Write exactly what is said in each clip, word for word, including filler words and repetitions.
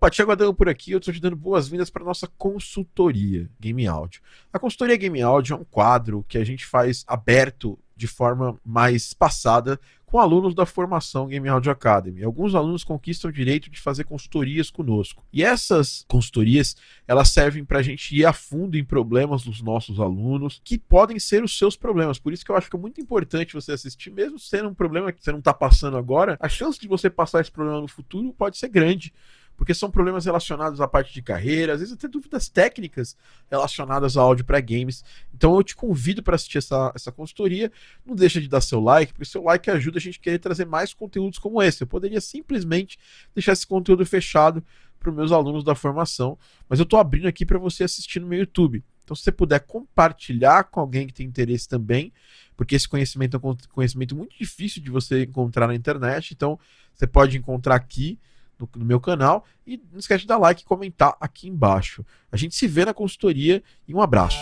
Opa, Thiago Adamo por aqui, eu estou te dando boas-vindas para nossa consultoria Game Audio. A consultoria Game Audio é um quadro que a gente faz aberto de forma mais passada com alunos da formação Game Audio Academy. Alguns alunos conquistam o direito de fazer consultorias conosco. E essas consultorias, elas servem para a gente ir a fundo em problemas dos nossos alunos, que podem ser os seus problemas. Por isso que eu acho que é muito importante você assistir, mesmo sendo um problema que você não está passando agora, a chance de você passar esse problema no futuro pode ser grande, porque são problemas relacionados à parte de carreira, às vezes até dúvidas técnicas relacionadas ao áudio para games. Então eu te convido para assistir essa, essa consultoria. Não deixa de dar seu like, porque seu like ajuda a gente a querer trazer mais conteúdos como esse. Eu poderia simplesmente deixar esse conteúdo fechado para os meus alunos da formação, mas eu estou abrindo aqui para você assistir no meu YouTube. Então, se você puder compartilhar com alguém que tem interesse também, porque esse conhecimento é um conhecimento muito difícil de você encontrar na internet, então você pode encontrar aqui no, no meu canal, e não esquece de dar like e comentar aqui embaixo. A gente se vê na consultoria e um abraço.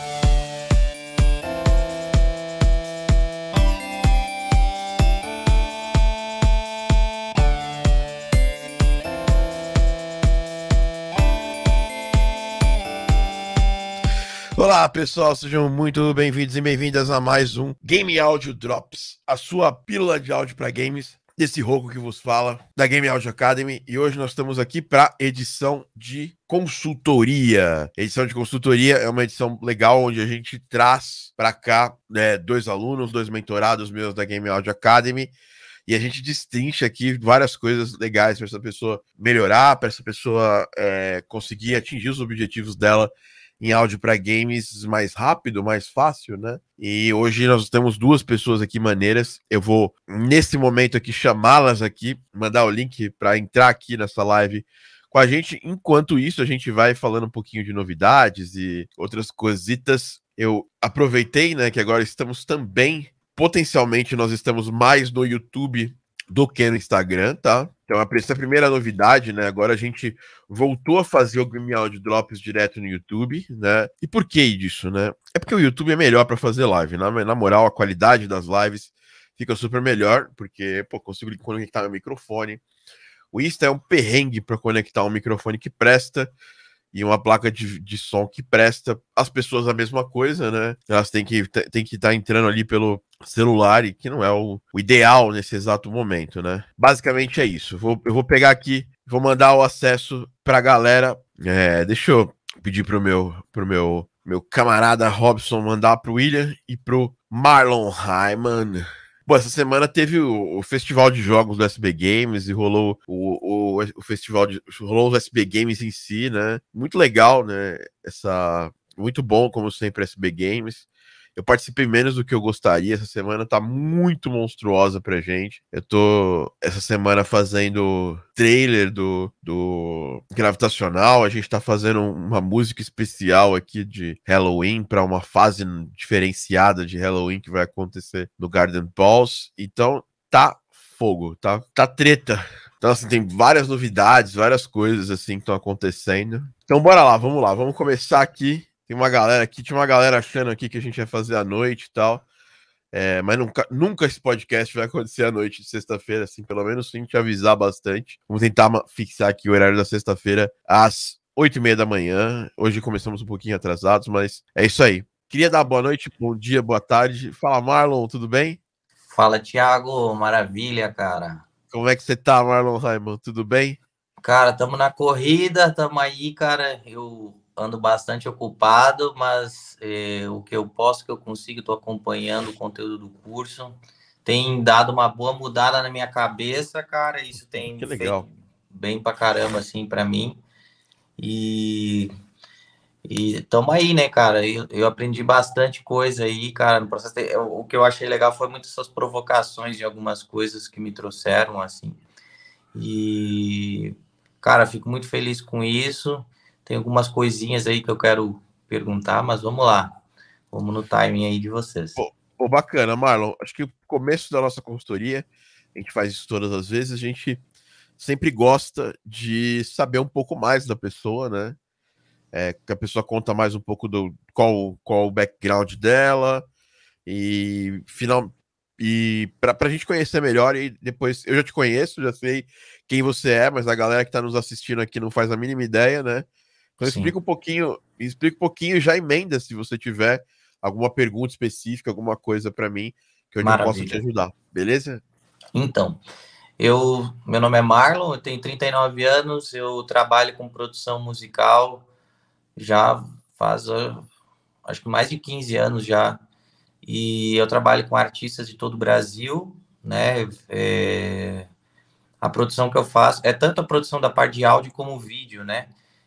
Olá pessoal, sejam muito bem-vindos e bem-vindas a mais um Game Audio Drops, a sua pílula de áudio para games, desse roco que vos fala, da Game Audio Academy, e hoje nós estamos aqui para edição de consultoria. Edição de consultoria é uma edição legal onde a gente traz para cá né, dois alunos, dois mentorados meus da Game Audio Academy, e a gente destrincha aqui várias coisas legais para essa pessoa melhorar, para essa pessoa é, conseguir atingir os objetivos dela em áudio para games mais rápido, mais fácil, né? E hoje nós temos duas pessoas aqui maneiras. Eu vou, nesse momento aqui, chamá-las aqui, mandar o link para entrar aqui nessa live com a gente. Enquanto isso, a gente vai falando um pouquinho de novidades e outras cositas. Eu aproveitei, né, que agora estamos também, potencialmente, nós estamos mais no YouTube do que no Instagram, tá? Então, essa é a primeira novidade, né? Agora a gente voltou a fazer o Game Audio Drops direto no YouTube, né? E por que disso, né? É porque o YouTube é melhor para fazer live, né? Na moral, a qualidade das lives fica super melhor, porque, pô, consigo conectar meu microfone. O Insta é um perrengue para conectar um microfone que presta e uma placa de, de som que presta. As pessoas a mesma coisa, né? Elas têm que têm que estar entrando ali pelo celular, e que não é o, o ideal nesse exato momento, né? Basicamente é isso. Vou, eu vou pegar aqui, vou mandar o acesso pra galera. É, deixa eu pedir pro meu, pro meu, meu camarada Robson mandar pro William e pro Marlon Hyman. Bom, essa semana teve o, o festival de jogos do S B Games e rolou o, o, o festival de rolou os S B Games em si, né? Muito legal, né? Essa, muito bom, como sempre, S B Games. Eu participei menos do que eu gostaria. Essa semana tá muito monstruosa pra gente. Eu tô essa semana fazendo trailer do, do Gravitacional. A gente tá fazendo uma música especial aqui de Halloween para uma fase diferenciada de Halloween que vai acontecer no Garden Pulse. Então tá fogo, tá, tá treta. Então, assim, tem várias novidades, várias coisas assim que estão acontecendo. Então, bora lá, vamos lá, vamos começar aqui. Tem uma galera aqui, tinha uma galera achando aqui que a gente ia fazer à noite e tal. É, mas nunca, nunca esse podcast vai acontecer à noite de sexta-feira, assim, pelo menos sem te avisar bastante. Vamos tentar fixar aqui o horário da sexta-feira às oito e meia da manhã. Hoje começamos um pouquinho atrasados, mas é isso aí. Queria dar boa noite, bom dia, boa tarde. Fala, Marlon, tudo bem? Fala, Thiago, maravilha, cara. Como é que você tá, Marlon Raimon? Tudo bem? Cara, tamo na corrida, tamo aí, cara. Eu ando bastante ocupado, mas é, o que eu posso, que eu consigo, tô acompanhando o conteúdo do curso. Tem dado uma boa mudada na minha cabeça, cara. Isso tem Que legal. feito bem pra caramba, assim, pra mim. E... E tamo aí, né, cara? Eu, eu aprendi bastante coisa aí, cara, no processo. De, eu, o que eu achei legal foi muitas essas provocações de algumas coisas que me trouxeram, assim. E, cara, fico muito feliz com isso. Tem algumas coisinhas aí que eu quero perguntar, mas vamos lá. Vamos no timing aí de vocês. Pô, pô, bacana, Marlon. Acho que o começo da nossa consultoria, a gente faz isso todas as vezes, a gente sempre gosta de saber um pouco mais da pessoa, né? É, que a pessoa conta mais um pouco do qual, qual o background dela e final E para a gente conhecer melhor, e depois eu já te conheço, já sei quem você é, mas a galera que está nos assistindo aqui não faz a mínima ideia, né? Então Sim. explica um pouquinho, explica um pouquinho e já emenda se você tiver alguma pergunta específica, alguma coisa para mim, que onde eu posso te ajudar, beleza? Então, eu, meu nome é Marlon, eu tenho trinta e nove anos, eu trabalho com produção musical já faz, acho que mais de quinze anos já, e eu trabalho com artistas de todo o Brasil, né? É, a produção que eu faço é tanto a produção da parte de áudio como vídeo, né?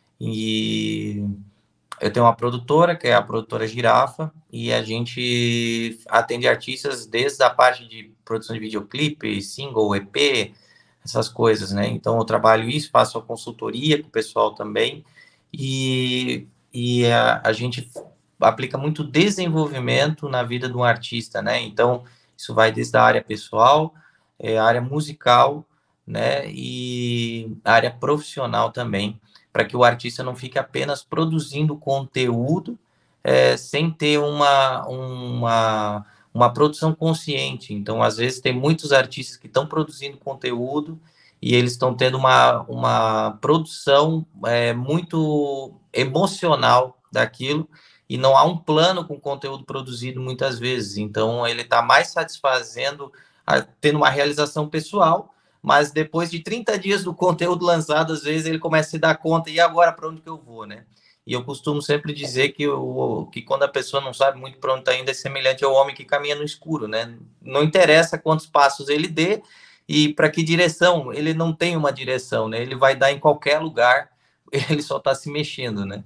E eu tenho uma produtora, que é a produtora Girafa, e a gente atende artistas desde a parte de produção de videoclipe, single, E P, essas coisas, né? Então, eu trabalho isso, faço a consultoria com o pessoal também, e, e a, a gente aplica muito desenvolvimento na vida de um artista, né? Então, isso vai desde a área pessoal, é, a área musical, né? E a área profissional também, para que o artista não fique apenas produzindo conteúdo é, sem ter uma, uma, uma produção consciente. Então, às vezes, tem muitos artistas que estão produzindo conteúdo e eles estão tendo uma, uma produção é, muito emocional daquilo e não há um plano com conteúdo produzido muitas vezes. Então, ele está mais satisfazendo, a, tendo uma realização pessoal, mas depois de trinta dias do conteúdo lançado, às vezes ele começa a se dar conta, e agora para onde que eu vou, né? E eu costumo sempre dizer que, eu, que quando a pessoa não sabe muito para onde está indo, é semelhante ao homem que caminha no escuro, né? Não interessa quantos passos ele dê e para que direção, ele não tem uma direção, né? Ele vai dar em qualquer lugar, ele só está se mexendo, né?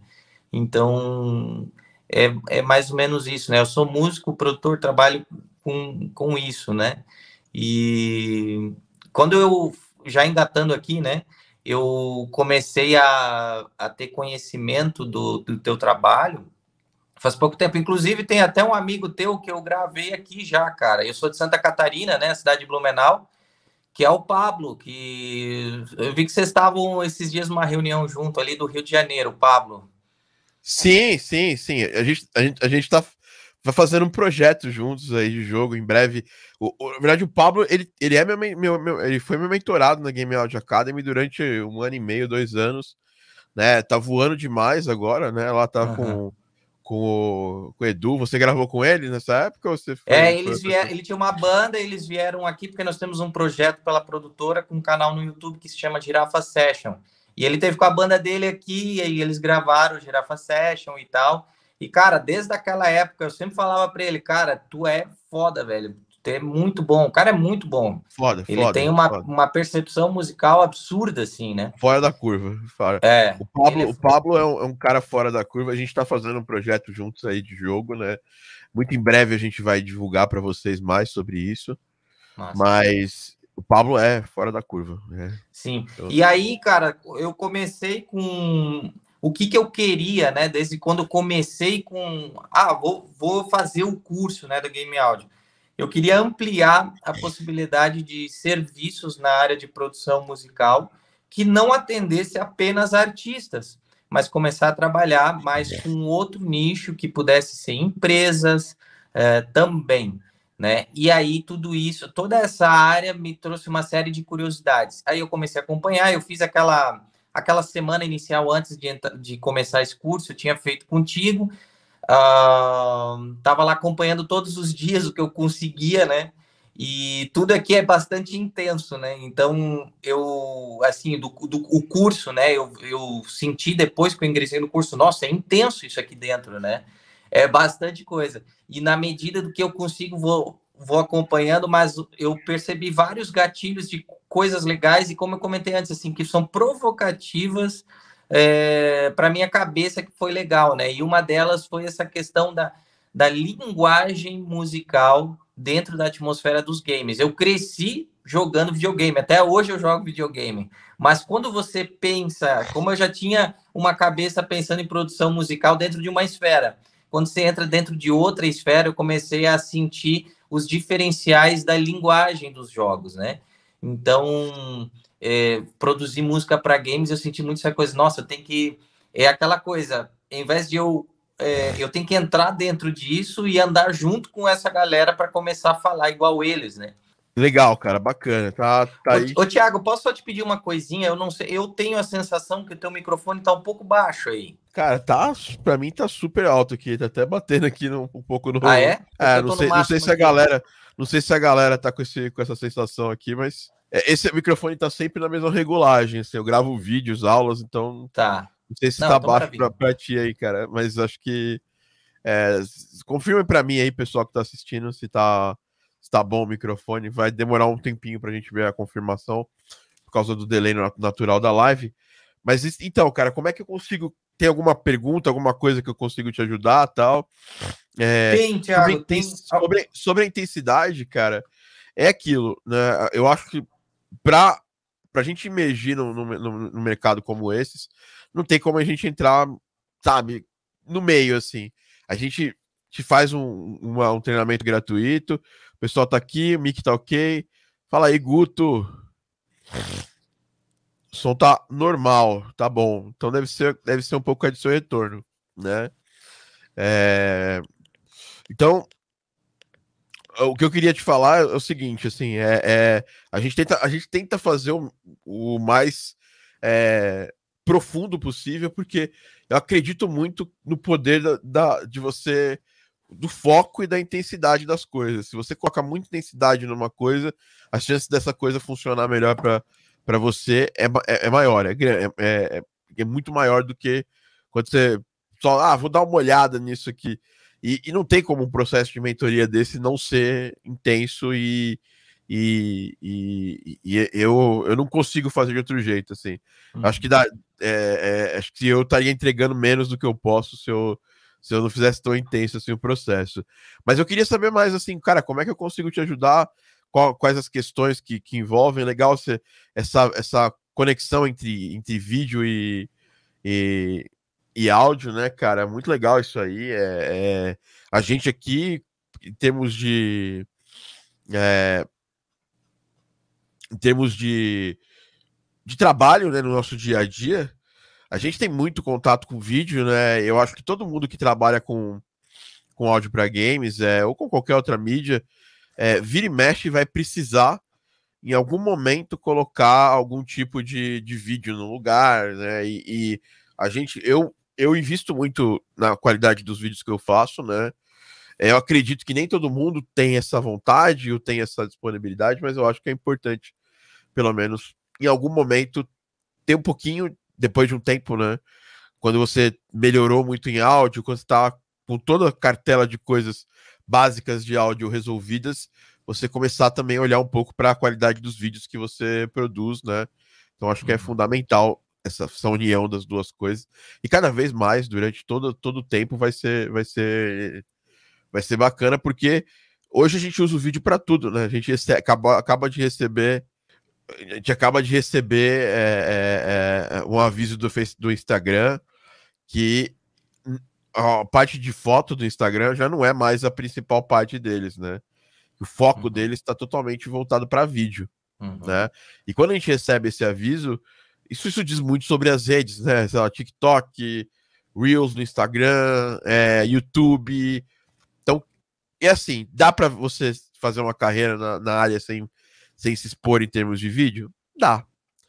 Então, é, é mais ou menos isso, né? Eu sou músico, produtor, trabalho com, com isso, né? E quando eu, já engatando aqui, né, eu comecei a, a ter conhecimento do, do teu trabalho faz pouco tempo. Inclusive, tem até um amigo teu que eu gravei aqui já, cara. Eu sou de Santa Catarina, né, cidade de Blumenau, que é o Pablo, que eu vi que vocês estavam esses dias numa reunião junto ali do Rio de Janeiro, Pablo. Sim, sim, sim. A gente, a gente, a gente tá vai fazendo um projeto juntos aí de jogo em breve. O, o, na verdade, o Pablo, ele, ele é meu, meu, meu, ele foi meu mentorado na Game Audio Academy durante um ano e meio, dois anos, né? Tá voando demais agora, né? Lá tá uhum. com, com, o, com o Edu. Você gravou com ele nessa época? Ou você foi, é, eles vieram, ele tinha uma banda, eles vieram aqui porque nós temos um projeto pela produtora com um canal no YouTube que se chama Girafa Session. E ele teve com a banda dele aqui, e aí eles gravaram Girafa Session e tal. E, cara, desde aquela época, eu sempre falava pra ele, cara, tu é foda, velho. Tu é muito bom. O cara é muito bom. Foda, ele foda. tem uma, foda. uma percepção musical absurda, assim, né? Fora da curva. Fora. É. O Pablo, é... o Pablo é, um, é um cara fora da curva. A gente tá fazendo um projeto juntos aí de jogo, né? Muito em breve a gente vai divulgar para vocês mais sobre isso. Nossa. Mas o Pablo é fora da curva, né? Sim. Então... E aí, cara, eu comecei com... O que, que eu queria, né? Desde quando eu comecei com... Ah, vou, vou fazer o curso, né, do Game Audio. Eu queria ampliar a possibilidade de serviços na área de produção musical que não atendesse apenas artistas, mas começar a trabalhar mais com outro nicho que pudesse ser empresas eh, também, né? E aí tudo isso, toda essa área me trouxe uma série de curiosidades. Aí eu comecei a acompanhar, eu fiz aquela... Aquela semana inicial antes de, de começar esse curso, eu tinha feito contigo, uh, tava lá acompanhando todos os dias o que eu conseguia, né? E tudo aqui é bastante intenso, né? Então, eu, assim, do, do o curso, né? Eu, eu senti depois que eu ingressei no curso, nossa, é intenso isso aqui dentro, né? É bastante coisa. E na medida do que eu consigo, vou, vou acompanhando, mas eu percebi vários gatilhos de coisas legais e, como eu comentei antes, assim, que são provocativas é, para minha cabeça, que foi legal, né? E uma delas foi essa questão da, da linguagem musical dentro da atmosfera dos games. Eu cresci jogando videogame, até hoje eu jogo videogame, mas quando você pensa, como eu já tinha uma cabeça pensando em produção musical dentro de uma esfera, quando você entra dentro de outra esfera, eu comecei a sentir os diferenciais da linguagem dos jogos, né? Então, é, produzir música para games, eu senti muito essa coisa, nossa, tem que... É aquela coisa, em vez de eu é, eu tenho que entrar dentro disso e andar junto com essa galera para começar a falar igual eles, né? Legal, cara, bacana. Tá, tá aí. Ô, ô Thiago, posso só te pedir uma coisinha? Eu não sei, eu tenho a sensação que o teu microfone tá um pouco baixo aí. Cara, tá, pra mim tá super alto aqui, tá até batendo aqui no, um pouco Ah, no. é? Porque É, eu não tô no sei, não sei máximo se a aqui. galera, não sei se a galera tá com, esse, com essa sensação aqui, mas é, esse microfone tá sempre na mesma regulagem, assim, eu gravo vídeos, aulas, então Tá. não sei se Não, tá então baixo pra, maravilha. pra ti aí, cara, mas acho que é, confirme pra mim aí, pessoal que tá assistindo, se tá, se tá bom o microfone, vai demorar um tempinho pra gente ver a confirmação por causa do delay natural da live. Mas então, cara, como é que eu consigo ter alguma pergunta, alguma coisa que eu consigo te ajudar, tal? É, Tem, sobre, Thiago, tem. sobre, sobre a intensidade, cara, é aquilo, né? Eu acho que para a gente emergir no, no, no, mercado como esses, não tem como a gente entrar, sabe, no meio, assim. A gente te faz um, uma, um treinamento gratuito, o pessoal tá aqui, o mic tá ok. Fala aí, Guto. O som tá normal, tá bom. Então deve ser, deve ser um pouco de seu retorno, né? É... Então, o que eu queria te falar é o seguinte, assim, é, é a gente tenta, a gente tenta fazer o, o mais é, profundo possível, porque eu acredito muito no poder da, da, de você, do foco e da intensidade das coisas. Se você coloca muita intensidade numa coisa, a chance dessa coisa funcionar melhor para para você é, é, é maior, é, é, é, é muito maior do que quando você só, ah, vou dar uma olhada nisso aqui. E, e não tem como um processo de mentoria desse não ser intenso e, e, e, e eu, eu não consigo fazer de outro jeito, assim. Acho que dá, é, é, acho que eu estaria entregando menos do que eu posso se eu, se eu não fizesse tão intenso assim o processo. Mas eu queria saber mais, assim, cara, como é que eu consigo te ajudar? Qual, quais as questões que, que envolvem? Legal você, essa, essa conexão entre, entre vídeo e, e, e áudio, né, cara? Muito legal isso aí. É, é... A gente aqui, em termos de. É... Em termos de, de trabalho, né, no nosso dia a dia, a gente tem muito contato com vídeo, né? Eu acho que todo mundo que trabalha com, com áudio para games, é, ou com qualquer outra mídia, é, vira e mexe vai precisar, em algum momento, colocar algum tipo de, de vídeo no lugar, né? E, e a gente, eu, eu invisto muito na qualidade dos vídeos que eu faço, né? Eu acredito que nem todo mundo tem essa vontade ou tem essa disponibilidade, mas eu acho que é importante, pelo menos, em algum momento, ter um pouquinho, depois de um tempo, né? Quando você melhorou muito em áudio, quando você está com toda a cartela de coisas básicas de áudio resolvidas, você começar também a olhar um pouco para a qualidade dos vídeos que você produz, né? Então acho que é fundamental essa, essa união das duas coisas. E cada vez mais, durante todo, todo o tempo, vai ser, vai ser, vai ser bacana, porque hoje a gente usa o vídeo para tudo, né? A gente recebe, acaba, acaba de receber a gente acaba de receber é, é, é, um aviso do, face, do Instagram que a parte de foto do Instagram já não é mais a principal parte deles, né? O foco Uhum. deles está totalmente voltado para vídeo, Uhum. né? E quando a gente recebe esse aviso, isso, isso diz muito sobre as redes, né? Sei lá, TikTok, Reels no Instagram, é, YouTube. Então, é assim, dá para você fazer uma carreira na, na área sem, sem se expor em termos de vídeo? Dá.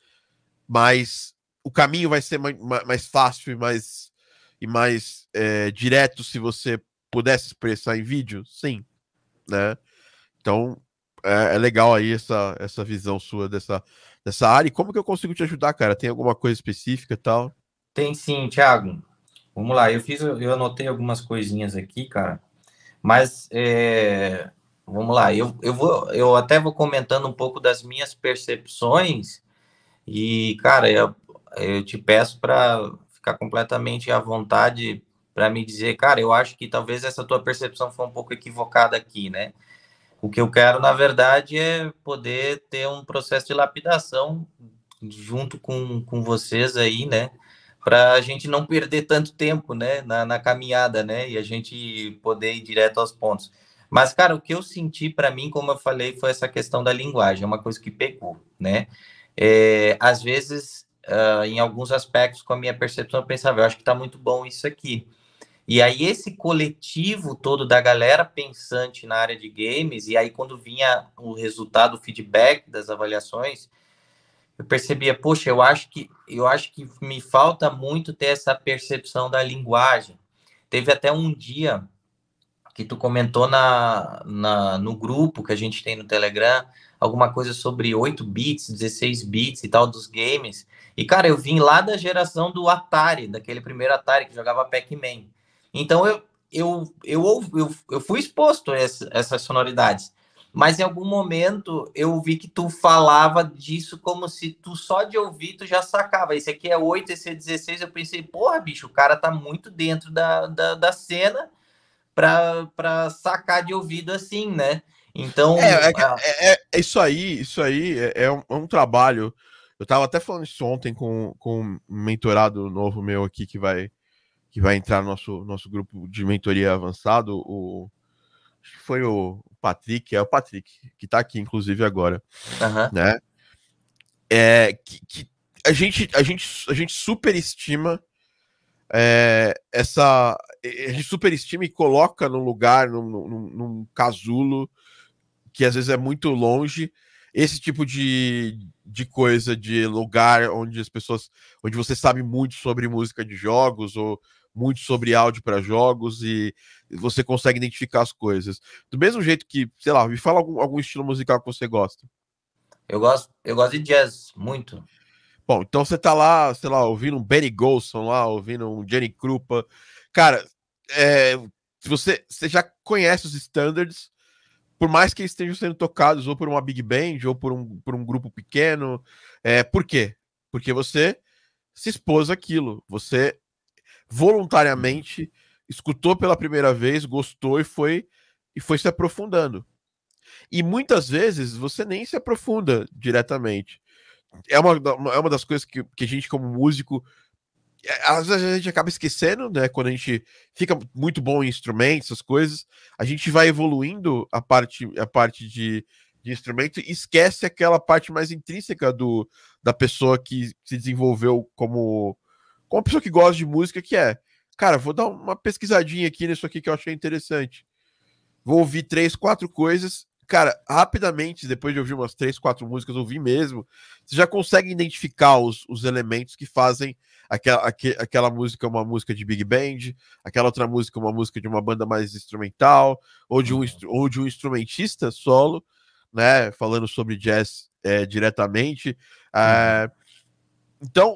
Mas o caminho vai ser mais, mais fácil e mais, e mais é, direto se você pudesse expressar em vídeo? Sim, né? Então, é, é, legal aí essa, essa visão sua dessa, dessa área. E como que eu consigo te ajudar, cara? Tem alguma coisa específica e tal? Tem sim, Thiago. Vamos lá, eu fiz, eu anotei algumas coisinhas aqui, cara. Mas é, vamos lá, eu, eu vou, eu até vou comentando um pouco das minhas percepções e, cara, eu, eu te peço para ficar completamente à vontade para me dizer, cara, eu acho que talvez essa tua percepção foi um pouco equivocada aqui, né? O que eu quero, na verdade, é poder ter um processo de lapidação junto com, com vocês aí, né? Para a gente não perder tanto tempo, né? Na, na caminhada, né? E a gente poder ir direto aos pontos. Mas, cara, o que eu senti para mim, como eu falei, foi essa questão da linguagem, é uma coisa que pegou, né? É, às vezes, uh, em alguns aspectos, com a minha percepção, eu pensava, eu acho que está muito bom isso aqui. E aí esse coletivo todo da galera pensante na área de games, e aí quando vinha o resultado, o feedback das avaliações, eu percebia, poxa, eu acho que eu acho que me falta muito ter essa percepção da linguagem. Teve até um dia que tu comentou na, na, no grupo que a gente tem no Telegram, alguma coisa sobre oito bits, dezesseis bits e tal dos games. E, cara, eu vim lá da geração do Atari, daquele primeiro Atari que jogava Pac-Man. Então, eu, eu, eu, eu, eu fui exposto a essa, essas sonoridades. Mas, em algum momento, eu vi que tu falava disso como se tu só de ouvir, tu já sacava. Esse aqui é oito, esse é dezesseis. Eu pensei, porra, bicho, o cara tá muito dentro da, da, da cena para sacar de ouvido assim, né? Então, É, é, é, é, é isso aí, isso aí é, é, um, é um trabalho. Eu tava até falando isso ontem com, com um mentorado novo meu aqui que vai, que vai entrar no nosso, nosso grupo de mentoria avançado. O, acho que foi o Patrick, é o Patrick, que tá aqui, inclusive, agora. uh-huh. Né? É, que, que a, gente, a, gente, a gente superestima é, essa. A gente superestima e coloca num lugar, num, num, num casulo que às vezes é muito longe, esse tipo de, de coisa, de lugar onde as pessoas, onde você sabe muito sobre música de jogos ou muito sobre áudio para jogos e você consegue identificar as coisas. Do mesmo jeito que, sei lá, me fala algum, algum estilo musical que você gosta. Eu gosto, eu gosto de jazz, muito. Bom, então você tá lá, sei lá, ouvindo um Benny Golson lá, ouvindo um Jenny Krupa. Cara, é, você, você já conhece os standards, por mais que eles estejam sendo tocados ou por uma big band ou por um, por um grupo pequeno. É, por quê? Porque você se expôs àquilo. Você voluntariamente escutou pela primeira vez, gostou e foi, e foi se aprofundando. E muitas vezes você nem se aprofunda diretamente. É uma, é uma das coisas que, que a gente, como músico, às vezes a gente acaba esquecendo, né? Quando a gente fica muito bom em instrumentos, essas coisas, a gente vai evoluindo a parte, a parte de, de instrumento e esquece aquela parte mais intrínseca do, da pessoa que se desenvolveu como, como uma pessoa que gosta de música, que é, cara, vou dar uma pesquisadinha aqui nisso aqui que eu achei interessante. Vou ouvir três, quatro coisas. Cara, rapidamente, depois de ouvir umas três, quatro músicas, ouvir mesmo, você já consegue identificar os, os elementos que fazem aquela, aqu, aquela música uma música de big band, aquela outra música uma música de uma banda mais instrumental, ou de um, ou de um instrumentista solo, né? Falando sobre jazz é, diretamente. É, então,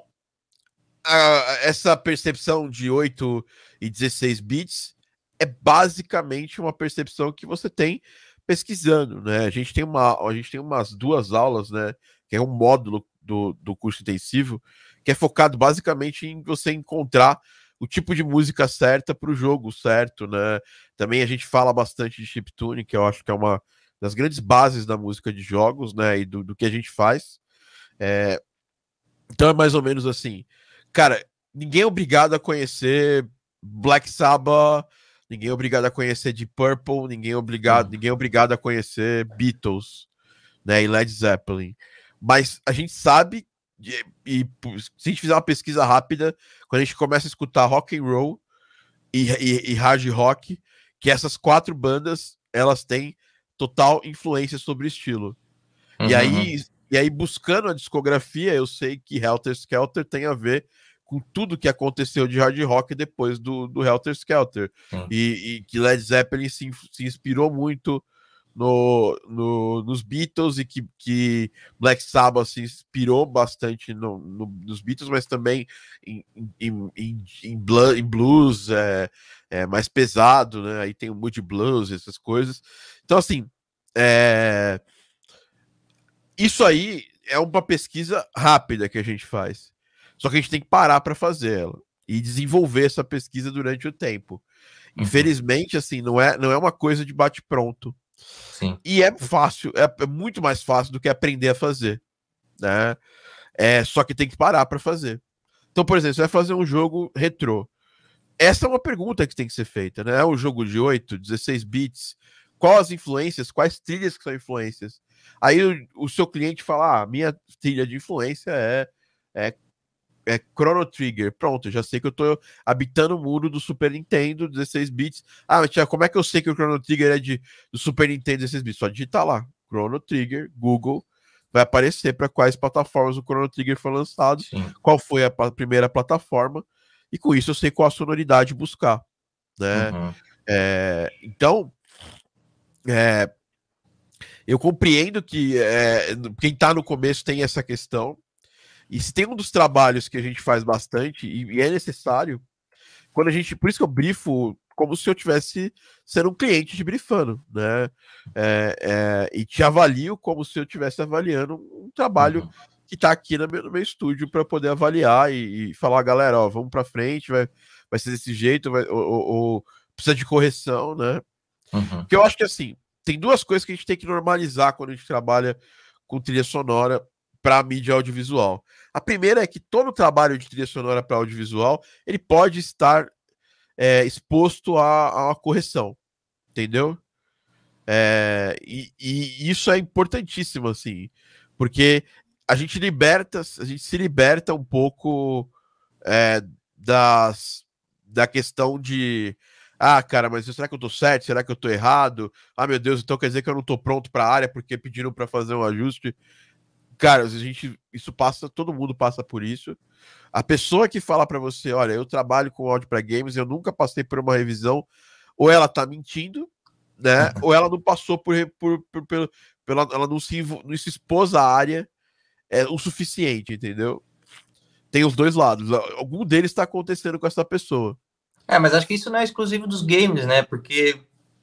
a, essa percepção de oito e dezesseis bits é basicamente uma percepção que você tem pesquisando, né? A gente tem uma, a gente tem umas duas aulas, né? Que é um módulo do, do curso intensivo que é focado basicamente em você encontrar o tipo de música certa para o jogo certo, né? Também a gente fala bastante de chiptune, que eu acho que é uma das grandes bases da música de jogos, né? E do, do que a gente faz. É... Então é mais ou menos assim, cara. Ninguém é obrigado a conhecer Black Sabbath. Ninguém é obrigado a conhecer Deep Purple, ninguém é obrigado, ninguém é obrigado a conhecer Beatles, né, e Led Zeppelin. Mas a gente sabe, e, e se a gente fizer uma pesquisa rápida, quando a gente começa a escutar rock and roll e, e, e hard rock, que essas quatro bandas, elas têm total influência sobre o estilo. Uhum. E aí, e aí, buscando a discografia, eu sei que Helter Skelter tem a ver com tudo que aconteceu de hard rock depois do, do Helter Skelter. E, e que Led Zeppelin se, se inspirou muito no, no, nos Beatles e que, que Black Sabbath se inspirou bastante no, no, nos Beatles, mas também em, em, em, em, blues, em blues é, é, mais pesado, né? Aí tem o Moody Blues, essas coisas. Então, assim, é... isso aí é uma pesquisa rápida que a gente faz. Só que a gente tem que parar para fazer ela e desenvolver essa pesquisa durante o tempo. Uhum. Infelizmente, assim, não é, não é uma coisa de bate-pronto. Sim. E é fácil, é, é muito mais fácil do que aprender a fazer, né? É, só que tem que parar para fazer. Então, por exemplo, você vai fazer um jogo retrô. Essa é uma pergunta que tem que ser feita, né? É um jogo de oito, dezesseis bits. Quais as influências, quais trilhas que são influências? Aí o, o seu cliente fala, ah, minha trilha de influência é, é é Chrono Trigger. Pronto, eu já sei que eu tô habitando o mundo do Super Nintendo dezesseis bits. Ah, mas tia, como é que eu sei que o Chrono Trigger é de, do Super Nintendo dezesseis bits? Só digitar lá, Chrono Trigger, Google, vai aparecer para quais plataformas o Chrono Trigger foi lançado, Sim. qual foi a, a primeira plataforma, e com isso eu sei qual a sonoridade buscar, né? Uhum. É, então, é, eu compreendo que é, quem tá no começo tem essa questão, e se tem um dos trabalhos que a gente faz bastante, e, e é necessário, quando a gente. Por isso que eu brifo como se eu tivesse sendo um cliente te brifando, né? É, é, e te avalio como se eu estivesse avaliando um trabalho Uhum. que está aqui no meu, no meu estúdio para poder avaliar e, e falar, galera, ó, vamos para frente, vai, vai ser desse jeito, vai, ou, ou, ou precisa de correção, né? Uhum. Porque eu acho que assim, tem duas coisas que a gente tem que normalizar quando a gente trabalha com trilha sonora para mídia audiovisual. A primeira é que todo trabalho de trilha sonora para audiovisual ele pode estar é, exposto a, a uma correção, entendeu? É, e, e isso é importantíssimo, assim, porque a gente liberta, a gente se liberta um pouco é, das, da questão de ah, cara, mas será que eu tô certo? Será que eu tô errado? Ah, meu Deus, então quer dizer que eu não tô pronto para a área porque pediram para fazer um ajuste. Cara, a gente, isso passa, todo mundo passa por isso. A pessoa que fala para você, olha, eu trabalho com áudio para games, eu nunca passei por uma revisão, ou ela tá mentindo, né? Ou ela não passou por, por, por, por pela, ela não se, não se expôs à área é, o suficiente, entendeu? Tem os dois lados. Algum deles está acontecendo com essa pessoa. É, mas acho que isso não é exclusivo dos games, né? Porque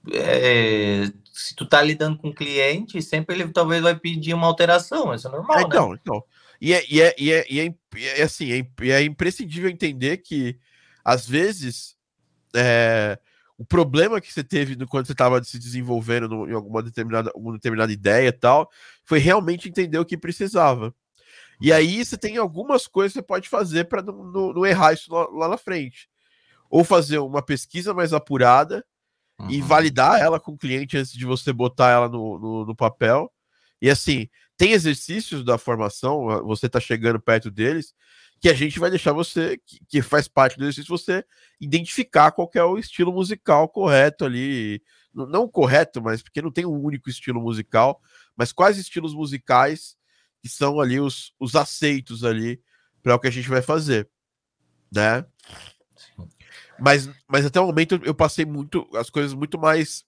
é, se tu tá lidando com o cliente, sempre ele talvez vai pedir uma alteração, isso é É, normal, né? então, então. E é, e é, e é, e é, e é assim, é, é imprescindível entender que, às vezes, é, o problema que você teve no, quando você estava se desenvolvendo no, em alguma determinada, alguma determinada ideia e tal, foi realmente entender o que precisava. E aí você tem algumas coisas que você pode fazer para não, não, não, errar isso lá, lá na frente. Ou fazer uma pesquisa mais apurada e Uhum. validar ela com o cliente antes de você botar ela no, no, no papel. E assim, tem exercícios da formação, você está chegando perto deles, que a gente vai deixar você, que, que faz parte do exercício, você identificar qual é o estilo musical correto ali. Não correto, mas porque não tem um único estilo musical, mas quais estilos musicais que são ali os, os aceitos ali para o que a gente vai fazer, né? Sim. Mas, mas até o momento eu passei muito as coisas muito mais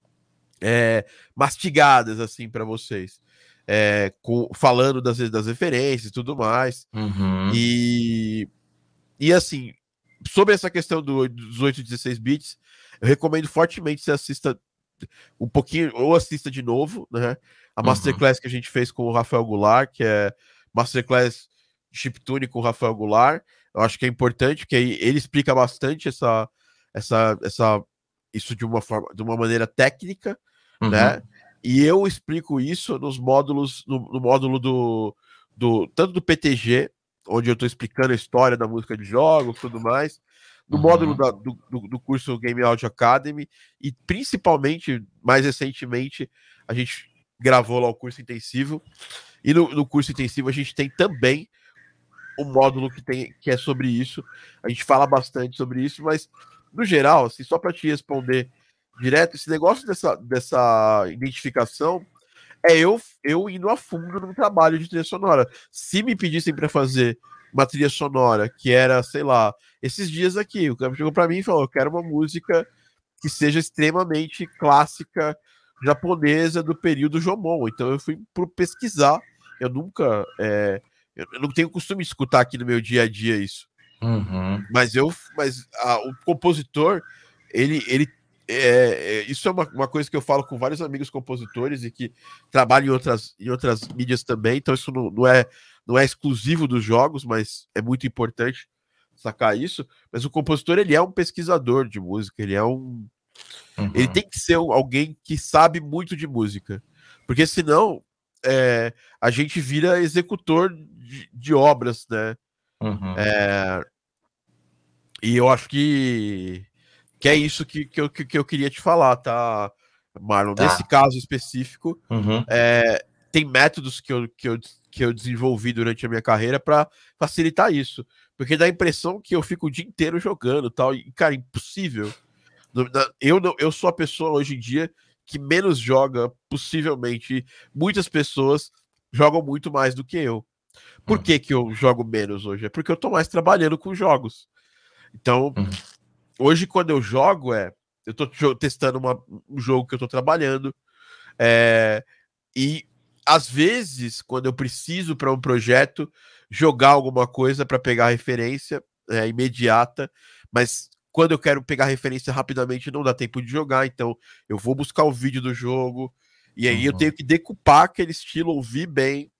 é, mastigadas assim para vocês, é, com, falando das, das referências e tudo mais. Uhum. E, e assim, sobre essa questão do, dos oito e dezesseis bits, eu recomendo fortemente que você assista um pouquinho, ou assista de novo, né? A Uhum. Masterclass que a gente fez com o Rafael Goulart, que é Masterclass Chiptune com o Rafael Goulart. Eu acho que é importante, porque ele explica bastante essa, essa, essa, isso de uma forma, de uma maneira técnica, Uhum. né? E eu explico isso nos módulos, no, no módulo do, do tanto do P T G, onde eu estou explicando a história da música de jogos, tudo mais, no módulo Uhum. da, do, do, do curso Game Audio Academy e principalmente, mais recentemente, a gente gravou lá o curso intensivo. E no, no curso intensivo a gente tem também um módulo que, tem, que é sobre isso. A gente fala bastante sobre isso, mas no geral, assim, só para te responder direto, esse negócio dessa, dessa identificação é eu, eu indo a fundo num trabalho de trilha sonora. Se me pedissem para fazer uma trilha sonora que era, sei lá, esses dias aqui, o cara chegou para mim e falou: eu quero uma música que seja extremamente clássica japonesa do período Jomon. Então eu fui por pesquisar. Eu nunca. É, eu não tenho costume de escutar aqui no meu dia a dia isso. Uhum. Mas eu. Mas a, o compositor, ele. ele é, é, isso é uma, uma coisa que eu falo com vários amigos compositores e que trabalham em outras, em outras mídias também. Então isso não, não, é, não é exclusivo dos jogos, mas é muito importante sacar isso. Mas o compositor, ele é um pesquisador de música, ele é um. Ele Uhum. tem que ser alguém que sabe muito de música. Porque senão é, a gente vira executor de, de obras, né? Uhum. É, e eu acho que, que é isso que, que, eu, que, que eu queria te falar, tá, Marlon? Nesse Tá. caso específico, Uhum. é, tem métodos que eu, que eu, que eu desenvolvi durante a minha carreira para facilitar isso. Porque dá a impressão que eu fico o dia inteiro jogando e tal. E, cara, impossível. Eu, não, eu sou a pessoa hoje em dia que menos joga, possivelmente. Muitas pessoas jogam muito mais do que eu. Por Uhum. que, que eu jogo menos hoje? É porque eu tô mais trabalhando com jogos. Então, Uhum. hoje, quando eu jogo, é. Eu tô testando uma, um jogo que eu tô trabalhando. É, e às vezes, quando eu preciso para um projeto, jogar alguma coisa para pegar referência é, imediata, mas quando eu quero pegar referência rapidamente, não dá tempo de jogar, então eu vou buscar o vídeo do jogo, e aí eu Uhum. tenho que decupar aquele estilo, ouvir bem,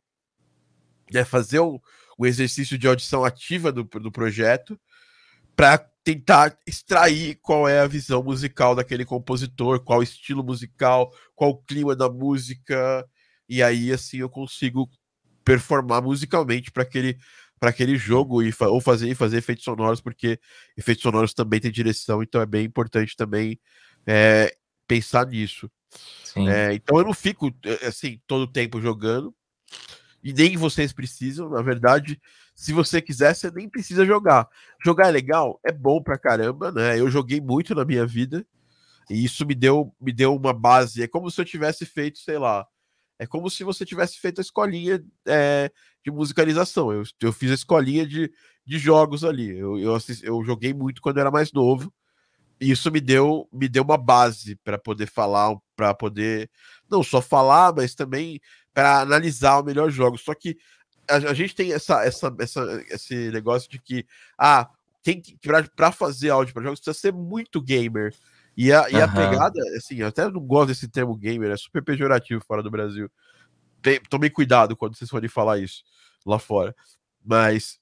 né, fazer o, o exercício de audição ativa do, do projeto, para tentar extrair qual é a visão musical daquele compositor, qual o estilo musical, qual o clima da música, e aí assim eu consigo performar musicalmente para aquele para aquele jogo e fa ou fazer e fazer efeitos sonoros, porque efeitos sonoros também tem direção, então é bem importante também é, pensar nisso. É, então eu não fico assim todo o tempo jogando, e nem vocês precisam, na verdade. Se você quiser, você nem precisa jogar. Jogar é legal, é bom pra caramba, né? Eu joguei muito na minha vida e isso me deu, me deu uma base. É como se eu tivesse feito, sei lá, é como se você tivesse feito a escolinha é, de musicalização. Eu, eu fiz a escolinha de, de jogos ali. Eu, eu, assisti, eu joguei muito quando eu era mais novo. E isso me deu, me deu uma base para poder falar, para poder não só falar, mas também para analisar o melhor jogo. Só que a, a gente tem essa, essa, essa, esse negócio de que ah, tem que para fazer áudio para jogos precisa ser muito gamer. E a, e a Aham. pegada, assim, eu até não gosto desse termo gamer, é super pejorativo fora do Brasil. Tem- Tomem cuidado quando vocês forem falar isso lá fora. Mas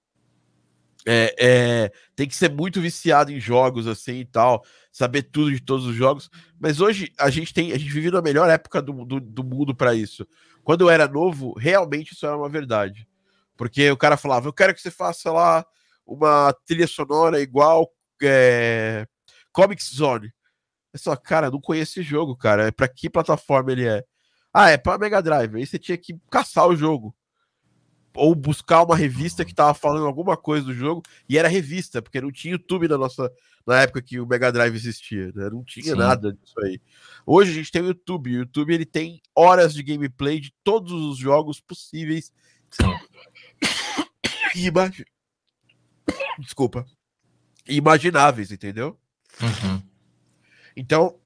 é, é, tem que ser muito viciado em jogos assim e tal, saber tudo de todos os jogos. Mas hoje a gente tem, a gente vive na melhor época do, do, do mundo para isso. Quando eu era novo, realmente isso era uma verdade. Porque o cara falava, eu quero que você faça lá uma trilha sonora igual é, Comic Zone. Eu só, cara, não conheço esse jogo, cara. Pra que plataforma ele é? Ah, é pra Mega Drive. Aí você tinha que caçar o jogo ou buscar uma revista que tava falando alguma coisa do jogo, e era revista, porque não tinha YouTube na nossa na época que o Mega Drive existia, né? Não tinha Sim. nada disso aí. Hoje a gente tem o YouTube, o YouTube ele tem horas de gameplay de todos os jogos possíveis. Sim. E imagi... Desculpa. Imagináveis, entendeu? Uhum. Então,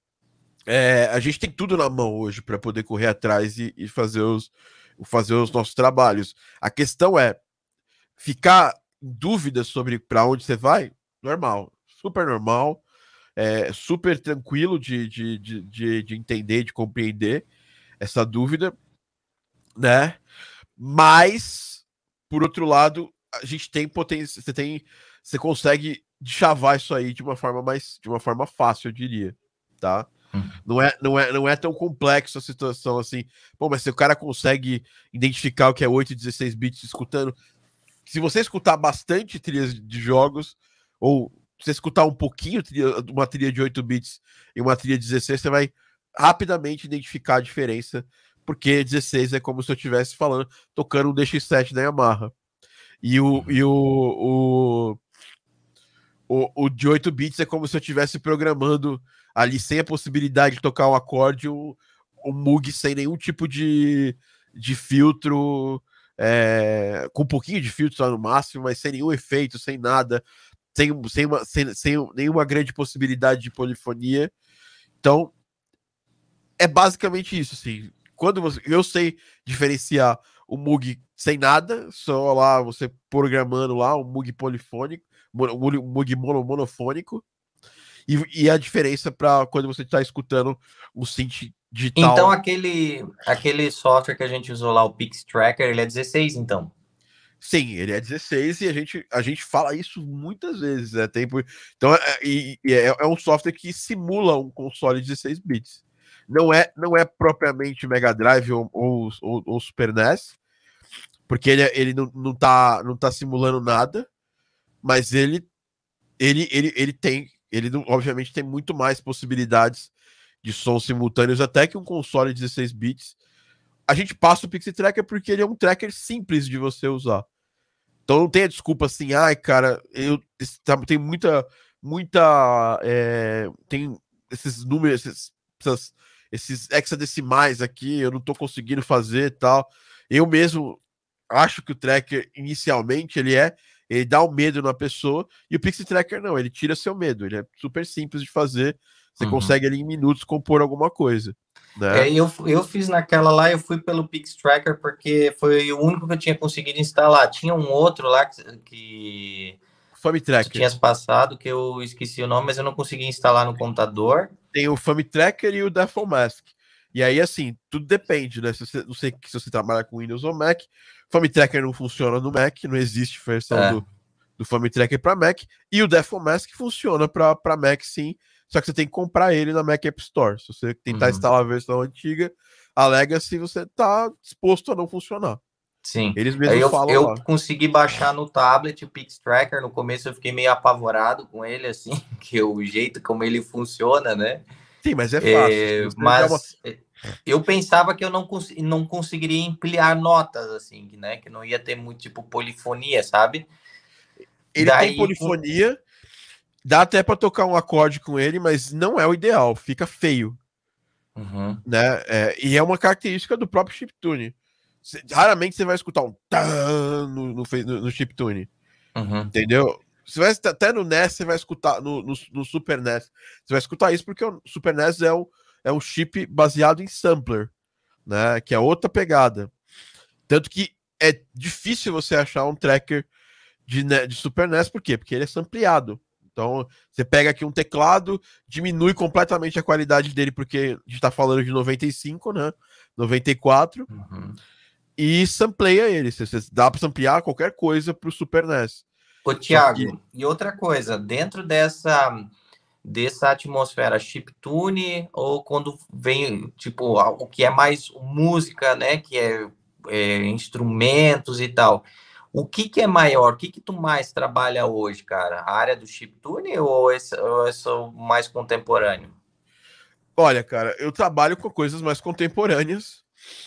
é, a gente tem tudo na mão hoje para poder correr atrás e, e fazer, os, fazer os nossos trabalhos. A questão é ficar em dúvida sobre para onde você vai, normal, super normal, é, super tranquilo de, de, de, de, de entender, de compreender essa dúvida, né? Mas, por outro lado, a gente tem potência, você tem, você consegue chavar isso aí de uma forma mais, de uma forma fácil, eu diria, tá? Uhum. Não é, não, é, não é tão complexo a situação assim. Pô, mas se o cara consegue identificar o que é oito e dezesseis bits escutando, se você escutar bastante trilhas de jogos, ou você escutar um pouquinho uma trilha de oito bits e uma trilha de dezesseis, você vai rapidamente identificar a diferença, porque dezesseis é como se eu estivesse falando, tocando um D X sete da Yamaha. E o, e o, o, o, o de oito bits é como se eu estivesse programando ali sem a possibilidade de tocar um acorde, um, um Moog sem nenhum tipo de, de filtro, é, com um pouquinho de filtro só no máximo, mas sem nenhum efeito, sem nada, sem, sem, uma, sem, sem nenhuma grande possibilidade de polifonia. Então, é basicamente isso, assim. Quando você, eu sei diferenciar o Moog sem nada, só lá você programando lá o Moog polifônico, o Moog mono, monofônico, e, e a diferença para quando você está escutando um synth Então, digital. aquele, aquele software que a gente usou lá, o Pix Tracker, ele é dezesseis, então? Sim, ele é dezesseis e a gente, a gente fala isso muitas vezes. Né? Tem, então, é, e, e é, é um software que simula um console de dezesseis bits. Não é, não é propriamente Mega Drive ou, ou, ou, ou Super N E S, porque ele, ele não, não, tá, não tá simulando nada, mas ele, ele, ele, ele tem, ele obviamente tem muito mais possibilidades de sons simultâneos, até que um console de dezesseis bits, a gente passa o Pixie Tracker porque ele é um tracker simples de você usar. Então não tem a desculpa assim, ai, cara, eu tem muita, muita, é, tem esses números, esses, essas, esses hexadecimais aqui, eu não tô conseguindo fazer e tal. Eu mesmo acho que o tracker, inicialmente, ele é, ele dá um medo na pessoa, e o Pixie Tracker não, ele tira seu medo, ele é super simples de fazer, você uhum. consegue ali em minutos compor alguma coisa. Né? É, eu, eu fiz naquela lá, eu fui pelo Pixie Tracker porque foi o único que eu tinha conseguido instalar. Tinha um outro lá que, que Fame Tracker. tinha passado, que eu esqueci o nome, mas eu não consegui instalar no computador. Tem o Fame Tracker e o Deathful Mask. E aí, assim, tudo depende, né? Se você, não sei se você trabalha com Windows ou Mac. Fame Tracker não funciona no Mac, não existe versão é. do, do Fame Tracker para Mac. E o Deathful Mask funciona para Mac, sim. Só que você tem que comprar ele na Mac App Store. Se você tentar uhum. instalar a versão antiga, a Legacy, você está disposto a não funcionar. Sim. Eles mesmos eu, falam Eu lá. consegui baixar no tablet o Pixie Tracker. No começo eu fiquei meio apavorado com ele, assim, que o jeito como ele funciona, né? Sim, mas é fácil. É, mas uma... eu pensava que eu não, cons não conseguiria ampliar notas, assim, né? Que não ia ter muito, tipo, polifonia, sabe? Ele Daí, tem polifonia... Com... Dá até para tocar um acorde com ele, mas não é o ideal, fica feio. Uhum. Né? É, e é uma característica do próprio chiptune. Cê, raramente você vai escutar um tan no, no, no chiptune. Uhum. Entendeu? Você vai, até no N E S você vai escutar, no, no, no Super N E S, você vai escutar isso porque o Super N E S é um, é um chip baseado em sampler, né? Que é outra pegada. Tanto que é difícil você achar um tracker de, de Super N E S, por quê? Porque ele é sampleado. Então, você pega aqui um teclado, diminui completamente a qualidade dele, porque a gente tá falando de noventa e cinco, né? noventa e quatro, uhum. e sampleia ele. Você, você dá para samplear qualquer coisa pro Super N E S. Ô, Thiago, que... e outra coisa, dentro dessa, dessa atmosfera chiptune, ou quando vem, tipo, o que é mais música, né? Que é, é instrumentos e tal. O que, que é maior? O que, que tu mais trabalha hoje, cara? A área do chiptune ou esse, ou esse mais contemporâneo? Olha, cara, eu trabalho com coisas mais contemporâneas,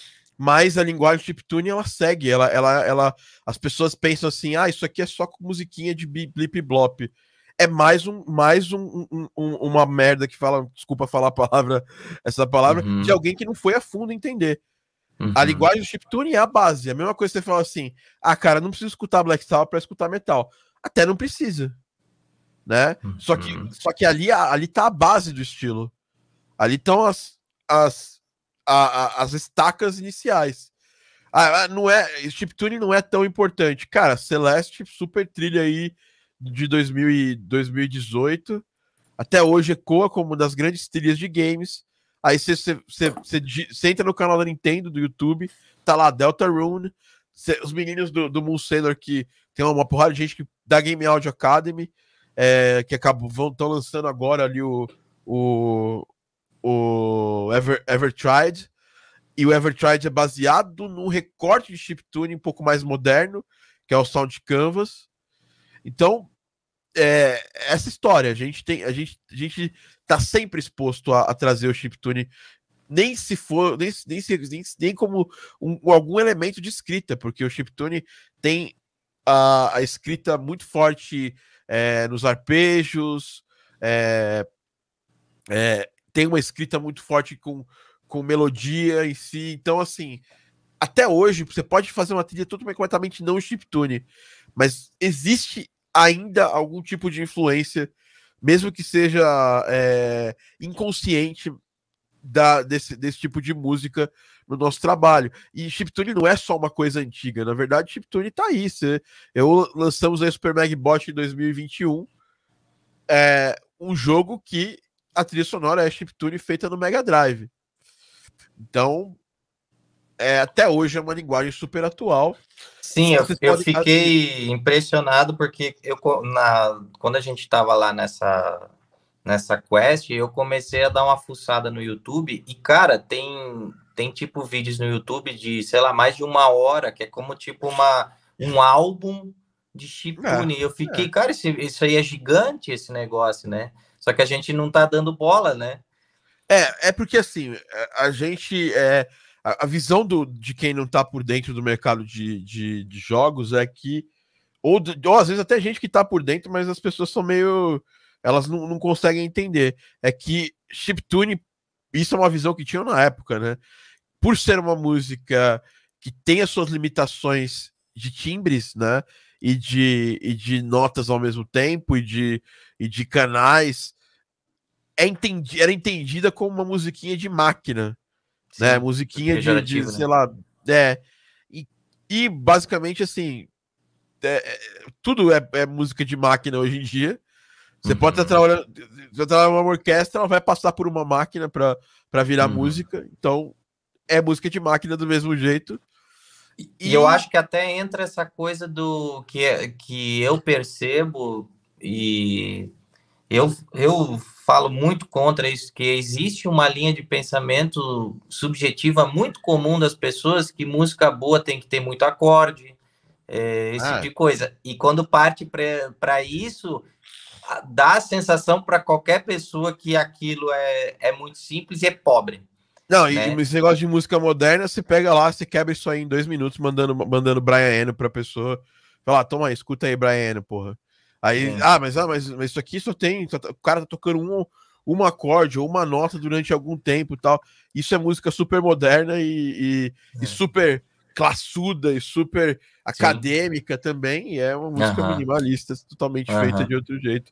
mas a linguagem chiptune, ela segue, ela, ela, ela, as pessoas pensam assim, ah, isso aqui é só com musiquinha de blip blop. É mais, um, mais um, um, um, uma merda que fala, desculpa falar a palavra, essa palavra, uhum. de alguém que não foi a fundo entender. Uhum. A linguagem do chiptune é a base. A mesma coisa que você fala assim, ah, cara, não preciso escutar Black Sabbath para escutar metal. Até não precisa, né? Uhum. Só que, só que ali, ali tá a base do estilo. Ali estão as, as, a, a, as estacas iniciais. Ah, não é, chiptune não é tão importante. Cara, Celeste, super trilha aí de dois mil e, dois mil e dezoito. Até hoje ecoa como uma das grandes trilhas de games. Aí você entra no canal da Nintendo, do YouTube, tá lá Deltarune, cê, os meninos do, do Moon Sailor, que tem uma, uma porrada de gente que, da Game Audio Academy, é, que acabam, vão, estão lançando agora ali o, o, o Ever, Evertried, e o Evertried é baseado num recorte de chiptune um pouco mais moderno, que é o Sound Canvas. Então, é, essa história, a gente tem, a gente, a gente tá sempre exposto a, a trazer o chiptune, nem se for, nem, nem, nem, nem como um, algum elemento de escrita, porque o chiptune tem a, a escrita muito forte é, nos arpejos, é, é, tem uma escrita muito forte com, com melodia em si, então assim, até hoje você pode fazer uma trilha totalmente completamente não chiptune, mas existe ainda algum tipo de influência, mesmo que seja é, inconsciente, da, desse, desse tipo de música no nosso trabalho. E chiptune não é só uma coisa antiga, na verdade chiptune tá aí. Cê, eu lançamos aí Super Megbot em dois mil e vinte e um, é, um jogo que a trilha sonora é chiptune feita no Mega Drive. Então, é, até hoje é uma linguagem super atual. Sim, eu, eu fiquei impressionado porque eu, na, quando a gente estava lá nessa, nessa quest, eu comecei a dar uma fuçada no YouTube e, cara, tem, tem tipo vídeos no YouTube de, sei lá, mais de uma hora, que é como tipo uma, um álbum de chiptune. É, eu fiquei, é. cara, esse, isso aí é gigante, esse negócio, né? Só que a gente não tá dando bola, né? É, é porque assim, a gente é, a, a visão do, de quem não tá por dentro do mercado de, de, de jogos é que, ou, ou às vezes até gente que tá por dentro, mas as pessoas são meio, elas não, não conseguem entender, é que chiptune, isso é uma visão que tinham na época, né? Por ser uma música que tem as suas limitações de timbres, né? E de, e de notas ao mesmo tempo, e de, e de canais, é entendi, era entendida como uma musiquinha de máquina, Sim, né? Musiquinha de, de pejorativo, sei né? lá, é. E, e basicamente assim, é, é, tudo é, é música de máquina hoje em dia. Você Uhum. pode estar trabalhando, você trabalhar numa orquestra, ela vai passar por uma máquina para virar Uhum. música. Então, é música de máquina do mesmo jeito. E, e eu acho que até entra essa coisa do que, que eu percebo e eu, eu falo muito contra isso, que existe uma linha de pensamento subjetiva muito comum das pessoas, que música boa tem que ter muito acorde, é, esse Ah, tipo de coisa. E quando parte para isso, dá a sensação para qualquer pessoa que aquilo é, é muito simples e é pobre. não, né? e, e esse negócio de música moderna, você pega lá, você quebra isso aí em dois minutos, mandando, mandando Brian Eno pra pessoa. Fala, ah, toma aí, escuta aí, Brian Eno, porra. Aí, Sim. ah, mas, ah, mas, mas isso aqui só tem. O cara tá tocando um, um acorde ou uma nota durante algum tempo e tal. Isso é música super moderna e, e, É. e super classuda e super acadêmica Sim. também. E é uma música uh-huh. minimalista, totalmente uh-huh. feita de outro jeito.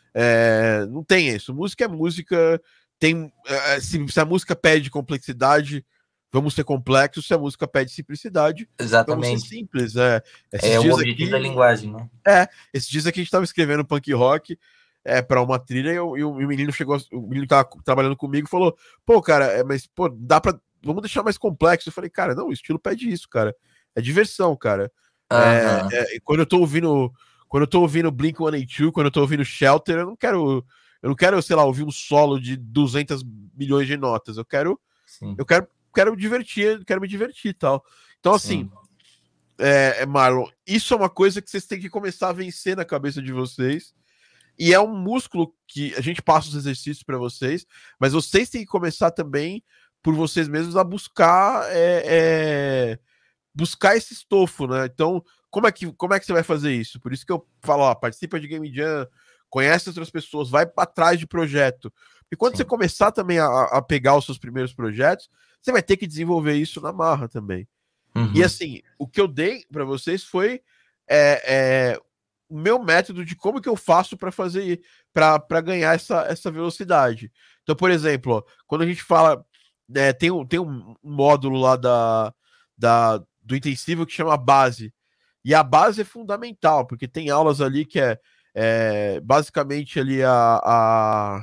É, não tem isso. Música é música. Tem, se, se a música pede complexidade, vamos ser complexos. Se a música pede simplicidade, Exatamente. vamos ser simples. É, esses é dias o objetivo aqui, da linguagem, né? É, esses dias aqui a gente estava escrevendo punk rock é, para uma trilha e, eu, e, o menino chegou, o menino tava trabalhando comigo e falou: pô, cara, é, mas pô, dá pra. Vamos deixar mais complexo. Eu falei, cara, não, o estilo pede isso, cara. É diversão, cara. Uh-huh. É, é, quando eu tô ouvindo. Quando eu tô ouvindo Blink cento e oitenta e dois, quando eu tô ouvindo Shelter, eu não quero. Eu não quero, sei lá, ouvir um solo de duzentos milhões de notas. Eu quero. Sim. Eu quero, quero divertir, quero me divertir e tal. Então, assim. Sim. É, Marlon, isso é uma coisa que vocês têm que começar a vencer na cabeça de vocês. E é um músculo que a gente passa os exercícios para vocês, mas vocês têm que começar também por vocês mesmos a buscar é, é, buscar esse estofo, né? Então, como é, que, como é que você vai fazer isso? Por isso que eu falo, ó, participa de Game Jam, conhece outras pessoas, vai para trás de projeto. E quando Sim. você começar também a, a pegar os seus primeiros projetos, você vai ter que desenvolver isso na marra também. Uhum. E assim, o que eu dei para vocês foi é, é, o meu método de como que eu faço para fazer, para ganhar essa, essa velocidade. Então, por exemplo, ó, quando a gente fala, é, tem, um, tem um módulo lá da, da, do intensivo que chama base. E a base é fundamental, porque tem aulas ali que é, é basicamente ali a, a,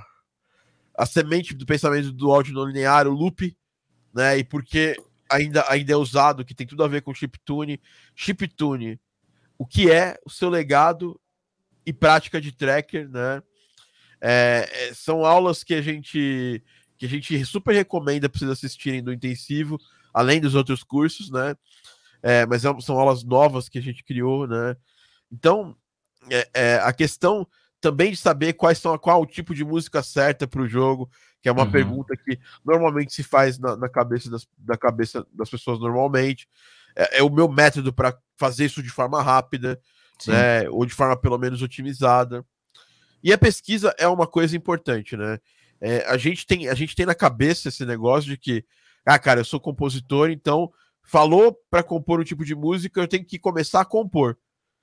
a semente do pensamento do áudio não linear, o loop, né? E porque ainda, ainda é usado, que tem tudo a ver com chiptune. Chiptune, o que é o seu legado e prática de tracker, né? É, são aulas que a gente que a gente super recomenda para vocês assistirem do intensivo, além dos outros cursos, né? É, mas são aulas novas que a gente criou, né? Então, é, é, a questão também de saber quais são, qual o tipo de música certa para o jogo, que é uma uhum. pergunta que normalmente se faz na, na cabeça das, da cabeça das pessoas normalmente. É, é o meu método para fazer isso de forma rápida, Sim. né? Ou de forma pelo menos otimizada. E a pesquisa é uma coisa importante, né? É, a, gente tem, a gente tem na cabeça esse negócio de que, ah, cara, eu sou compositor, então falou para compor um tipo de música, eu tenho que começar a compor.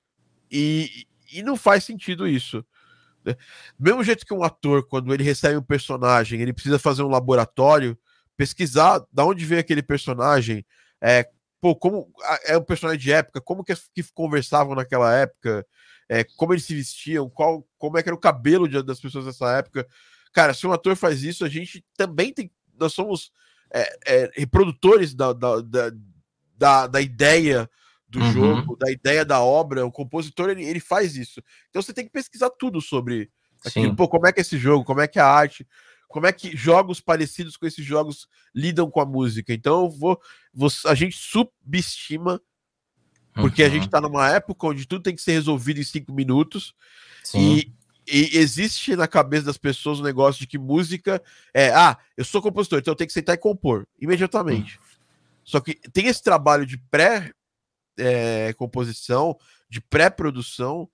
E, e não faz sentido isso. Do mesmo jeito que um ator, quando ele recebe um personagem, ele precisa fazer um laboratório, pesquisar da onde veio aquele personagem, é, pô, como é um personagem de época, como que, que conversavam naquela época, é, como eles se vestiam, qual, como é que era o cabelo de, das pessoas nessa época. Cara, se um ator faz isso, a gente também tem. Nós somos é, é, reprodutores da, da, da, da, da ideia do uhum. jogo, da ideia da obra. O compositor, ele, ele faz isso. Então você tem que pesquisar tudo sobre aquilo. Pô, como é que é esse jogo, como é que é a arte, como é que jogos parecidos com esses jogos lidam com a música. Então eu vou, vou a gente subestima, porque uhum. a gente tá numa época onde tudo tem que ser resolvido em cinco minutos. E, e existe na cabeça das pessoas um negócio de que música é, ah, eu sou compositor, então eu tenho que sentar e compor imediatamente. Uhum. Só que tem esse trabalho de pré-composição, é, de pré-produção,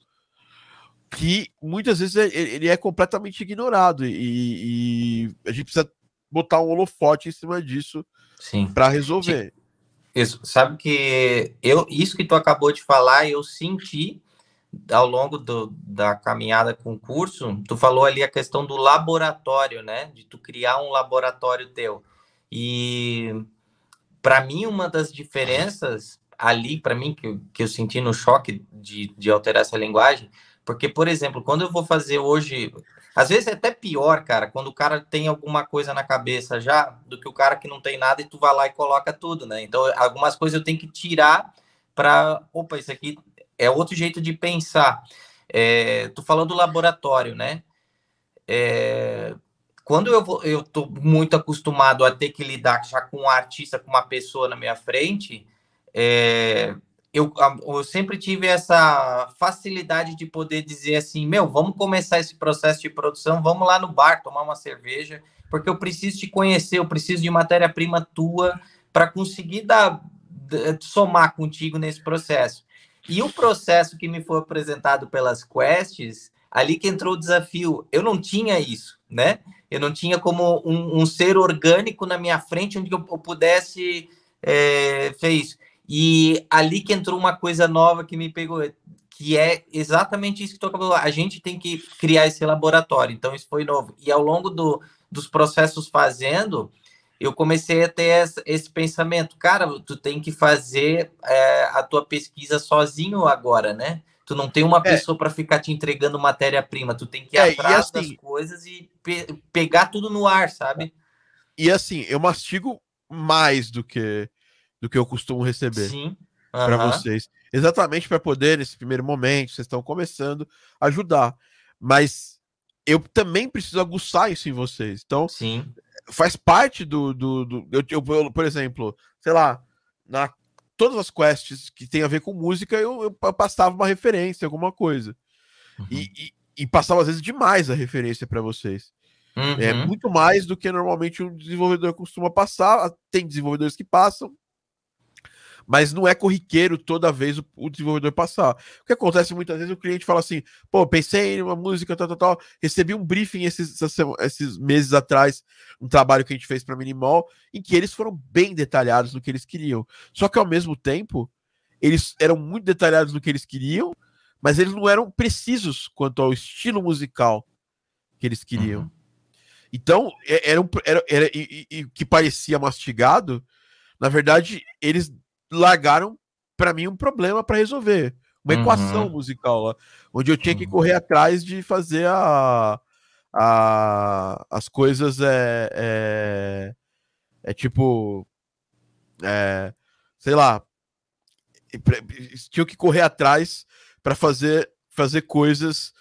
que muitas vezes ele é completamente ignorado e, e a gente precisa botar um holofote em cima disso para resolver. Isso, sabe que eu, isso que tu acabou de falar, eu senti ao longo do, da caminhada com o curso. Tu falou ali a questão do laboratório, né? De tu criar um laboratório teu. E para mim, uma das diferenças ali, para mim, que, que eu senti no choque de, de alterar essa linguagem, porque, por exemplo, quando eu vou fazer hoje, às vezes é até pior, cara, quando o cara tem alguma coisa na cabeça já, do que o cara que não tem nada e tu vai lá e coloca tudo, né? Então, algumas coisas eu tenho que tirar para, opa, isso aqui é outro jeito de pensar. É, tu falou do laboratório, né? É, quando eu vou, eu tô muito acostumado a ter que lidar já com um artista, com uma pessoa na minha frente, é, eu, eu sempre tive essa facilidade de poder dizer assim, meu, vamos começar esse processo de produção, vamos lá no bar tomar uma cerveja, porque eu preciso te conhecer, eu preciso de matéria-prima tua para conseguir dar, somar contigo nesse processo. E o processo que me foi apresentado pelas quests, ali que entrou o desafio. Eu não tinha isso, né? Eu não tinha como um, um ser orgânico na minha frente onde eu, eu pudesse é, fez. E ali que entrou uma coisa nova que me pegou, que é exatamente isso que tu acabou. A gente tem que criar esse laboratório. Então, isso foi novo. E ao longo do, dos processos fazendo, eu comecei a ter esse pensamento. Cara, tu tem que fazer é, a tua pesquisa sozinho agora, né? Tu não tem uma é. pessoa para ficar te entregando matéria-prima. Tu tem que ir é, atrás assim, das coisas e pe pegar tudo no ar, sabe? E assim, eu mastigo mais do que, do que eu costumo receber. Sim. Uhum. Para vocês. Exatamente para poder, nesse primeiro momento, vocês estão começando a ajudar. Mas eu também preciso aguçar isso em vocês. Então, sim, faz parte do. do, do eu, eu, por exemplo, sei lá, na todas as quests que tem a ver com música, eu, eu passava uma referência, alguma coisa. Uhum. E, e, e passava, às vezes, demais a referência para vocês. Uhum. É muito mais do que normalmente um desenvolvedor costuma passar. Tem desenvolvedores que passam, mas não é corriqueiro toda vez o, o desenvolvedor passar. O que acontece muitas vezes, o cliente fala assim, pô, pensei em uma música, tal, tal, tal, recebi um briefing esses, esses meses atrás, um trabalho que a gente fez para Minimal, em que eles foram bem detalhados no que eles queriam. Só que, ao mesmo tempo, eles eram muito detalhados no que eles queriam, mas eles não eram precisos quanto ao estilo musical que eles queriam. Uhum. Então, era, um, era, era e, e, e que parecia mastigado, na verdade, eles largaram para mim um problema para resolver, uma uhum. equação musical lá, onde eu tinha que correr atrás de fazer a, a as coisas é, é, é tipo é, sei lá, tinha que correr atrás para fazer fazer coisas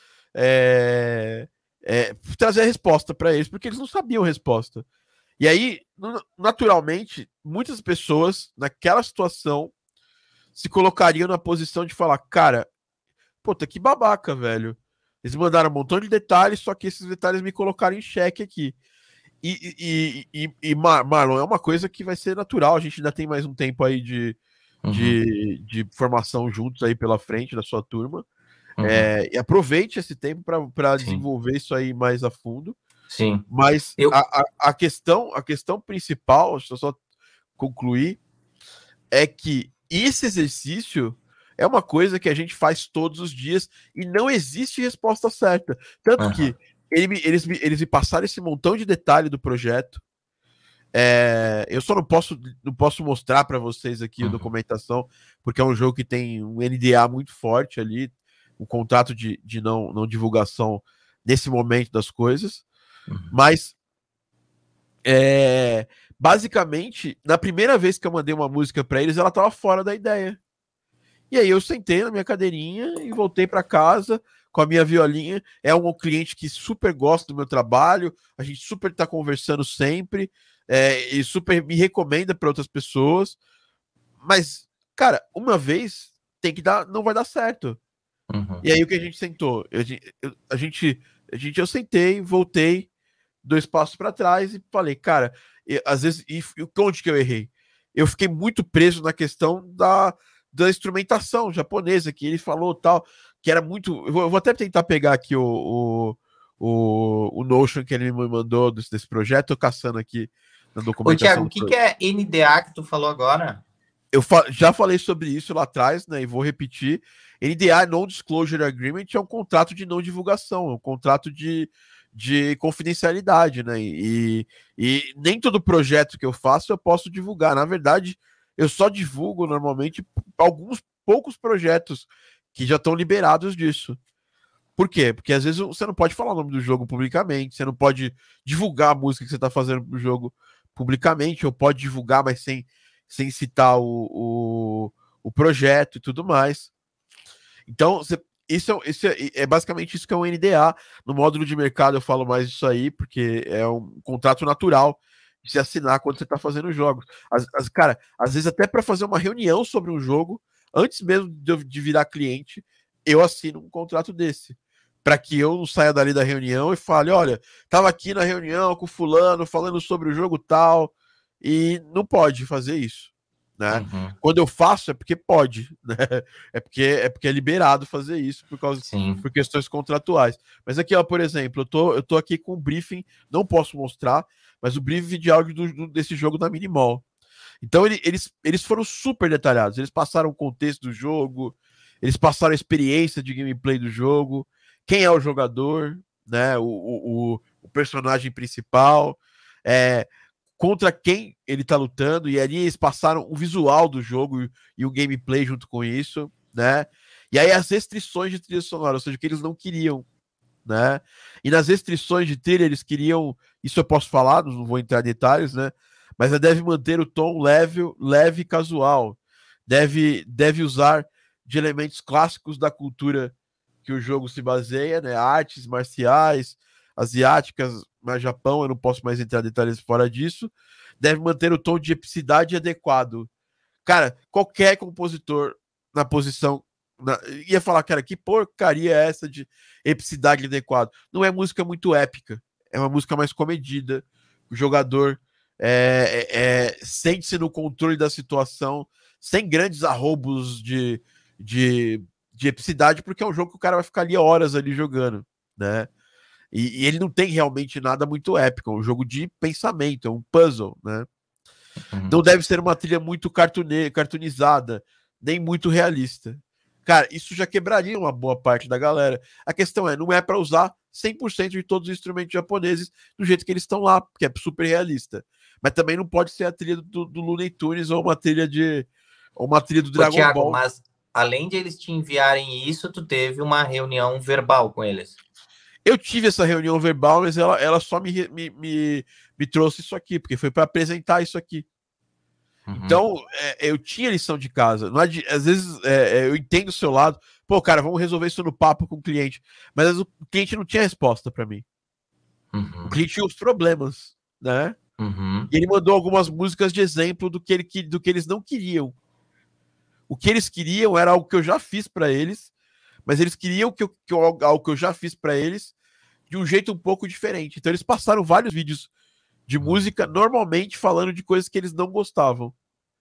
é, é, trazer a resposta para eles, porque eles não sabiam a resposta. E aí, naturalmente, muitas pessoas naquela situação se colocariam na posição de falar, cara, puta, que babaca, velho. Eles mandaram um montão de detalhes, só que esses detalhes me colocaram em xeque aqui. E, e, e, e Marlon, é uma coisa que vai ser natural, a gente ainda tem mais um tempo aí de, uhum. de, de formação juntos aí pela frente da sua turma. Uhum. É, e aproveite esse tempo para desenvolver isso aí mais a fundo. Sim. Mas eu... a, a, a, questão, a questão principal, deixa eu só concluir, é que esse exercício é uma coisa que a gente faz todos os dias e não existe resposta certa. Tanto uhum. que ele, eles, eles me passaram esse montão de detalhe do projeto. É, eu só não posso, não posso mostrar para vocês aqui uhum. a documentação, porque é um jogo que tem um N D A muito forte ali, um contrato de, de não, não divulgação nesse momento das coisas. Mas, é, basicamente, na primeira vez que eu mandei uma música para eles, ela tava fora da ideia. E aí eu sentei na minha cadeirinha e voltei para casa com a minha violinha. É um cliente que super gosta do meu trabalho, a gente super tá conversando sempre, é, e super me recomenda para outras pessoas. Mas, cara, uma vez tem que dar, não vai dar certo. Uhum. E aí o que a gente sentou? Eu, eu, a gente, a gente, eu sentei, voltei dois passos para trás e falei, cara, e, às vezes, e, e onde que eu errei? eu fiquei muito preso na questão da, da instrumentação japonesa, que ele falou tal, que era muito... Eu vou, eu vou até tentar pegar aqui o, o, o, o Notion que ele me mandou desse, desse projeto, tô caçando aqui na Ô, documentação. Thiago, o que, que é N D A que tu falou agora? Eu fa já falei sobre isso lá atrás, né? E vou repetir. N D A, Non-Disclosure Agreement, é um contrato de não divulgação, é um contrato de, de confidencialidade, né? E, e nem todo projeto que eu faço eu posso divulgar. Na verdade, eu só divulgo normalmente alguns poucos projetos que já estão liberados disso. Por quê? Porque às vezes você não pode falar o nome do jogo publicamente, você não pode divulgar a música que você está fazendo pro jogo publicamente, ou pode divulgar, mas sem, sem citar o, o, o projeto e tudo mais. Então, você, isso, é, isso é, é basicamente isso que é um N D A. No módulo de mercado eu falo mais disso aí, porque é um contrato natural de se assinar quando você está fazendo jogos. As, as, cara, às vezes até para fazer uma reunião sobre um jogo, antes mesmo de, eu, de virar cliente, eu assino um contrato desse. Para que eu não saia dali da reunião e fale, olha, tava aqui na reunião com fulano falando sobre o jogo tal, e não pode fazer isso, né? Uhum. Quando eu faço é porque pode, né? É porque é porque é liberado fazer isso por causa Sim. por questões contratuais. Mas aqui, ó, por exemplo, eu tô eu tô aqui com um briefing, não posso mostrar, mas o briefing de áudio do, do, desse jogo da Minimall. Então ele, eles eles foram super detalhados, eles passaram o contexto do jogo, eles passaram a experiência de gameplay do jogo, quem é o jogador, né? O, o, o personagem principal, é, contra quem ele tá lutando, e ali eles passaram o visual do jogo e, e o gameplay junto com isso, né? E aí as restrições de trilha sonora, ou seja, o que eles não queriam, né? E nas restrições de trilha eles queriam, isso eu posso falar, não vou entrar em detalhes, né? Mas deve manter o tom leve, leve e casual, deve, deve usar de elementos clássicos da cultura que o jogo se baseia, né? Artes marciais, asiáticas, mas Japão, eu não posso mais entrar em detalhes fora disso. Deve manter o tom de epicidade adequado. Cara, qualquer compositor na posição... Na, ia falar, cara, que porcaria é essa de epicidade adequado? Não é música muito épica, é uma música mais comedida. O jogador é, é, é, sente-se no controle da situação, sem grandes arroubos de... de de epicidade, porque é um jogo que o cara vai ficar ali horas ali jogando, né? E, e ele não tem realmente nada muito épico, é um jogo de pensamento, é um puzzle, né? Uhum. Não deve ser uma trilha muito cartune, cartoonizada, nem muito realista. Cara, isso já quebraria uma boa parte da galera. A questão é, não é para usar cem por cento de todos os instrumentos japoneses do jeito que eles estão lá, porque é super realista. Mas também não pode ser a trilha do, do Looney Tunes ou uma trilha de ou uma trilha do Dragon Ô, Thiago, Ball. Mas além de eles te enviarem isso, tu teve uma reunião verbal com eles? Eu tive essa reunião verbal, mas ela, ela só me, me, me, me trouxe isso aqui, porque foi para apresentar isso aqui. Uhum. Então, é, eu tinha lição de casa. Não é de, às vezes, é, eu entendo o seu lado. Pô, cara, vamos resolver isso no papo com o cliente. Mas às vezes, o cliente não tinha resposta para mim. Uhum. O cliente tinha os problemas, né? Uhum. E ele mandou algumas músicas de exemplo do que, ele, do que eles não queriam. O que eles queriam era algo que eu já fiz para eles, mas eles queriam que eu, que eu, algo que eu já fiz para eles de um jeito um pouco diferente. Então eles passaram vários vídeos de música, normalmente falando de coisas que eles não gostavam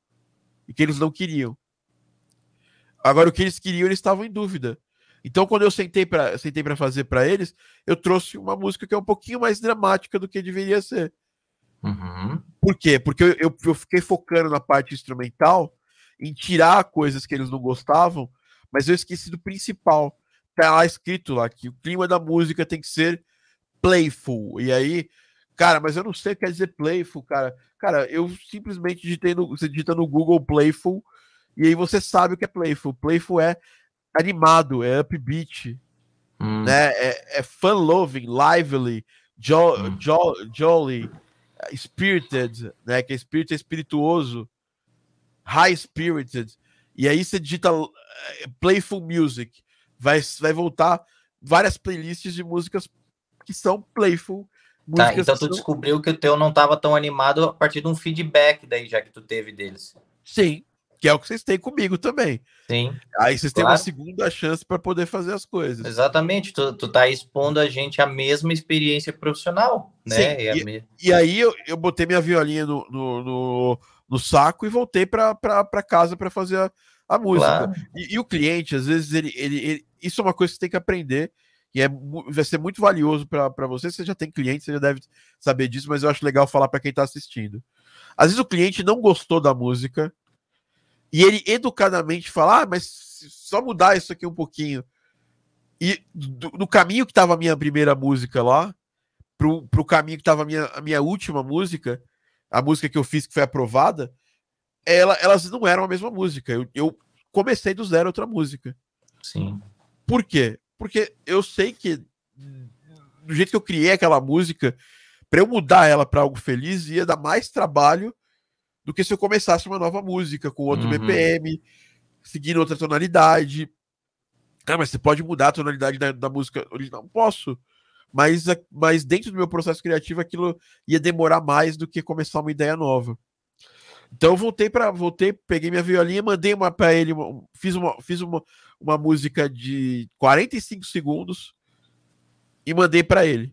e que eles não queriam. Agora, o que eles queriam, eles estavam em dúvida. Então, quando eu sentei para sentei para fazer para eles, eu trouxe uma música que é um pouquinho mais dramática do que deveria ser. Uhum. Por quê? Porque eu, eu, eu fiquei focando na parte instrumental, em tirar coisas que eles não gostavam, mas eu esqueci do principal. Tá lá escrito lá que o clima da música tem que ser playful. E aí, cara, mas eu não sei o que quer dizer playful, cara. Cara, eu simplesmente digitei no, você digita no Google playful, e aí você sabe o que é playful. Playful é animado, é upbeat, hum. né? É, é fun-loving, lively, jo hum. jo jolly, spirited, né? Que é espírito é espirituoso. High-spirited, e aí você digita uh, Playful Music, vai, vai voltar várias playlists de músicas que são playful. Tá, então tu são... descobriu que o teu não estava tão animado a partir de um feedback daí, já que tu teve deles. Sim, que é o que vocês têm comigo também. Sim. Aí vocês claro. têm uma segunda chance para poder fazer as coisas. Exatamente, tu, tu tá expondo a gente a mesma experiência profissional, né? Sim, e, e, me... e aí eu, eu botei minha violinha no, no, no, no saco e voltei para casa para fazer a, a música. Claro. E, e o cliente, às vezes, ele, ele, ele, isso é uma coisa que você tem que aprender, e é, vai ser muito valioso para você. Você já tem cliente, você já deve saber disso, mas eu acho legal falar para quem está assistindo. Às vezes o cliente não gostou da música e ele educadamente fala, ah, mas só mudar isso aqui um pouquinho. E do, no caminho que estava a minha primeira música lá, pro, pro caminho que estava a minha, a minha última música, a música que eu fiz que foi aprovada, ela, elas não eram a mesma música. Eu, eu comecei do zero outra música. Sim. Por quê? Porque eu sei que do jeito que eu criei aquela música, para eu mudar ela para algo feliz, ia dar mais trabalho do que se eu começasse uma nova música com outro Uhum. B P M, seguindo outra tonalidade. Ah, mas você pode mudar a tonalidade da, da música original? Posso. Mas, mas dentro do meu processo criativo, aquilo ia demorar mais do que começar uma ideia nova. Então eu voltei para voltei, peguei minha violinha, mandei uma para ele, uma, fiz, uma, fiz uma, uma música de quarenta e cinco segundos e mandei para ele.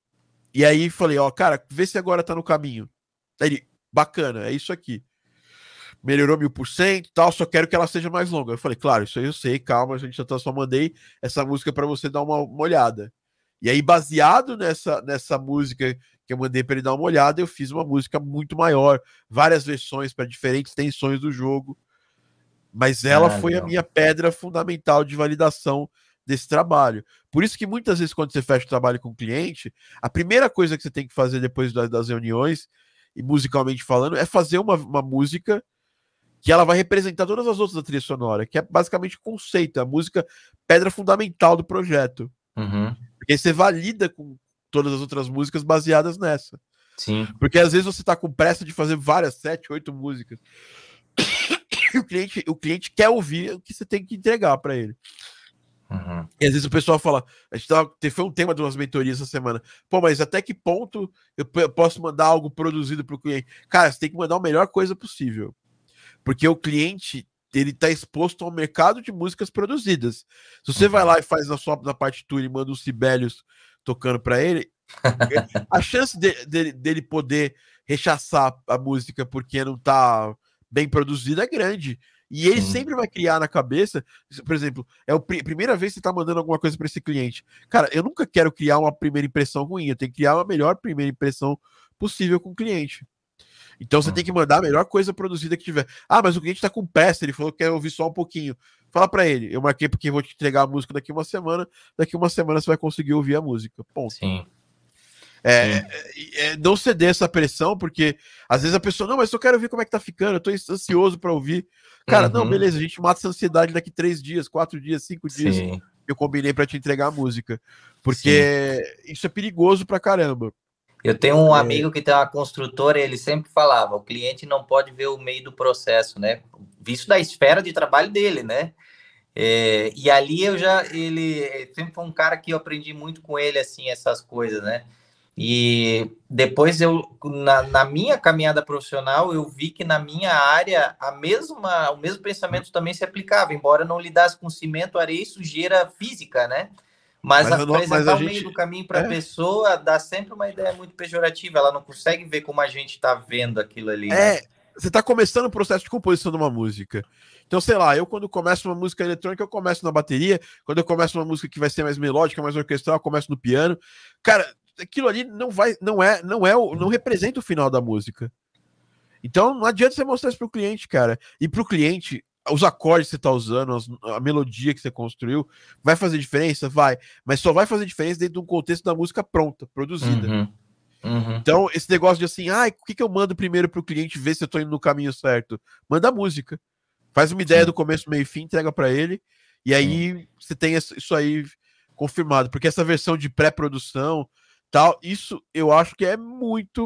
E aí falei, ó, cara, vê se agora tá no caminho. Aí ele, bacana, é isso aqui. Melhorou mil por cento e tal, só quero que ela seja mais longa. Eu falei, claro, isso aí eu sei, calma, a gente já tá, só mandei essa música para você dar uma, uma olhada. E aí, baseado nessa, nessa música que eu mandei para ele dar uma olhada, eu fiz uma música muito maior, várias versões para diferentes tensões do jogo. Mas ela ah, foi legal. A minha pedra fundamental de validação desse trabalho. Por isso que muitas vezes, quando você fecha o trabalho com o cliente, a primeira coisa que você tem que fazer depois das, das reuniões, e musicalmente falando, é fazer uma, uma música que ela vai representar todas as outras da trilha sonora, que é basicamente o conceito, a música pedra fundamental do projeto. Uhum. Porque aí você valida com todas as outras músicas baseadas nessa. Sim. Porque às vezes você tá com pressa de fazer várias, sete, oito músicas. E o cliente, o cliente quer ouvir o que você tem que entregar para ele. Uhum. E às vezes o pessoal fala, a gente tava, foi um tema de umas mentorias essa semana. Pô, mas até que ponto eu posso mandar algo produzido pro cliente? Cara, você tem que mandar a melhor coisa possível. Porque o cliente, ele tá exposto ao mercado de músicas produzidas. Se você uhum. vai lá e faz na sua na partitura e manda os Sibelius tocando para ele, a chance de, de, dele poder rechaçar a música porque não tá bem produzida é grande. E ele Sim. sempre vai criar na cabeça, por exemplo, é a pr primeira vez que você tá mandando alguma coisa para esse cliente. Cara, eu nunca quero criar uma primeira impressão ruim, eu tenho que criar uma melhor primeira impressão possível com o cliente. Então você hum. tem que mandar a melhor coisa produzida que tiver. Ah, mas o cliente tá com pressa, ele falou que quer ouvir só um pouquinho. Fala para ele, eu marquei porque eu vou te entregar a música daqui uma semana, daqui uma semana você vai conseguir ouvir a música. Ponto. Sim. É, é, é, não ceder essa pressão, porque às vezes a pessoa, não, mas eu quero ver como é que tá ficando, eu tô ansioso para ouvir. Cara, uhum. não, beleza, a gente mata essa ansiedade daqui três dias, quatro dias, cinco dias Sim. que eu combinei para te entregar a música. Porque Sim. isso é perigoso pra caramba. Eu tenho um é... amigo que tem uma construtora e ele sempre falava, o cliente não pode ver o meio do processo, né? Visto da esfera de trabalho dele, né? É, e ali eu já, ele sempre foi um cara que eu aprendi muito com ele, assim, essas coisas, né? E depois eu, na, na minha caminhada profissional, eu vi que na minha área a mesma, o mesmo pensamento também se aplicava, embora eu não lidasse com cimento, areia e sujeira física, né? Mas, mas apresentar o gente... meio do caminho para a é. pessoa dá sempre uma ideia muito pejorativa, ela não consegue ver como a gente está vendo aquilo ali. É, né? Você está começando o processo de composição de uma música. Então, sei lá, eu quando começo uma música eletrônica, eu começo na bateria, quando eu começo uma música que vai ser mais melódica, mais orquestral, eu começo no piano. Cara, aquilo ali não vai, não é, não é, não representa o final da música. Então não adianta você mostrar isso pro cliente, cara. E pro cliente, os acordes que você tá usando, a melodia que você construiu, vai fazer diferença? Vai. Mas só vai fazer diferença dentro de um contexto da música pronta, produzida. Uhum. Uhum. Então, esse negócio de assim, ah, o que, que eu mando primeiro pro cliente ver se eu tô indo no caminho certo? Manda a música. Faz uma ideia Sim. do começo, meio e fim, entrega para ele. E aí Sim. você tem isso aí confirmado. Porque essa versão de pré-produção, tal, isso eu acho que é muito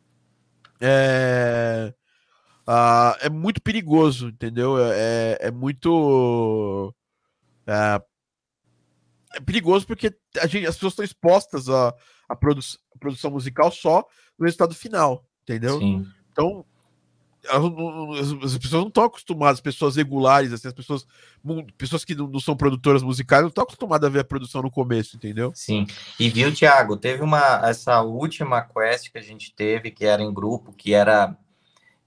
é, uh, é muito perigoso, entendeu? É, é muito é, é perigoso porque a gente, as pessoas estão expostas à, à produ à produção musical só no resultado final, entendeu? Sim. Então as pessoas não estão acostumadas, pessoas regulares, assim, as pessoas, pessoas que não são produtoras musicais não estão acostumadas a ver a produção no começo, entendeu? Sim. E viu, Thiago, teve uma essa última quest que a gente teve, que era em grupo, que era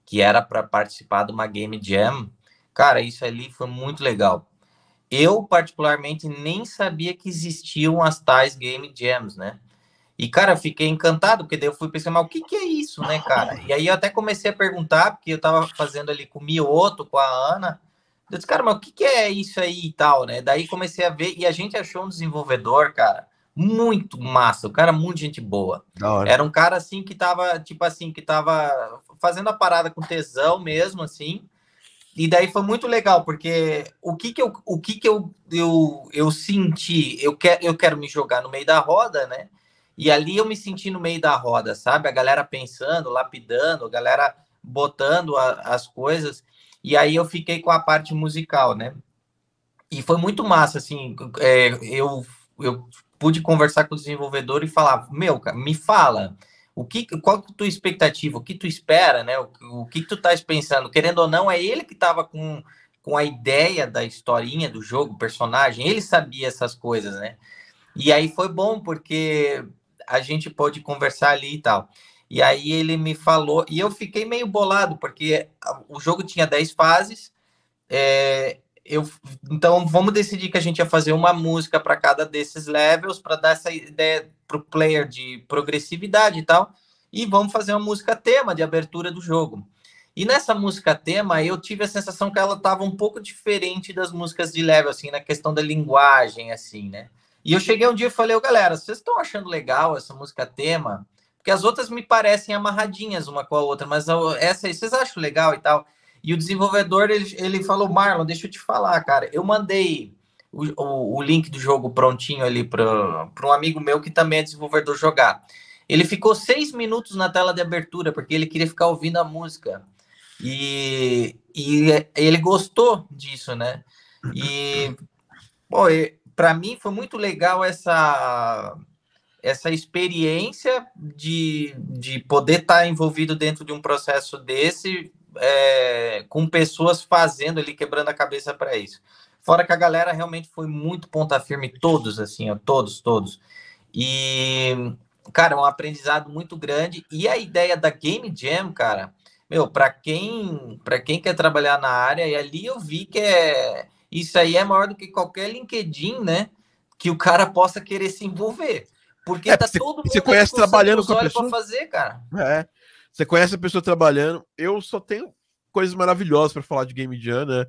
que era para participar de uma Game Jam. Cara, isso ali foi muito legal. Eu, particularmente, nem sabia que existiam as tais Game Jams, né? E, cara, fiquei encantado, porque daí eu fui pensar, mas o que que é isso, né, cara? E aí eu até comecei a perguntar, porque eu tava fazendo ali com o Mioto, com a Ana. Eu disse, cara, mas o que que é isso aí e tal, né? Daí comecei a ver, e a gente achou um desenvolvedor, cara, muito massa, o cara muito gente boa. Da hora. Era um cara, assim, que tava, tipo assim, que tava fazendo a parada com tesão mesmo, assim. E daí foi muito legal, porque o que que eu, o que que eu, eu, eu senti, eu quero, eu quero me jogar no meio da roda, né? E ali eu me senti no meio da roda, sabe? A galera pensando, lapidando, a galera botando a, as coisas. E aí eu fiquei com a parte musical, né? E foi muito massa, assim, é, eu, eu pude conversar com o desenvolvedor e falar, meu, cara, me fala, o que, qual que é a tua expectativa, o que tu espera, né? O, o que, que tu estás pensando? Querendo ou não, é ele que estava com, com a ideia da historinha do jogo, personagem, ele sabia essas coisas, né? E aí foi bom, porque a gente pôde conversar ali e tal. E aí ele me falou, e eu fiquei meio bolado, porque o jogo tinha dez fases, é, eu, então vamos decidir que a gente ia fazer uma música para cada desses levels para dar essa ideia para o player de progressividade e tal. E vamos fazer uma música tema de abertura do jogo. E nessa música tema, eu tive a sensação que ela estava um pouco diferente das músicas de level, assim, na questão da linguagem, assim, né? E eu cheguei um dia e falei, oh, galera, vocês estão achando legal essa música tema? Porque as outras me parecem amarradinhas uma com a outra, mas essa aí vocês acham legal e tal? E o desenvolvedor, ele, ele falou, Marlon, deixa eu te falar, cara, eu mandei o, o, o link do jogo prontinho ali para um amigo meu que também é desenvolvedor jogar. Ele ficou seis minutos na tela de abertura, porque ele queria ficar ouvindo a música. E, e ele gostou disso, né? E, para mim foi muito legal essa essa experiência de, de poder estar tá envolvido dentro de um processo desse, é, com pessoas fazendo ali, quebrando a cabeça para isso. Fora que a galera realmente foi muito ponta firme, todos, assim, ó, todos, todos. E, cara, um aprendizado muito grande. E a ideia da Game Jam, cara, meu, para quem, para quem quer trabalhar na área, e ali eu vi que é, isso aí é maior do que qualquer LinkedIn, né? Que o cara possa querer se envolver. Porque É, tá porque todo você mundo ali conhece com sangue trabalhando nos com a olhos para pessoa. fazer, cara. É. Você conhece a pessoa trabalhando. Eu só tenho coisas maravilhosas para falar de Game Jam, né?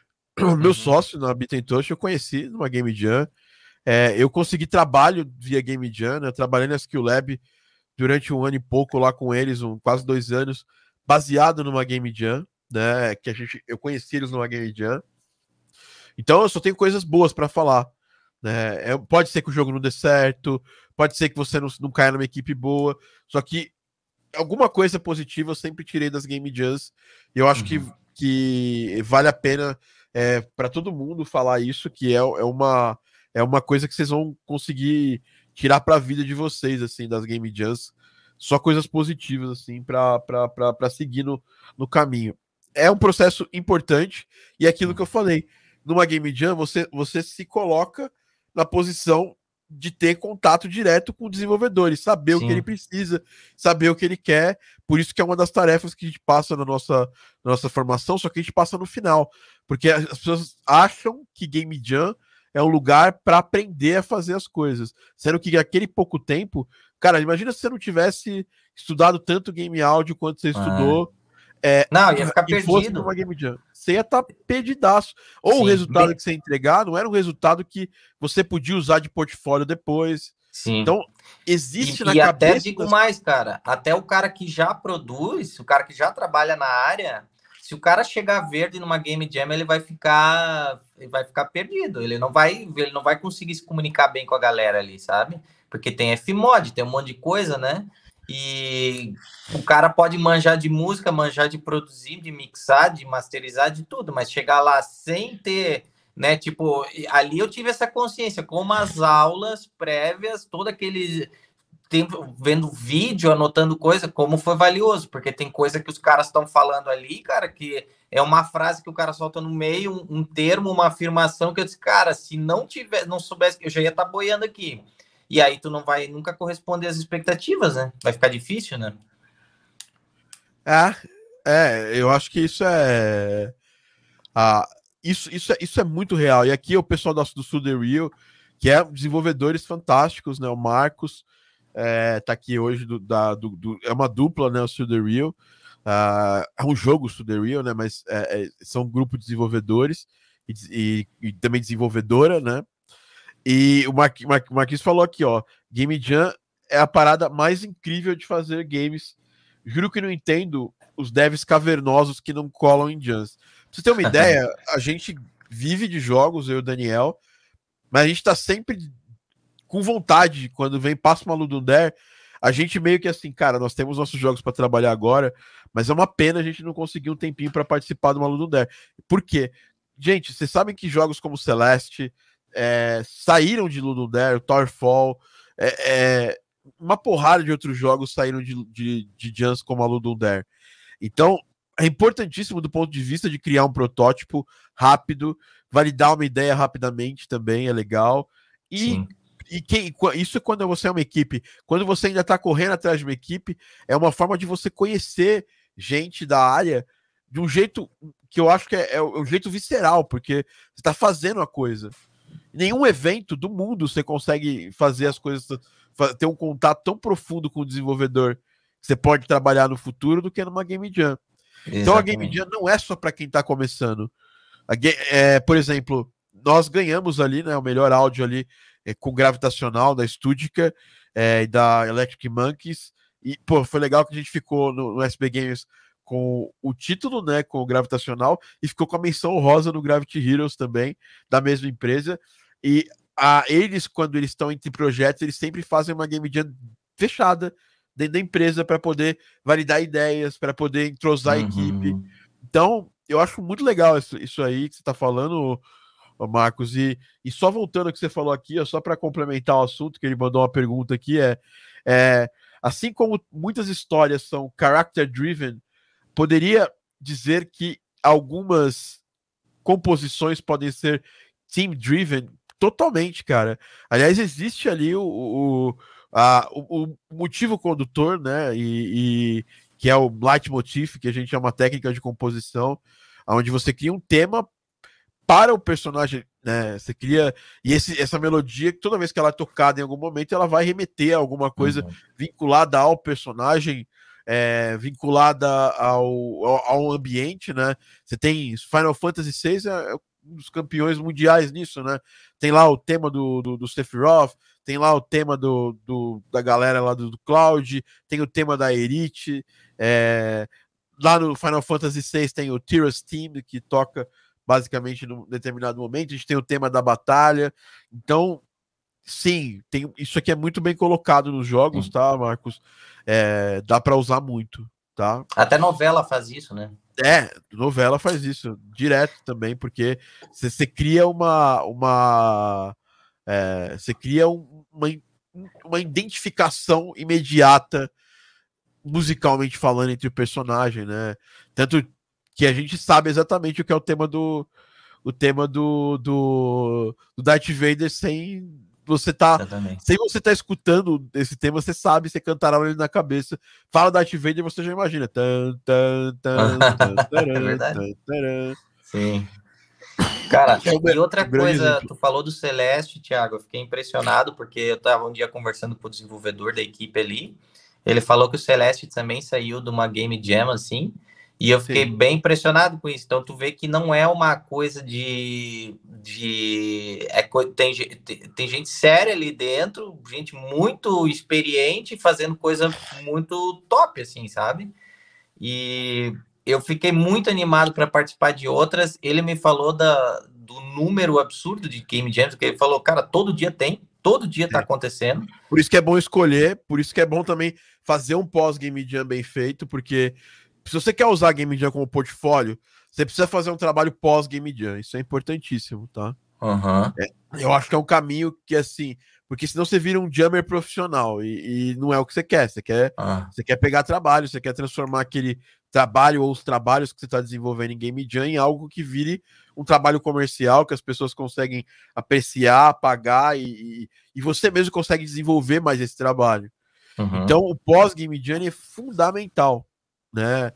Meu Uhum. sócio na Beat and Touch eu conheci numa Game Jam. É, eu consegui trabalho via Game Jam, né? Eu trabalhei na Skill Lab durante um ano e pouco lá com eles, um, quase dois anos, baseado numa Game Jam, né? Que a gente, eu conheci eles numa Game Jam. Então eu só tenho coisas boas para falar. Né? É, pode ser que o jogo não dê certo, pode ser que você não, não caia numa equipe boa, só que alguma coisa positiva eu sempre tirei das Game Jams. E eu acho Uhum. que, que vale a pena é, para todo mundo falar isso, que é, é, uma, é uma coisa que vocês vão conseguir tirar para a vida de vocês, assim, das Game Jams. Só coisas positivas, assim, para seguir no, no caminho. É um processo importante, e é aquilo que eu falei. Numa Game Jam, você, você se coloca na posição de ter contato direto com o desenvolvedor e saber o que ele Sim. precisa, saber o que ele quer. Por isso que é uma das tarefas que a gente passa na nossa, na nossa formação, só que a gente passa no final. Porque as pessoas acham que Game Jam é um lugar para aprender a fazer as coisas. Sendo que aquele pouco tempo, cara, imagina se você não tivesse estudado tanto game áudio quanto você É. estudou. É, Não, ia ficar e fosse perdido. numa Game Jam, você ia estar tá perdidaço. Ou Sim, o resultado bem... que você entregar não era um resultado que você podia usar de portfólio depois. Sim. Então, existe E, na e até cabeça digo das... mais, cara, até o cara que já produz, o cara que já trabalha na área, se o cara chegar verde numa Game Jam, ele vai ficar, ele vai ficar perdido. Ele não vai, ele não vai conseguir se comunicar bem com a galera ali, sabe? Porque tem Fmod, tem um monte de coisa, né? E o cara pode manjar de música, manjar de produzir, de mixar, de masterizar, de tudo, mas chegar lá sem ter, né? Tipo, ali eu tive essa consciência, como as aulas prévias, todo aquele tempo vendo vídeo, anotando coisa, como foi valioso, porque tem coisa que os caras estão falando ali, cara, que é uma frase que o cara solta no meio, um, um termo, uma afirmação que eu disse, cara, se não tiver, não soubesse, eu já ia estar tá boiando aqui. E aí tu não vai nunca corresponder às expectativas, né? Vai ficar difícil, né? Ah, É, eu acho que isso é. Ah, isso, isso, é, isso é muito real. E aqui o pessoal do, do Sul The Real, que é desenvolvedores fantásticos, né? O Marcos é, tá aqui hoje, do, da, do, do- é uma dupla, né? O Sul The Real. Ah, é um jogo Sul The Real, né? Mas é, é, são um grupo de desenvolvedores e, e- e também desenvolvedora, né? E o Mar Mar Marquinhos falou aqui, ó, Game Jam é a parada mais incrível de fazer games. Juro que não entendo os devs cavernosos que não colam em jams. Pra você ter uma ideia, a gente vive de jogos, eu e o Daniel, mas a gente tá sempre com vontade, quando vem passa uma Ludum Dare, a gente meio que assim, cara, nós temos nossos jogos para trabalhar agora, mas é uma pena a gente não conseguir um tempinho para participar de uma Ludum Dare. Por quê? Gente, vocês sabem que jogos como Celeste é, saíram de Ludum Dare, Towerfall, é, é, uma porrada de outros jogos saíram de, de, de jams como a Ludum Dare. Então, é importantíssimo do ponto de vista de criar um protótipo rápido, validar uma ideia rapidamente também é legal. E, Sim. e quem, isso é quando você é uma equipe. Quando você ainda está correndo atrás de uma equipe, é uma forma de você conhecer gente da área de um jeito que eu acho que é, é um jeito visceral, porque você está fazendo a coisa. Nenhum evento do mundo você consegue fazer as coisas, ter um contato tão profundo com o desenvolvedor que você pode trabalhar no futuro do que numa Game Jam. Então a Game Exatamente. Jam não é só para quem está começando. É, por exemplo, nós ganhamos ali, né, o melhor áudio ali é, com gravitacional da Studica é, e da Electric Monkeys. E, pô, foi legal que a gente ficou no, no S B Games com o título, né, com o gravitacional, e ficou com a menção rosa no Gravity Heroes também, da mesma empresa. E a, eles, quando eles estão entre projetos, eles sempre fazem uma Game Jam fechada dentro da empresa para poder validar ideias, para poder entrosar a equipe. Uhum. Então, eu acho muito legal isso, isso aí que você está falando, Marcos. E, e só voltando ao que você falou aqui, ó, só para complementar o assunto, que ele mandou uma pergunta aqui, é, é assim como muitas histórias são character-driven, poderia dizer que algumas composições podem ser team-driven totalmente, cara. Aliás, existe ali o, o, a, o, o motivo condutor, né? E, e que é o leitmotiv, que a gente chama técnica de composição, onde você cria um tema para o personagem, né? Você cria. E esse, essa melodia, toda vez que ela é tocada em algum momento, ela vai remeter a alguma coisa Uhum. vinculada ao personagem, é, vinculada ao, ao, ao ambiente, né? Você tem Final Fantasy seis é, é um dos campeões mundiais nisso, né? Tem lá o tema do, do, do Sephiroth, tem lá o tema do, do, da galera lá do, do Cloud, tem o tema da Erite, é, lá no Final Fantasy seis tem o Tiras Team, que toca basicamente num determinado momento, a gente tem o tema da batalha, então sim, tem, isso aqui é muito bem colocado nos jogos, Sim. tá, Marcos? É, dá para usar muito, tá? Até novela faz isso, né? É, novela faz isso direto também, porque você cria uma, uma é, você cria um, uma, uma identificação imediata musicalmente falando entre o personagem, né? Tanto que a gente sabe exatamente o que é o tema do o tema do, do, do Darth Vader sem você tá Exatamente. sem você tá escutando esse tema, você sabe, você cantará ele na cabeça. Fala Darth Vader, você já imagina. Tan, tan, tan, tan, É taran, verdade. tan, taran. Sim. Cara, É um, e outra um grande coisa, exemplo. tu falou do Celeste, Thiago, eu fiquei impressionado porque eu tava um dia conversando com o desenvolvedor da equipe ali, ele falou que o Celeste também saiu de uma Game Jam, assim, e eu fiquei Sim. bem impressionado com isso. Então, tu vê que não é uma coisa de... de é, tem, tem, tem gente séria ali dentro, gente muito experiente, fazendo coisa muito top, assim, sabe? E eu fiquei muito animado para participar de outras. Ele me falou da, do número absurdo de Game Jams, que ele falou, cara, todo dia tem, todo dia tá É. acontecendo. Por isso que é bom escolher, por isso que é bom também fazer um pós-Game Jam bem feito, porque se você quer usar Game Jam como portfólio, você precisa fazer um trabalho pós-Game Jam. Isso é importantíssimo, tá? Uhum. É, eu acho que é um caminho que, assim, porque senão você vira um jammer profissional e, e não é o que você quer. Você quer, Ah. você quer pegar trabalho, você quer transformar aquele trabalho ou os trabalhos que você está desenvolvendo em Game Jam em algo que vire um trabalho comercial que as pessoas conseguem apreciar, pagar e, e, e você mesmo consegue desenvolver mais esse trabalho. Uhum. Então, o pós-Game Jam é fundamental, né?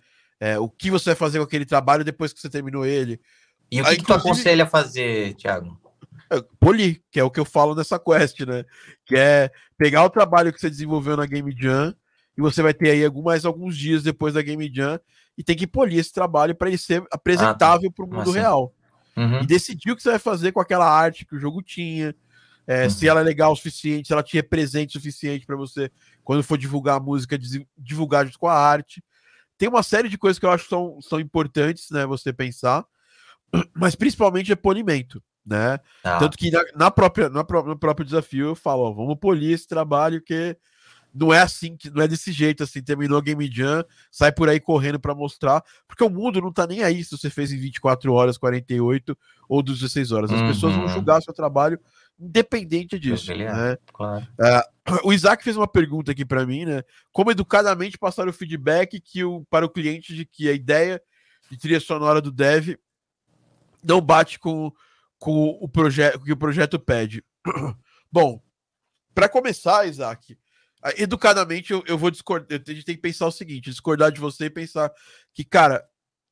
é, o que você vai fazer com aquele trabalho depois que você terminou ele. E o que, Aí, que tu inclusive, aconselha a fazer, Thiago? é, polir, que é o que eu falo nessa quest, né? Que é pegar o trabalho que você desenvolveu na Game Jam e você vai ter aí algum- mais alguns dias depois da Game Jam e tem que polir esse trabalho para ele ser apresentável para o mundo Assim. real. Uhum. E decidir o que você vai fazer com aquela arte que o jogo tinha, é, Uhum. se ela é legal o suficiente, se ela te representa o suficiente para você, quando for divulgar a música, des- divulgar junto com a arte. Tem uma série de coisas que eu acho que são, são importantes, né, você pensar, mas principalmente é polimento, né? Ah. Tanto que na, na própria, na pró- no próprio desafio eu falo, ó, vamos polir esse trabalho que não é assim, que não é desse jeito, assim, terminou a Game Jam, sai por aí correndo para mostrar, porque o mundo não tá nem aí se você fez em vinte e quatro horas, quarenta e oito ou dezesseis horas. As Uhum. pessoas vão julgar seu trabalho independente disso, Ele é, né? claro. Uh, o Isaac fez uma pergunta aqui para mim, né? Como educadamente passar o feedback que o, para o cliente de que a ideia de trilha sonora do dev não bate com, com o projeto que o projeto pede. Bom, para começar, Isaac, educadamente eu, eu vou discordar. A gente tem que pensar o seguinte: discordar de você e pensar que, cara,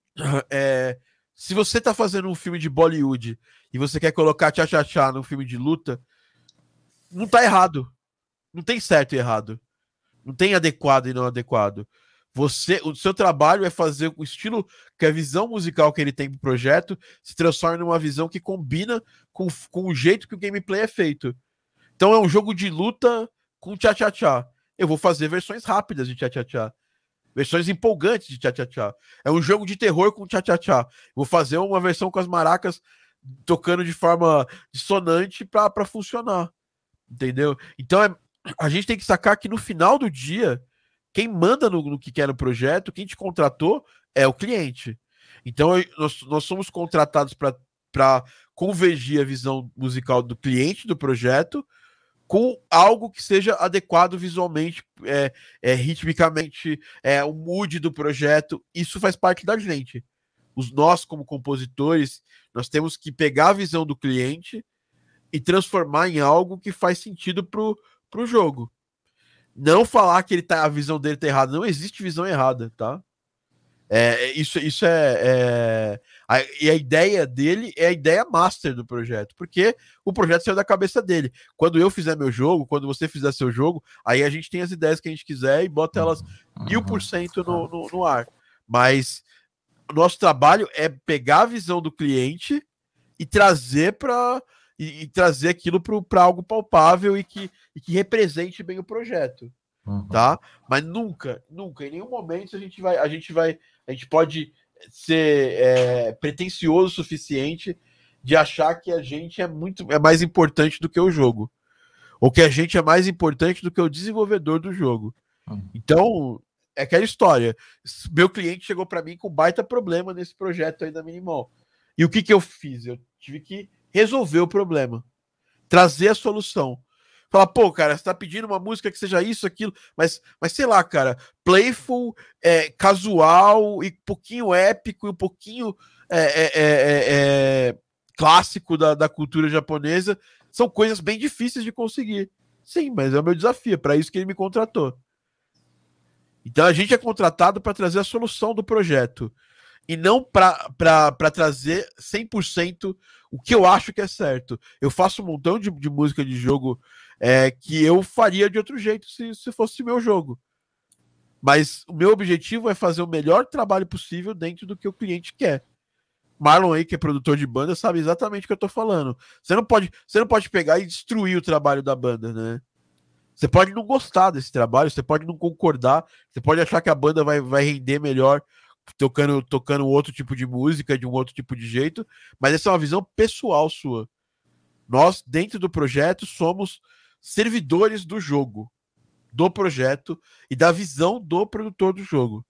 é, se você tá fazendo um filme de Bollywood e você quer colocar tchá-tchá-tchá num filme de luta, não tá errado. Não tem certo e errado. Não tem adequado e não adequado. Você, o seu trabalho é fazer o estilo, que a visão musical que ele tem pro projeto se transforme numa visão que combina com, com o jeito que o gameplay é feito. Então é um jogo de luta com tchá-tchá-tchá. Eu vou fazer versões rápidas de tchá-tchá-tchá. Versões empolgantes de tchá-tchá-tchá. É um jogo de terror com tchá-tchá-tchá. Vou fazer uma versão com as maracas tocando de forma dissonante para funcionar. Entendeu? Então é, a gente tem que sacar que no final do dia, quem manda no, no que quer no projeto, quem te contratou é o cliente. Então eu, nós, nós somos contratados para convergir a visão musical do cliente do projeto com algo que seja adequado visualmente, é, é, ritmicamente, é, o mood do projeto. Isso faz parte da gente. Os nós, como compositores, nós temos que pegar a visão do cliente e transformar em algo que faz sentido pro, pro jogo. Não falar que ele tá, a visão dele tá errada. Não existe visão errada, tá? É, isso, isso é, é a, e a ideia dele é a ideia master do projeto, porque o projeto saiu da cabeça dele. Quando eu fizer meu jogo, quando você fizer seu jogo, aí a gente tem as ideias que a gente quiser e bota elas mil por cento no, no, no ar. Mas o nosso trabalho é pegar a visão do cliente e trazer para e, e trazer aquilo para algo palpável e que, e que represente bem o projeto. Uhum. Tá? Mas nunca, nunca, em nenhum momento a gente vai, a gente vai, a gente pode ser é, pretensioso o suficiente de achar que a gente é muito é mais importante do que o jogo, ou que a gente é mais importante do que o desenvolvedor do jogo. Uhum. Então é aquela história. Meu cliente chegou para mim com baita problema nesse projeto aí da Minimall. E o que que eu fiz? Eu tive que resolver o problema, trazer a solução. Falar, pô, cara, você tá pedindo uma música que seja isso, aquilo, mas, mas sei lá, cara, playful, é, casual e um pouquinho épico e um pouquinho é, é, é, é, clássico da, da cultura japonesa, são coisas bem difíceis de conseguir. Sim, mas é o meu desafio, é para isso que ele me contratou. Então a gente é contratado para trazer a solução do projeto e não para trazer cem por cento o que eu acho que é certo. Eu faço um montão de, de música de jogo é, que eu faria de outro jeito se, se fosse meu jogo. Mas o meu objetivo é fazer o melhor trabalho possível dentro do que o cliente quer. Marlon aí, que é produtor de banda, sabe exatamente o que eu tô falando. Você não pode, você não pode pegar e destruir o trabalho da banda, né? Você pode não gostar desse trabalho, você pode não concordar, você pode achar que a banda vai, vai render melhor tocando, tocando outro tipo de música, de um outro tipo de jeito, mas essa é uma visão pessoal sua. Nós, dentro do projeto, somos servidores do jogo, do projeto e da visão do produtor do jogo.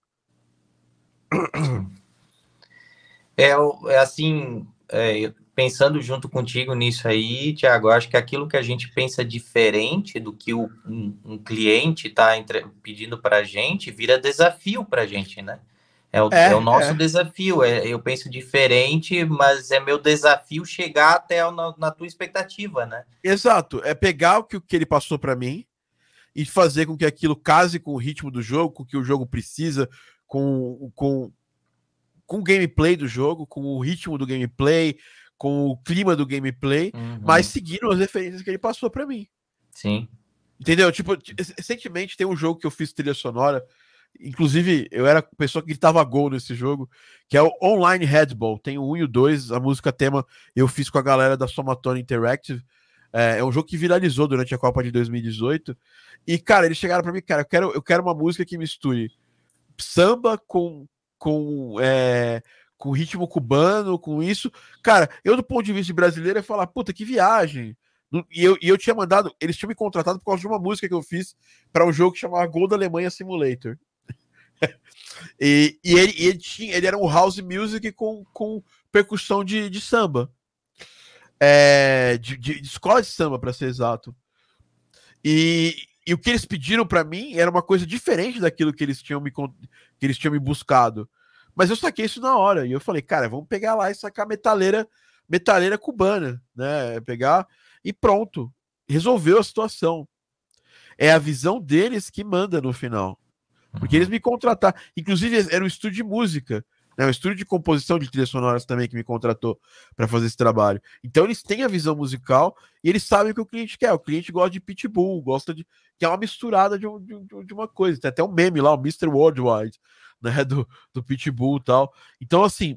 É, é assim, é, pensando junto contigo nisso aí, Thiago, eu acho que aquilo que a gente pensa diferente do que o, um, um cliente está pedindo para a gente, vira desafio para a gente, né? É o, é, é o nosso é. desafio. É, eu penso diferente, mas é meu desafio chegar até na, na tua expectativa, né? Exato. É pegar o que, o que ele passou para mim e fazer com que aquilo case com o ritmo do jogo, com o que o jogo precisa, com, com com o gameplay do jogo, com o ritmo do gameplay, com o clima do gameplay, Uhum. mas seguindo as referências que ele passou para mim. Sim. Entendeu? Tipo, recentemente tem um jogo que eu fiz trilha sonora, inclusive eu era a pessoa que gritava gol nesse jogo, que é o Online Headball. Tem o um e o dois, a música tema eu fiz com a galera da Somatone Interactive. É, é um jogo que viralizou durante a Copa de dois mil e dezoito. E, cara, eles chegaram para mim, cara, eu quero, eu quero uma música que misture samba com, com, é, com ritmo cubano, com isso. Cara, eu do ponto de vista de brasileiro ia falar, puta, que viagem. E eu, e eu tinha mandado, eles tinham me contratado por causa de uma música que eu fiz para um jogo que chamava Gol da Alemanha Simulator. e, e, ele, e ele, tinha, ele era um house music com, com percussão de, de samba. É, de, de, de escola de samba, para ser exato. E, e o que eles pediram para mim era uma coisa diferente daquilo que eles tinham me, que eles tinham me buscado. Mas eu saquei isso na hora. E eu falei, cara, vamos pegar lá e sacar metaleira, metaleira cubana, né? Pegar e pronto. Resolveu a situação. É a visão deles que manda no final. Porque eles me contrataram. Inclusive, era um estúdio de música. Né? Um estúdio de composição de trilhas sonoras também que me contratou para fazer esse trabalho. Então, eles têm a visão musical e eles sabem o que o cliente quer. O cliente gosta de Pitbull, gosta de. Que é uma misturada de, um, de, de uma coisa. Tem até um meme lá, o mister Worldwide, né? Do, do Pitbull e tal. Então, assim,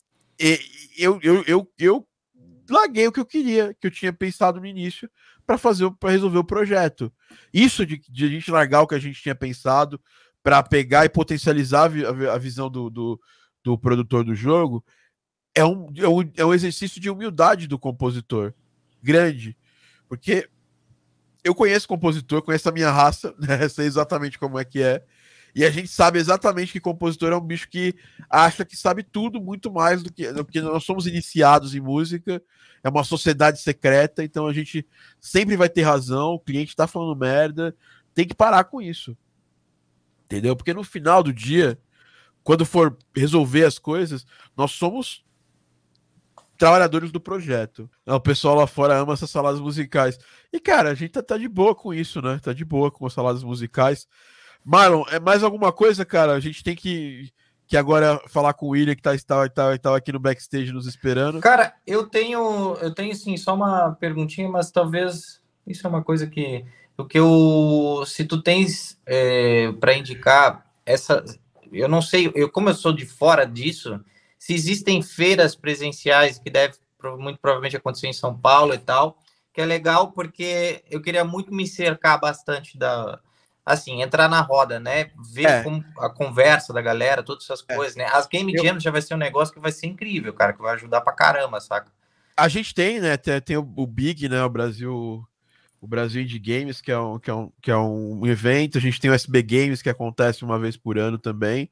eu, eu, eu, eu larguei o que eu queria, que eu tinha pensado no início, para fazer, para resolver o projeto. Isso de, de a gente largar o que a gente tinha pensado para pegar e potencializar a, a visão do, do, do produtor do jogo é um, é, um, é um exercício de humildade do compositor grande, porque eu conheço o compositor, conheço a minha raça, né? Sei exatamente como é que é. E a gente sabe exatamente que compositor é um bicho que acha que sabe tudo muito mais do que, do que nós somos iniciados em música. É uma sociedade secreta, então a gente sempre vai ter razão. O cliente tá falando merda, tem que parar com isso. Entendeu? Porque no final do dia, quando for resolver as coisas, nós somos trabalhadores do projeto. O pessoal lá fora ama essas saladas musicais. E, cara, a gente tá, tá de boa com isso, né? Tá de boa com as saladas musicais. Marlon, é mais alguma coisa, cara? A gente tem que, que agora falar com o William, que tá, estava, estava, estava aqui no backstage nos esperando. Cara, eu tenho, eu tenho sim, só uma perguntinha, mas talvez isso é uma coisa que, o que eu, se tu tens é, para indicar essa, eu não sei, eu como eu sou de fora disso, se existem feiras presenciais que deve muito provavelmente acontecer em São Paulo e tal, que é legal porque eu queria muito me cercar bastante da assim, entrar na roda, né? Ver É. como a conversa da galera, todas essas É. coisas, né? As Game Eu- Jams já vai ser um negócio que vai ser incrível, cara, que vai ajudar pra caramba, saca? A gente tem, né? Tem, tem o, o Big, né? O Brasil, o Brasil Indie Games, que é, um, que, é um, que é um evento. A gente tem o S B Games, que acontece uma vez por ano também.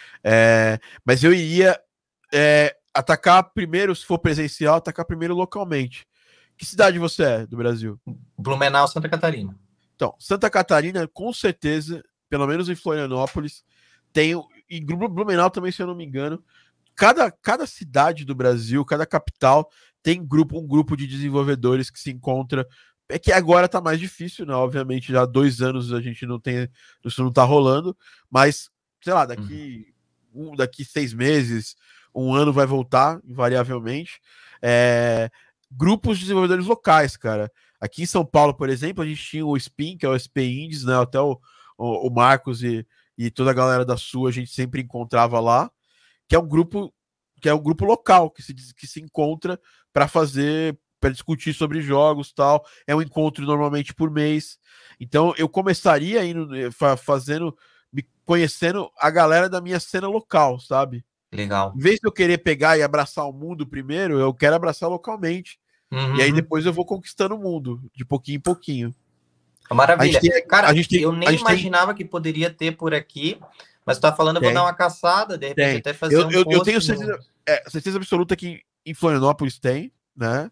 É, mas eu iria é, atacar primeiro, se for presencial, atacar primeiro localmente. Que cidade você é do Brasil? Blumenau, Santa Catarina. Então, Santa Catarina, com certeza, pelo menos em Florianópolis, tem, e Blumenau também, se eu não me engano, cada, cada cidade do Brasil, cada capital, tem grupo, um grupo de desenvolvedores que se encontra. É que agora tá mais difícil, né? Obviamente, já há dois anos a gente não tem. Isso não tá rolando, mas, sei lá, daqui, um, daqui seis meses, um ano vai voltar, invariavelmente. É, grupos de desenvolvedores locais, cara. Aqui em São Paulo, por exemplo, a gente tinha o Spin, que é o S P Indies, né? Até o, o, o Marcos e, e toda a galera da Sul a gente sempre encontrava lá, que é um grupo que é um grupo local que se, que se encontra para fazer, para discutir sobre jogos, tal. É um encontro normalmente por mês. Então eu começaria indo fazendo, me conhecendo a galera da minha cena local, sabe? Legal. Em vez de eu querer pegar e abraçar o mundo primeiro, eu quero abraçar localmente. Uhum. E aí depois eu vou conquistando o mundo, de pouquinho em pouquinho. Maravilha. A gente tem, Cara, a gente tem, eu nem imaginava tem... que poderia ter por aqui, mas tu tá falando, eu tem, vou dar uma caçada, de repente tem. até fazer eu, um eu, post. eu tenho certeza, no... é, certeza absoluta que em Florianópolis tem, né?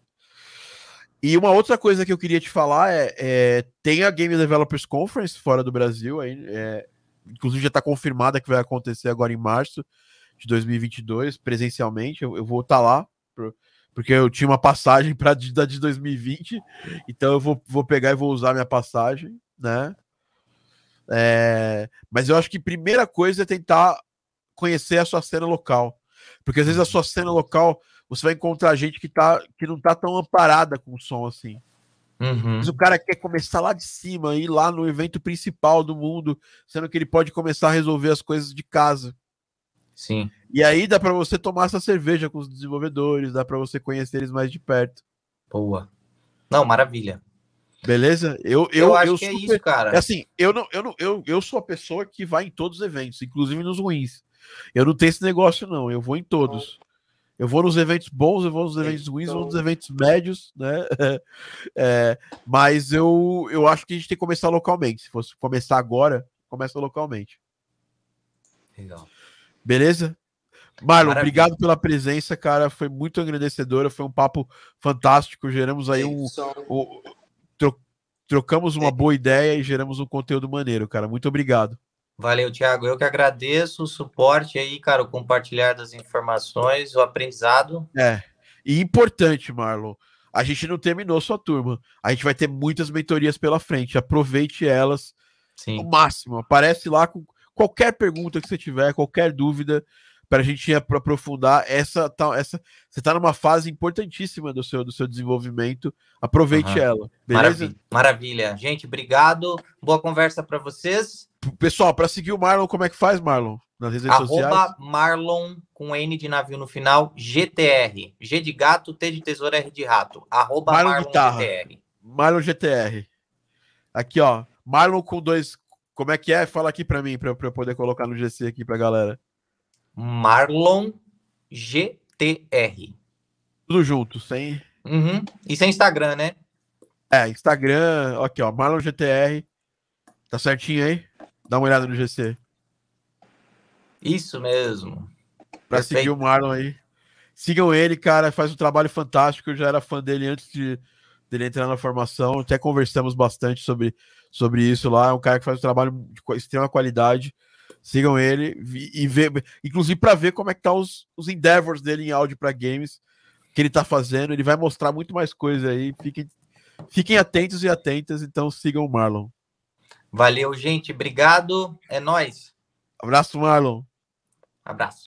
E uma outra coisa que eu queria te falar é, é tem a Game Developers Conference fora do Brasil, aí, é, inclusive já está confirmada que vai acontecer agora em março de dois mil e vinte e dois, presencialmente. Eu, eu vou estar tá lá, pro, porque eu tinha uma passagem para da de dois mil e vinte, então eu vou, vou pegar e vou usar minha passagem, né? É, mas eu acho que a primeira coisa é tentar conhecer a sua cena local. Porque às vezes a sua cena local, você vai encontrar gente que, tá, que não tá tão amparada com o som assim. Uhum. Mas o cara quer começar lá de cima, ir lá no evento principal do mundo, sendo que ele pode começar a resolver as coisas de casa. Sim. E aí dá para você tomar essa cerveja com os desenvolvedores, dá para você conhecer eles mais de perto. Boa. Não, maravilha. Beleza? Eu, eu, Eu acho eu que é super... isso, cara. É assim, eu, não, eu, não, eu, eu sou a pessoa que vai em todos os eventos, inclusive nos ruins. Eu não tenho esse negócio, não. Eu vou em todos. Eu vou nos eventos bons, eu vou nos eventos ruins, eu vou nos eventos médios, né? É, mas eu, eu acho que a gente tem que começar localmente. Se fosse começar agora, começa localmente. Legal. Beleza? Marlon, Maravilha. obrigado pela presença, cara. Foi muito agradecedora, foi um papo fantástico. Geramos aí um. um tro, trocamos uma boa ideia e geramos um conteúdo maneiro, cara. Muito obrigado. Valeu, Thiago. Eu que agradeço o suporte aí, cara, o compartilhar das informações, o aprendizado. É. E importante, Marlon, a gente não terminou sua turma. A gente vai ter muitas mentorias pela frente. Aproveite elas Sim. ao máximo. Aparece lá com qualquer pergunta que você tiver, qualquer dúvida, para a gente aprofundar essa, essa. Você está numa fase importantíssima do seu, do seu desenvolvimento. Aproveite uhum. ela. Beleza? Maravilha. Maravilha. Gente, obrigado. Boa conversa para vocês. Pessoal, para seguir o Marlon, como é que faz, Marlon? Nas redes Arroba sociais? Marlon, com N de navio no final, G T R. G de gato, T de tesoura, R de rato. Arroba Marlon, Marlon Guitarra. G T R. Marlon G T R. Aqui, ó. Marlon com dois... Como é que é? Fala aqui para mim, para eu poder colocar no G C aqui pra galera. Marlon G T R. Tudo junto, sem... Uhum. E sem Instagram, né? É, Instagram, aqui, ó. Marlon G T R. Tá certinho aí? Dá uma olhada no G C. Isso mesmo. Pra Perfeito. seguir o Marlon aí. Sigam ele, cara. Faz um trabalho fantástico. Eu já era fã dele antes de dele entrar na formação. Até conversamos bastante sobre, sobre isso lá. É um cara que faz um trabalho de extrema qualidade. Sigam ele e, e ver, inclusive para ver como é que tá os, os endeavors dele em áudio para games que ele tá fazendo. Ele vai mostrar muito mais coisa aí. Fiquem, fiquem atentos e atentas. Então sigam o Marlon. Valeu, gente. Obrigado. É nóis. Abraço, Marlon. Abraço.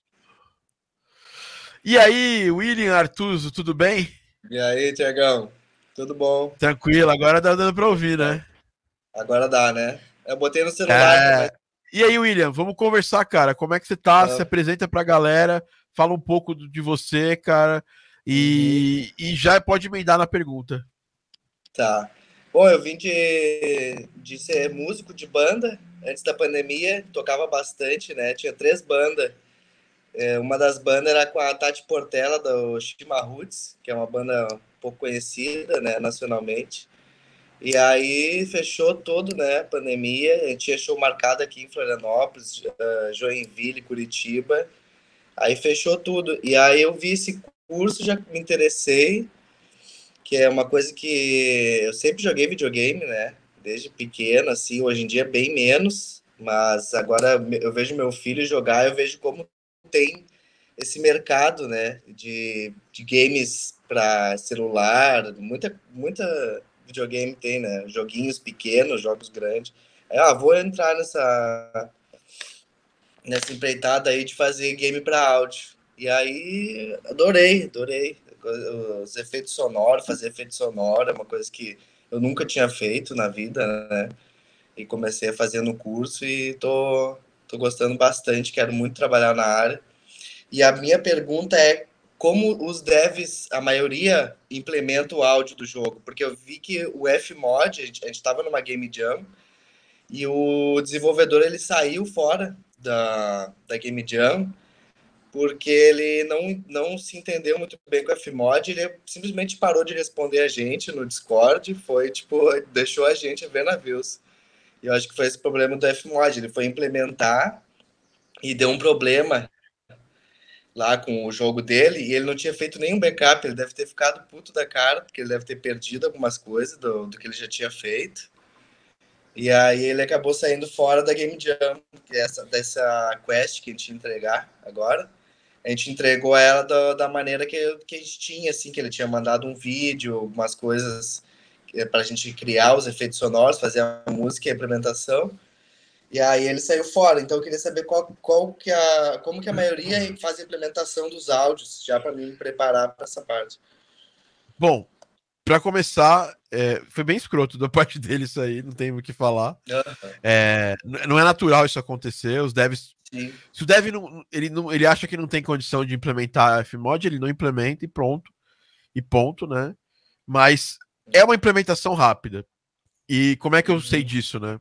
E aí, William Artuso, tudo bem? E aí, Tiagão? Tudo bom? Tranquilo, agora dá dando para ouvir, né? Agora dá, né? Eu botei no celular. É... Mas... E aí, William, vamos conversar, cara. Como é que você tá? Ah. Se apresenta pra galera, fala um pouco de você, cara, e, uhum. e já pode emendar na pergunta. Tá. Bom, eu vim de, de ser músico de banda antes da pandemia, tocava bastante, né? Tinha três bandas. É, uma das bandas era com a Tati Portela, do Shima Roots, que é uma banda um pouco conhecida, né, nacionalmente. E aí fechou tudo, né, pandemia. A gente tinha show marcado aqui em Florianópolis, uh, Joinville, Curitiba. Aí fechou tudo. E aí eu vi esse curso, já me interessei, que é uma coisa que eu sempre joguei videogame, né, desde pequeno, assim, hoje em dia bem menos, mas agora eu vejo meu filho jogar, eu vejo como tem esse mercado, né, de, de games para celular, muita, muita videogame tem, né, joguinhos pequenos, jogos grandes. Aí, ah, vou entrar nessa nessa empreitada aí de fazer game para áudio. E aí, adorei, adorei. Os efeitos sonoros, fazer efeito sonoro é uma coisa que eu nunca tinha feito na vida, né, e comecei a fazer no curso e tô, tô gostando bastante, quero muito trabalhar na área. E a minha pergunta é como os devs, a maioria, implementa o áudio do jogo, porque eu vi que o Fmod, a gente estava numa Game Jam, e o desenvolvedor ele saiu fora da, da Game Jam, porque ele não, não se entendeu muito bem com o Fmod, ele simplesmente parou de responder a gente no Discord, foi tipo, deixou a gente ver navios. E eu acho que foi esse problema do Fmod, ele foi implementar e deu um problema lá com o jogo dele, e ele não tinha feito nenhum backup, ele deve ter ficado puto da cara, porque ele deve ter perdido algumas coisas do, do que ele já tinha feito, e aí ele acabou saindo fora da Game Jam, que é essa, dessa quest que a gente ia entregar agora, a gente entregou ela da, da maneira que, que a gente tinha, assim, que ele tinha mandado um vídeo, algumas coisas para a gente criar os efeitos sonoros, fazer a música e a implementação, E aí ele saiu fora. Então eu queria saber qual, qual que a, como que a maioria faz a implementação dos áudios, já para me preparar para essa parte. Bom, para começar, é, foi bem escroto da parte dele isso aí, não tem o que falar. Uhum. É, não é natural isso acontecer, os devs... Sim. Se o dev não ele, não, ele acha que não tem condição de implementar a Fmod, ele não implementa e pronto. E ponto, né? Mas é uma implementação rápida. E como é que eu uhum. sei disso, né?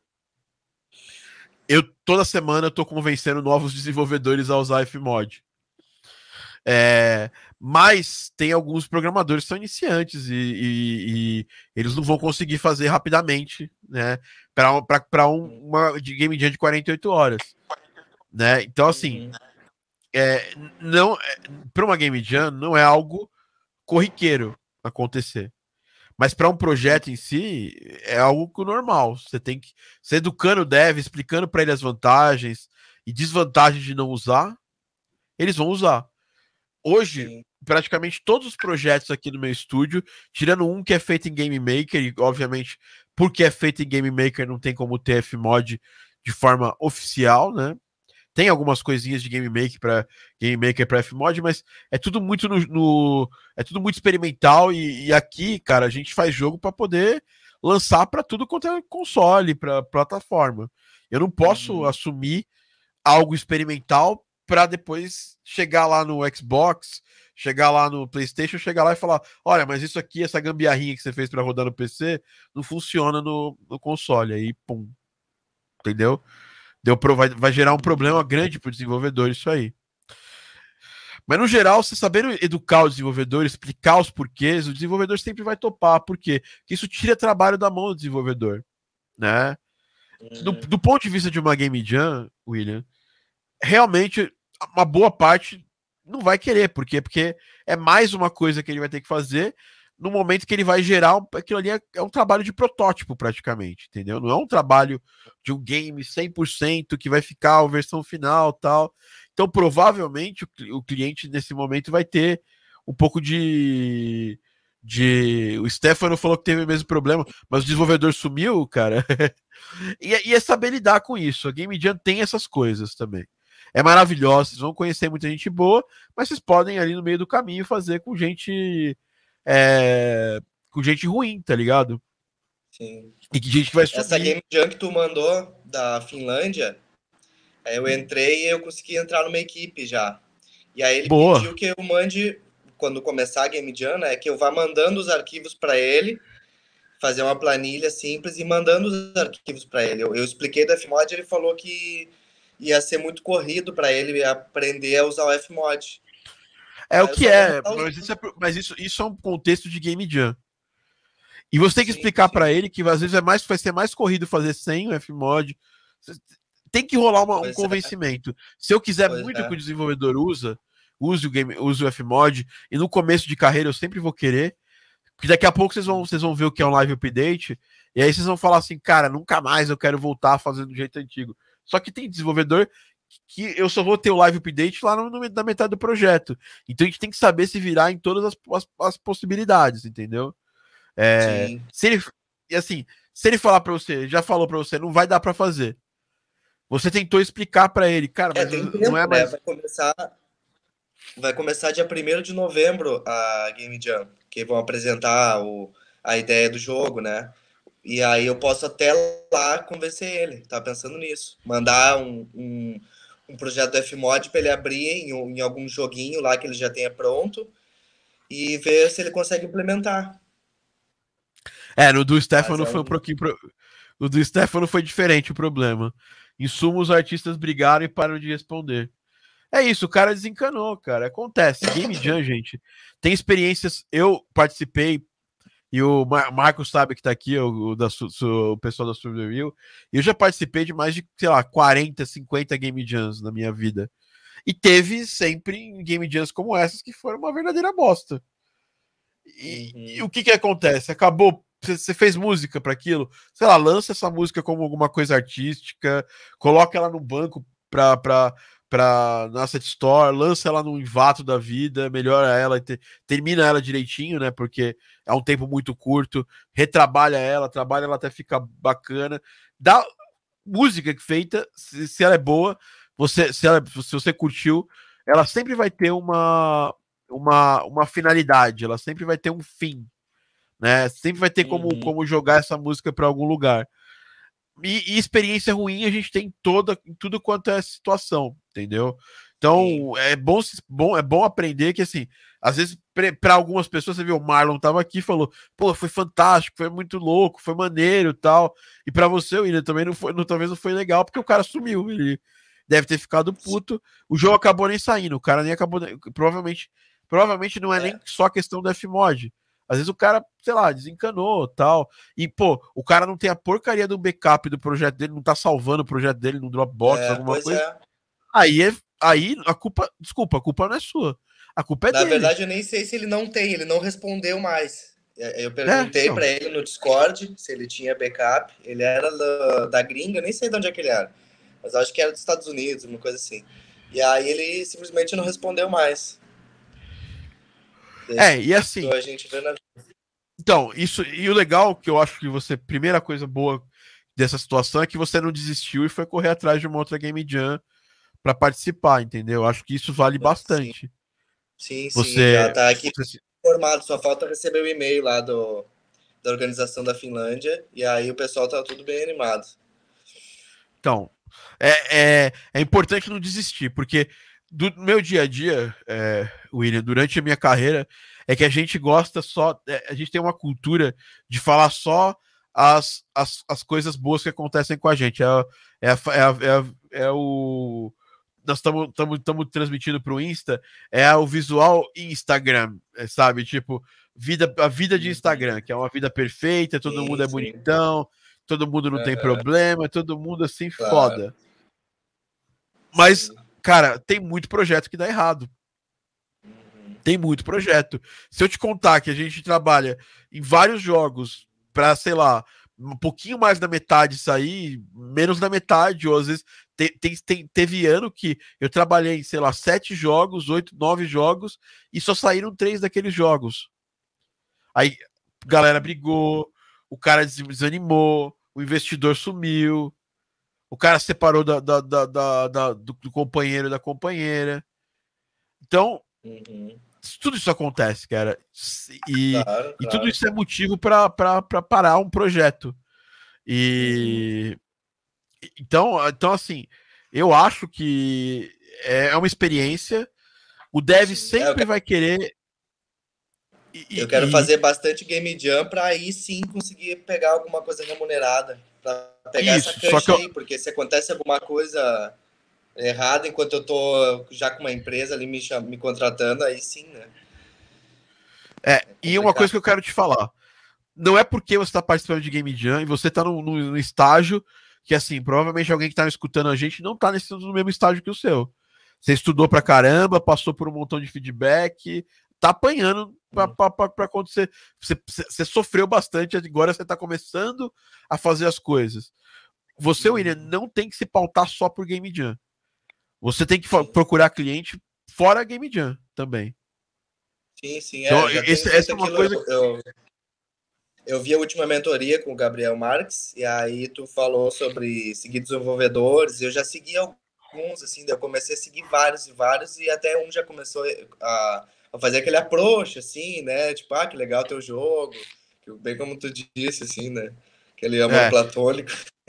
Eu, toda semana, eu tô convencendo novos desenvolvedores a usar Fmod. É, mas tem alguns programadores que são iniciantes e, e, e eles não vão conseguir fazer rapidamente, né? Para um, uma de Game Jam de quarenta e oito horas. Né? Então, assim, é, não, é, para uma Game Jam não é algo corriqueiro acontecer. Mas para um projeto em si, é algo normal. Você tem que ser educando o dev, explicando para ele as vantagens e desvantagens de não usar, eles vão usar. Hoje, Sim. praticamente todos os projetos aqui no meu estúdio, tirando um que é feito em Game Maker, e obviamente, porque é feito em Game Maker, não tem como ter Fmod de forma oficial, né? Tem algumas coisinhas de Game Maker para Game Maker para Fmod, mas é tudo muito no, no é tudo muito experimental e, e aqui, cara, a gente faz jogo para poder lançar para tudo quanto é console, para plataforma. Eu não posso uhum. assumir algo experimental para depois chegar lá no Xbox, chegar lá no PlayStation, chegar lá e falar: olha, mas isso aqui, essa gambiarrinha que você fez para rodar no P C, não funciona no, no console. Aí, pum. Entendeu? Deu pro, vai, vai gerar um problema grande para o desenvolvedor isso aí. Mas, no geral, você sabendo educar o desenvolvedor, explicar os porquês, o desenvolvedor sempre vai topar. Por quê? Porque isso tira trabalho da mão do desenvolvedor. Né? Do, do ponto de vista de uma Game Jam, William, realmente uma boa parte não vai querer. Por quê? Porque é mais uma coisa que ele vai ter que fazer no momento que ele vai gerar, aquilo ali é, é um trabalho de protótipo praticamente, entendeu? Não é um trabalho de um game cem por cento que vai ficar a versão final tal. Então, provavelmente, o, o cliente nesse momento vai ter um pouco de... de... O Stefano falou que teve o mesmo problema, mas o desenvolvedor sumiu, cara. e, e é saber lidar com isso. A Game Jam tem essas coisas também. É maravilhoso, vocês vão conhecer muita gente boa, mas vocês podem ali no meio do caminho fazer com gente... É, com gente ruim, tá ligado? Sim. E que gente que vai subir. Essa Game Jam que tu mandou da Finlândia, eu entrei e eu consegui entrar numa equipe já. E aí ele Boa. pediu que eu mande, quando começar a Game Jam, né, que eu vá mandando os arquivos para ele, fazer uma planilha simples e mandando os arquivos para ele. Eu, eu expliquei da Fmod e ele falou que ia ser muito corrido para ele aprender a usar o Fmod. É o que é, mas, isso, é, mas isso, isso é um contexto de Game Jam. E você tem que sim, explicar para ele que às vezes é mais, vai ser mais corrido fazer sem o Fmod. Tem que rolar uma, um convencimento. É. Se eu quiser pois muito é. que o desenvolvedor usa, use o, game, use o Fmod, e no começo de carreira eu sempre vou querer, porque daqui a pouco vocês vão, vocês vão ver o que é um live update, e aí vocês vão falar assim, cara, nunca mais eu quero voltar fazendo do jeito antigo. Só que tem desenvolvedor que eu só vou ter o live update lá no, no, na metade do projeto. Então a gente tem que saber se virar em todas as, as, as possibilidades, entendeu? É, se ele, e assim, se ele falar para você, já falou para você, não vai dar para fazer. Você tentou explicar para ele, cara, mas é, não tempo, é mais. Né? Vai começar, vai começar dia primeiro de novembro a Game Jam, que vão apresentar o, a ideia do jogo, né? E aí eu posso até lá convencer ele, tá pensando nisso. Mandar um, um, um projeto do Fmod para ele abrir em, em algum joguinho lá que ele já tenha pronto e ver se ele consegue implementar. É, no do Stefano é foi um pouquinho... Pro... No do Stefano foi diferente o problema. Em suma, os artistas brigaram e pararam de responder. É isso, o cara desencanou, cara. Acontece. Game Jam, gente, tem experiências... Eu participei, e o Mar Marcos sabe que tá aqui, o, da, o pessoal da Super Review, e eu já participei de mais de, sei lá, quarenta, cinquenta Game Jams na minha vida. E teve sempre Game Jams como essas que foram uma verdadeira bosta. E, uhum. e o que que acontece? Acabou, você fez música para aquilo, sei lá, lança essa música como alguma coisa artística, coloca ela no banco pra, pra, pra na Asset Store, lança ela no Envato da vida, melhora ela, te, termina ela direitinho, né, porque é um tempo muito curto, retrabalha ela, trabalha ela até ficar bacana, dá, música feita, se, se ela é boa, você, se, ela, se você curtiu, ela sempre vai ter uma, uma, uma finalidade, ela sempre vai ter um fim, né? Sempre vai ter como, Uhum. como jogar essa música para algum lugar. E, e experiência ruim a gente tem toda, em tudo quanto é situação, entendeu? Então é bom, bom, é bom aprender que, assim, às vezes, para algumas pessoas, você viu, o Marlon tava aqui e falou, pô, foi fantástico, foi muito louco, foi maneiro e tal. E para você, William, também não foi, não, talvez não foi legal, porque o cara sumiu, ele deve ter ficado puto. O jogo acabou nem saindo, o cara nem acabou. Provavelmente, provavelmente não é, é. nem só questão do F-Mod. Às vezes o cara, sei lá, desencanou tal. E, pô, o cara não tem a porcaria do backup do projeto dele, não tá salvando o projeto dele no Dropbox, é, alguma coisa. É. Aí, é, aí a culpa, desculpa, a culpa não é sua. A culpa é Na dele. Na verdade, eu nem sei se ele não tem, ele não respondeu mais. Eu perguntei é, então. pra ele no Discord se ele tinha backup. Ele era da, da gringa, eu nem sei de onde é que ele era. Mas acho que era dos Estados Unidos, uma coisa assim. E aí ele simplesmente não respondeu mais. É, e assim. A gente vê na... Então, isso. E o legal que eu acho que você. Primeira coisa boa dessa situação é que você não desistiu e foi correr atrás de uma outra Game Jam para participar, entendeu? Eu acho que isso vale bastante. Sim, sim, você, sim já tá aqui você... informado, só falta receber o e-mail lá do, da organização da Finlândia, e aí o pessoal tá tudo bem animado. Então, é, é, é importante não desistir, porque do meu dia a dia, é, William, durante a minha carreira, é que a gente gosta só, é, a gente tem uma cultura de falar só as, as, as coisas boas que acontecem com a gente. É, é, é, é, é o... Nós estamos transmitindo para o Insta, é o visual Instagram, sabe? Tipo, vida, a vida de Instagram, que é uma vida perfeita, todo sim, mundo é sim. bonitão, todo mundo não uhum. tem problema, todo mundo assim, claro. Foda. Mas, sim. cara, tem muito projeto que dá errado. Uhum. Tem muito projeto. Se eu te contar que a gente trabalha em vários jogos para, sei lá, um pouquinho mais da metade sair, menos da metade, ou às vezes te, te, te, teve ano que eu trabalhei em, sei lá, sete jogos, oito, nove jogos, e só saíram três daqueles jogos. Aí a galera brigou, o cara desanimou, o investidor sumiu, o cara separou da, da, da, da, da do, do companheiro da companheira. Então, uhum. tudo isso acontece, cara. E, claro, claro. e tudo isso é motivo para parar um projeto. E uhum. então, então, assim, eu acho que é uma experiência. O dev sim, sempre é, quero... vai querer. E, eu quero e... fazer bastante game jam para aí sim conseguir pegar alguma coisa remunerada. Para pegar isso, essa cancha eu... aí, porque se acontece alguma coisa errada enquanto eu tô já com uma empresa ali me, me contratando, aí sim, né? É, é e uma coisa que eu quero te falar. Não é porque você está participando de Game Jam e você está no, no, no estágio que, assim, provavelmente alguém que está escutando a gente não está nesse no mesmo estágio que o seu. Você estudou pra caramba, passou por um montão de feedback, tá apanhando pra, pra, pra, pra acontecer. Você, você sofreu bastante, agora você tá começando a fazer as coisas. Você, William, não tem que se pautar só por Game Jam. Você tem que procurar cliente fora Game Jam também. Sim, sim. É, então, esse, essa é uma aquilo, coisa... Eu, eu, eu vi a última mentoria com o Gabriel Marques, e aí tu falou sobre seguir desenvolvedores, eu já segui alguns, assim, eu comecei a seguir vários e vários, e até um já começou a, a fazer aquele approach, assim, né? Tipo, ah, que legal teu jogo, bem como tu disse, assim, né? Aquele amor é. platônico.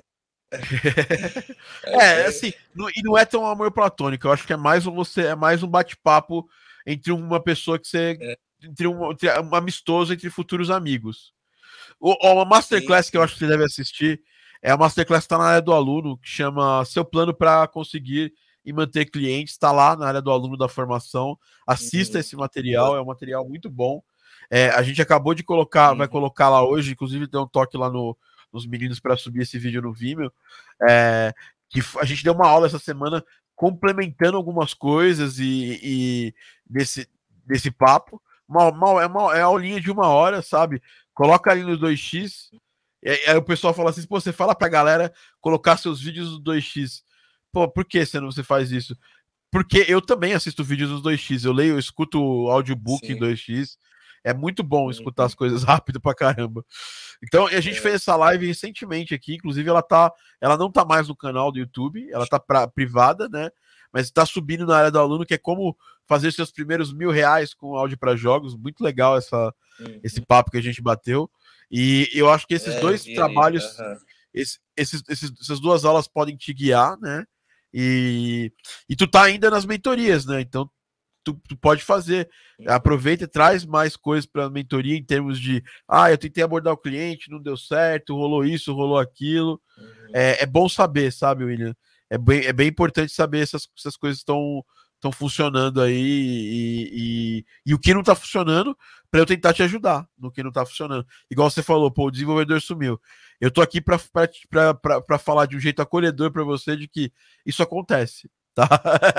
é, é, assim, não, e não é tão amor platônico, eu acho que é mais um, você, é mais um bate-papo entre uma pessoa que você... É. Entre um, entre um amistoso entre futuros amigos. O, uma masterclass sim, sim. que eu acho que você deve assistir é a masterclass que está na área do aluno, que chama Seu Plano para Conseguir e Manter Clientes. Está lá na área do aluno da formação. Assista uhum. esse material, é um material muito bom. É, a gente acabou de colocar, uhum. vai colocar lá hoje, inclusive deu um toque lá no, nos meninos para subir esse vídeo no Vimeo. É, que a gente deu uma aula essa semana complementando algumas coisas e, e desse, desse papo. Uma, uma, é, uma, é a aulinha de uma hora, sabe? Coloca ali no dois x, e aí o pessoal fala assim, pô, você fala pra galera colocar seus vídeos no dois x. Pô, por que você não você faz isso? Porque eu também assisto vídeos nos dois x, eu leio, eu escuto o audiobook Sim. em dois x, é muito bom escutar Uhum. as coisas rápido pra caramba. Então, a gente É. fez essa live recentemente aqui, inclusive ela tá, ela não tá mais no canal do YouTube, ela tá pra, privada, né? Mas tá subindo na área do aluno, que é como fazer seus primeiros mil reais com áudio para jogos. Muito legal essa, Uhum. esse papo que a gente bateu. E eu acho que esses É, eu dois vi ali. trabalhos, Aham. esse- esses, esses- essas duas aulas podem te guiar, né? E, e tu tá ainda nas mentorias, né? Então tu, tu pode fazer. Aproveita e traz mais coisas para a mentoria em termos de, ah, eu tentei abordar o cliente, não deu certo, rolou isso, rolou aquilo. Uhum. É, é bom saber, sabe, William? É bem, é bem importante saber essas, essas coisas estão estão funcionando aí e, e, e o que não tá funcionando para eu tentar te ajudar no que não tá funcionando. Igual você falou, pô, o desenvolvedor sumiu. Eu tô aqui para falar de um jeito acolhedor para você de que isso acontece, tá?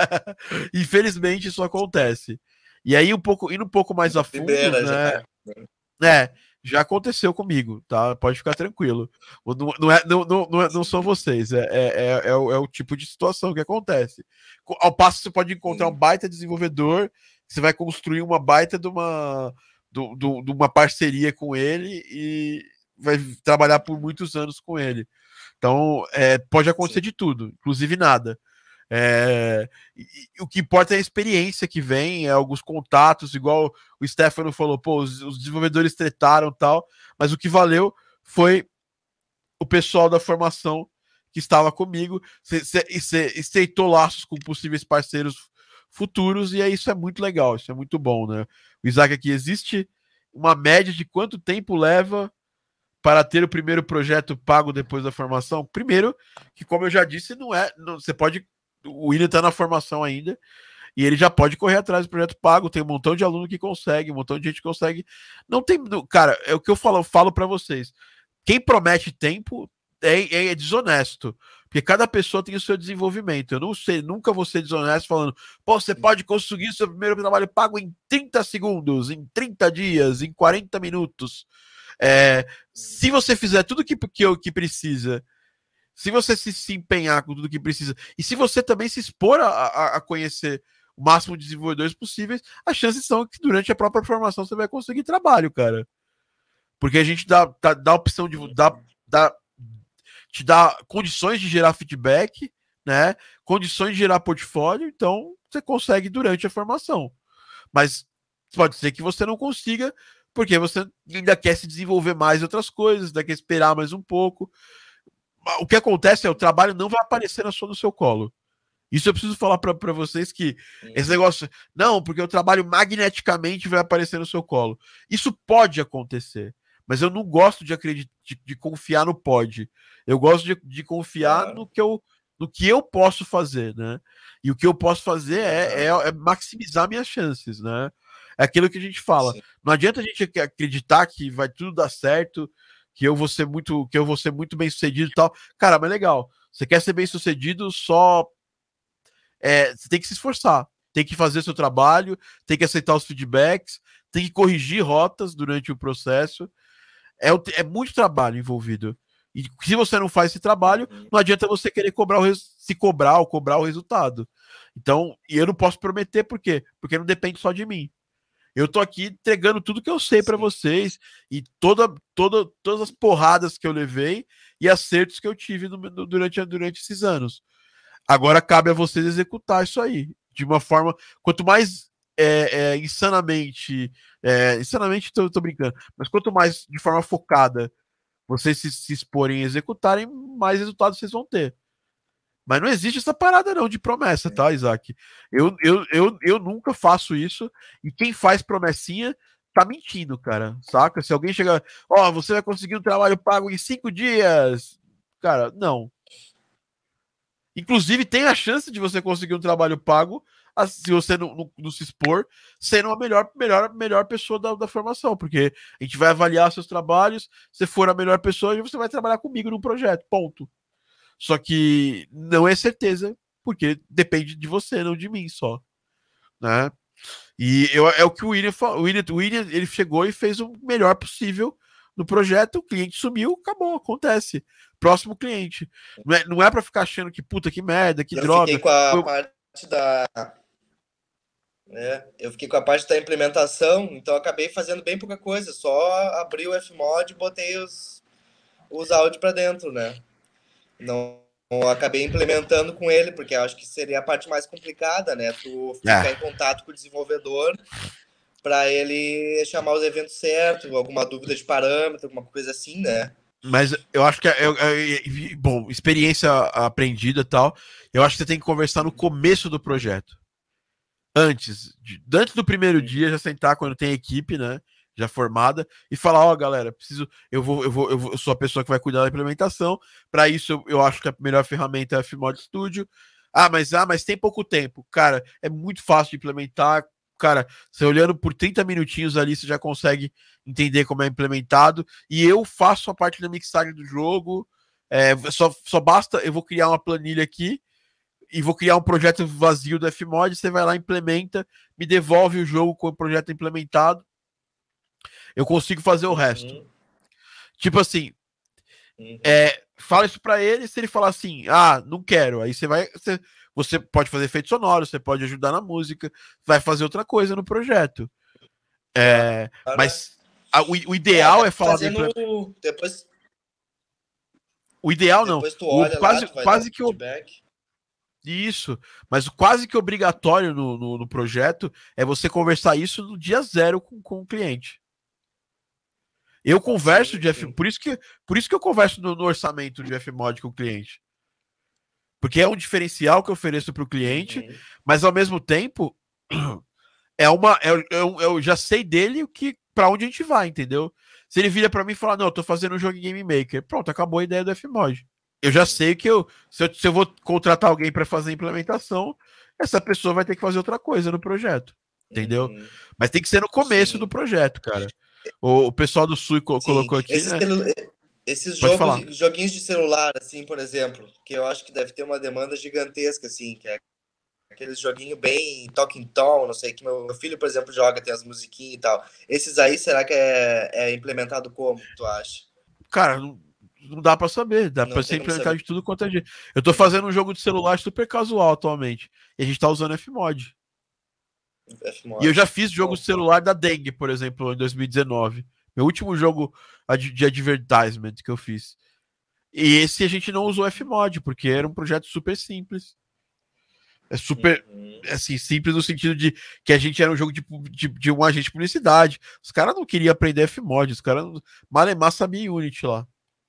Infelizmente isso acontece. E aí, um pouco, indo um pouco mais a fundo, Primeira né? já. É, já aconteceu comigo, tá? Pode ficar tranquilo. Não, não, é, não, não, não, é- não são vocês, é, é, é, é o, é o tipo de situação que acontece. Co- Ao passo que você pode encontrar um Sim. baita desenvolvedor, você vai construir uma baita de uma, do- do- de uma parceria com ele e vai trabalhar por muitos anos com ele. Então, é, pode acontecer Sim. de tudo, inclusive nada. É, e- e o que importa é a experiência que vem, é alguns contatos, igual o Stefano falou, pô, os, os desenvolvedores tretaram e tal, mas o que valeu foi o pessoal da formação que estava comigo, e você estreitou laços com possíveis parceiros futuros, e é, isso é muito legal, isso é muito bom, né? O Isaac aqui, existe uma média de quanto tempo leva para ter o primeiro projeto pago depois da formação? Primeiro, que como eu já disse, não é. Não, você pode. O William está na formação ainda e ele já pode correr atrás do projeto pago. Tem um montão de aluno que consegue, um montão de gente que consegue. Não tem. Cara, é o que eu falo, eu falo para vocês. Quem promete tempo é, é, é desonesto. Porque cada pessoa tem o seu desenvolvimento. Eu não sei, nunca vou ser desonesto falando, pô, você pode conseguir seu primeiro trabalho pago em trinta segundos, em trinta dias, em quarenta minutos. É, se você fizer tudo que, que, que precisa, se você se, se empenhar com tudo que precisa, e se você também se expor a, a, a conhecer o máximo de desenvolvedores possíveis, as chances são que durante a própria formação você vai conseguir trabalho, cara. Porque a gente dá, dá, dá a opção de. Dá, dá, te dá condições de gerar feedback, né? Condições de gerar portfólio, então você consegue durante a formação. Mas pode ser que você não consiga, porque você ainda quer se desenvolver mais em outras coisas, ainda quer esperar mais um pouco. O que acontece é o trabalho não vai aparecer na sua, no seu colo. Isso eu preciso falar para vocês que esse negócio, não, porque o trabalho magneticamente vai aparecer no seu colo. Isso pode acontecer, mas eu não gosto de acreditar, de, de confiar no pode. Eu gosto de, de confiar Claro. no que eu no que eu posso fazer, né? E o que eu posso fazer é, é, é maximizar minhas chances, né? É aquilo que a gente fala. Sim. Não adianta a gente acreditar que vai tudo dar certo, que eu vou ser muito, que eu vou ser muito bem sucedido e tal. Cara, mas legal. Você quer ser bem sucedido, só é, você tem que se esforçar, tem que fazer seu trabalho, tem que aceitar os feedbacks, tem que corrigir rotas durante o processo. É, é muito trabalho envolvido. E se você não faz esse trabalho, Uhum. não adianta você querer cobrar o res... se cobrar ou cobrar o resultado. Então, e eu não posso prometer por quê? Porque não depende só de mim. Eu tô aqui entregando tudo que eu sei para vocês e toda, toda, todas as porradas que eu levei e acertos que eu tive no, no, durante, durante esses anos. Agora cabe a vocês executar isso aí de uma forma. Quanto mais é, é, insanamente. É, insanamente, tô, tô brincando. Mas quanto mais de forma focada vocês se, se exporem e executarem, mais resultados vocês vão ter. Mas não existe essa parada não de promessa, tá, Isaac? Eu, eu, eu, eu nunca faço isso. E quem faz promessinha tá mentindo, cara. Saca? Se alguém chegar, ó, oh, você vai conseguir um trabalho pago em cinco dias. Cara, não. Inclusive, tem a chance de você conseguir um trabalho pago se você não, não, não se expor, sendo a melhor, melhor, melhor pessoa da, da formação, porque a gente vai avaliar seus trabalhos, se for a melhor pessoa, você vai trabalhar comigo no projeto, ponto. Só que não é certeza, porque depende de você, não de mim só, né? E eu, é o que o William falou, o William, o William, ele chegou e fez o melhor possível no projeto, o cliente sumiu, acabou, acontece. Próximo cliente. Não é, não é pra ficar achando que puta, que merda, que Eu droga. fiquei com a Foi... parte da... É, eu fiquei com a parte da implementação, então acabei fazendo bem pouca coisa, só abri o Fmod e botei os, os áudios para dentro, né? Não, não acabei implementando com ele, porque eu acho que seria a parte mais complicada, né? Tu ficar É. em contato com o desenvolvedor para ele chamar os eventos certos, alguma dúvida de parâmetro, alguma coisa assim, né? Mas eu acho que é, é, é, bom, experiência aprendida e tal. Eu acho que você tem que conversar no começo do projeto. Antes, de, antes do primeiro dia, já sentar quando tem equipe, né? Já formada, e falar, ó, oh, galera, preciso. Eu vou, eu vou, eu vou, eu sou a pessoa que vai cuidar da implementação. Para isso, eu, eu acho que a melhor ferramenta é a Fmod Studio. Ah, mas ah, mas tem pouco tempo. Cara, é muito fácil de implementar. Cara, você olhando por trinta minutinhos ali, você já consegue entender como é implementado. E eu faço a parte da mixagem do jogo. É, só, só basta, eu vou criar uma planilha aqui e vou criar um projeto vazio do Fmod. Você vai lá, implementa, me devolve o jogo com o projeto implementado. Eu consigo fazer o resto. Uhum. Tipo assim, Uhum. é, fala isso pra ele. Se ele falar assim, ah, não quero, aí você vai. Você, você pode fazer efeito sonoro, você pode ajudar na música, vai fazer outra coisa no projeto. É, Claro. mas a, o, o ideal é, é falar fazendo do depois. O ideal depois não. tu olha o, quase, lá, tu vai quase dar que feedback. Isso, mas quase que obrigatório no, no, no projeto é você conversar isso no dia zero com, com o cliente. Eu converso sim, de F, por isso que por isso que eu converso no, no orçamento de Fmod com o cliente. Porque é um diferencial que eu ofereço para o cliente, uhum. Mas ao mesmo tempo é uma eu, eu, eu já sei dele o que para onde a gente vai, entendeu? Se ele vira para mim e falar: "Não, eu tô fazendo um jogo em Game Maker". Pronto, acabou a ideia do Fmod. Eu já sei que eu se, eu se eu vou contratar alguém para fazer a implementação, essa pessoa vai ter que fazer outra coisa no projeto, entendeu? Uhum. Mas tem que ser no começo Sim. do projeto, cara. O, o pessoal do Sui co- colocou aqui, esses né? Celu... Esses jogos, joguinhos de celular, assim, por exemplo, que eu acho que deve ter uma demanda gigantesca, assim, que é aqueles joguinhos bem Talking Tom, não sei, que meu filho, por exemplo, joga, tem as musiquinhas e tal. Esses aí, será que é, é implementado como, tu acha? Cara, não, não dá pra saber, dá não pra ser implementado saber. De tudo quanto é jeito. Eu tô fazendo um jogo de celular super casual atualmente, e a gente tá usando Fmod. Fmod. E eu já fiz jogo Bom. de celular da Dengue, por exemplo, em dois mil e dezenove. Meu último jogo de advertisement que eu fiz. E esse a gente não usou Fmod, porque era um projeto super simples. É super, uhum. assim, simples no sentido de que a gente era um jogo de, de, de um agente de publicidade. Os caras não queriam aprender Fmod, os caras malemar sabiam Unity lá.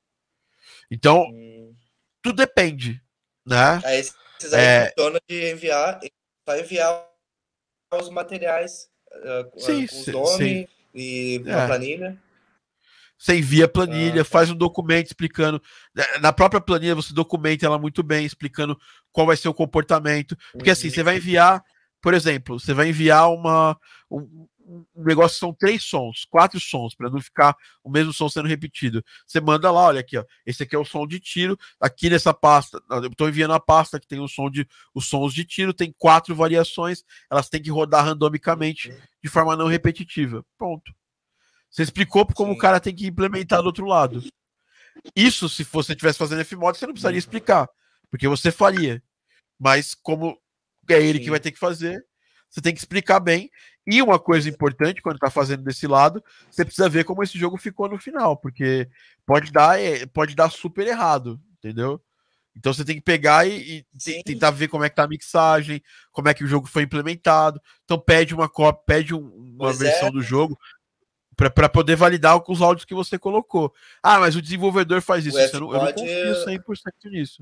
Então, hum. tudo depende, né? Aí, esses aí é... funcionam de enviar, para enviar os materiais uh, sim, com os nomes e uma é. planilha. Você envia a planilha, ah, tá. faz um documento explicando. Na própria planilha você documenta ela muito bem, explicando qual vai ser o comportamento. Porque uhum. assim, você vai enviar, por exemplo, você vai enviar uma. Um, um negócio que são três sons, quatro sons, para não ficar o mesmo som sendo repetido. Você manda lá, olha aqui, ó. Esse aqui é o som de tiro. Aqui nessa pasta, eu estou enviando a pasta que tem o som de, os sons de tiro, tem quatro variações, elas têm que rodar randomicamente uhum. de forma não repetitiva. Pronto. Você explicou como Sim. o cara tem que implementar do outro lado. Isso, se você estivesse fazendo Fmod, você não precisaria explicar, porque você faria. Mas como é ele Sim. que vai ter que fazer, você tem que explicar bem. E uma coisa importante, quando está fazendo desse lado, você precisa ver como esse jogo ficou no final, porque pode dar, pode dar super errado, entendeu? Então você tem que pegar e, e tentar ver como é que tá a mixagem, como é que o jogo foi implementado. Então pede uma cópia, pede um, uma pois versão é. do jogo para poder validar com os áudios que você colocou. Ah, mas o desenvolvedor faz isso. isso eu, não, eu não confio cem por cento nisso.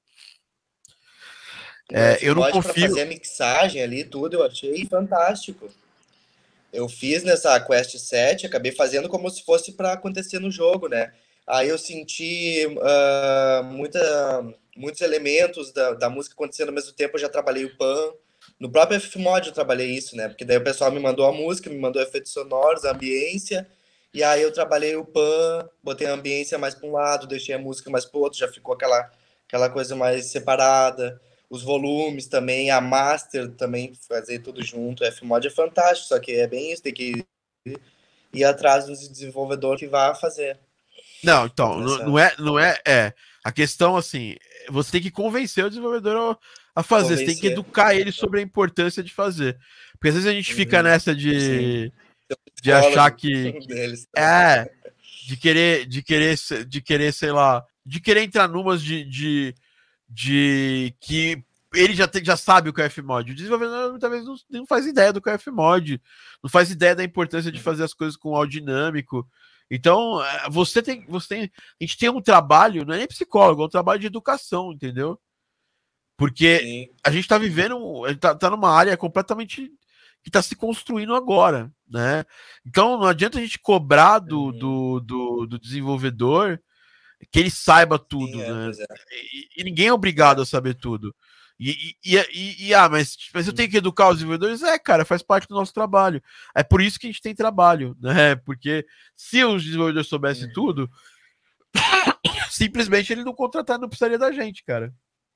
É, eu não confio. Para fazer a mixagem ali, tudo, eu achei fantástico. Eu fiz nessa Quest sete, acabei fazendo como se fosse para acontecer no jogo, né? Aí eu senti uh, muita, muitos elementos da, da música acontecendo ao mesmo tempo. Eu já trabalhei o Pan. No próprio Fmod eu trabalhei isso, né? Porque daí o pessoal me mandou a música, me mandou efeitos sonoros, a ambiência, e aí eu trabalhei o Pan, botei a ambiência mais para um lado, deixei a música mais para o outro, já ficou aquela, aquela coisa mais separada. Os volumes também, a master também, fazer tudo junto. O Fmod é fantástico, só que é bem isso, tem que ir atrás do desenvolvedor que vai fazer. Não, então, não, não é, não é, é. A questão, assim, você tem que convencer o desenvolvedor a, a fazer, Convencer. você tem que educar ele sobre a importância de fazer. Porque às vezes a gente fica Uhum. nessa de, Sim. de achar que, que deles, é, de querer, de querer, de querer, sei lá, de querer entrar numas de, de, de que ele já, tem, já sabe o que é F-Mod. O desenvolvedor muitas vezes não, não faz ideia do que é F-Mod, não faz ideia da importância de fazer as coisas com áudio dinâmico. Então, você tem, você tem. A gente tem um trabalho, não é nem psicólogo, é um trabalho de educação, entendeu? Porque Sim. a gente tá vivendo, a gente tá, tá numa área completamente que está se construindo agora, né? Então não adianta a gente cobrar do, uhum. do, do, do desenvolvedor que ele saiba tudo, Sim, é, né? É. E, e ninguém é obrigado é. a saber tudo. E, e, e, e, ah, mas, mas eu tenho que educar os desenvolvedores? É, cara, faz parte do nosso trabalho. É por isso que a gente tem trabalho, né? Porque se os desenvolvedores soubessem uhum. tudo, simplesmente ele não contratar, não precisaria da gente, cara.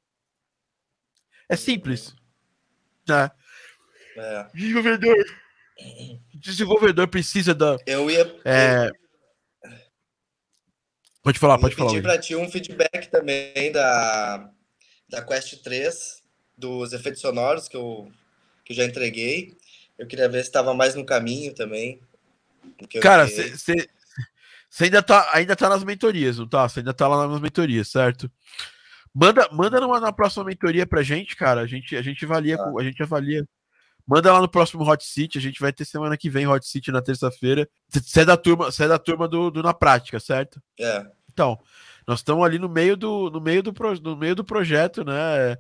É simples. Uhum. Né? É. Desenvolvedor. Desenvolvedor precisa da. Eu ia. É... Pode falar, eu pode ia falar. pedir para ti um feedback também da, da Quest três, dos efeitos sonoros que eu, que eu já entreguei. Eu queria ver se estava mais no caminho também. Cara, você ainda tá, ainda tá nas mentorias, não tá? Você ainda tá lá nas mentorias, certo? Manda, manda numa, na próxima mentoria pra gente, cara. A gente, a gente avalia, ah. a gente avalia. Manda lá no próximo Hot Seat. A gente vai ter semana que vem Hot Seat na terça-feira. Você é da turma, você é da turma do, do Na Prática, certo? É. Então, nós estamos ali no meio do, no meio do, no meio do projeto, né?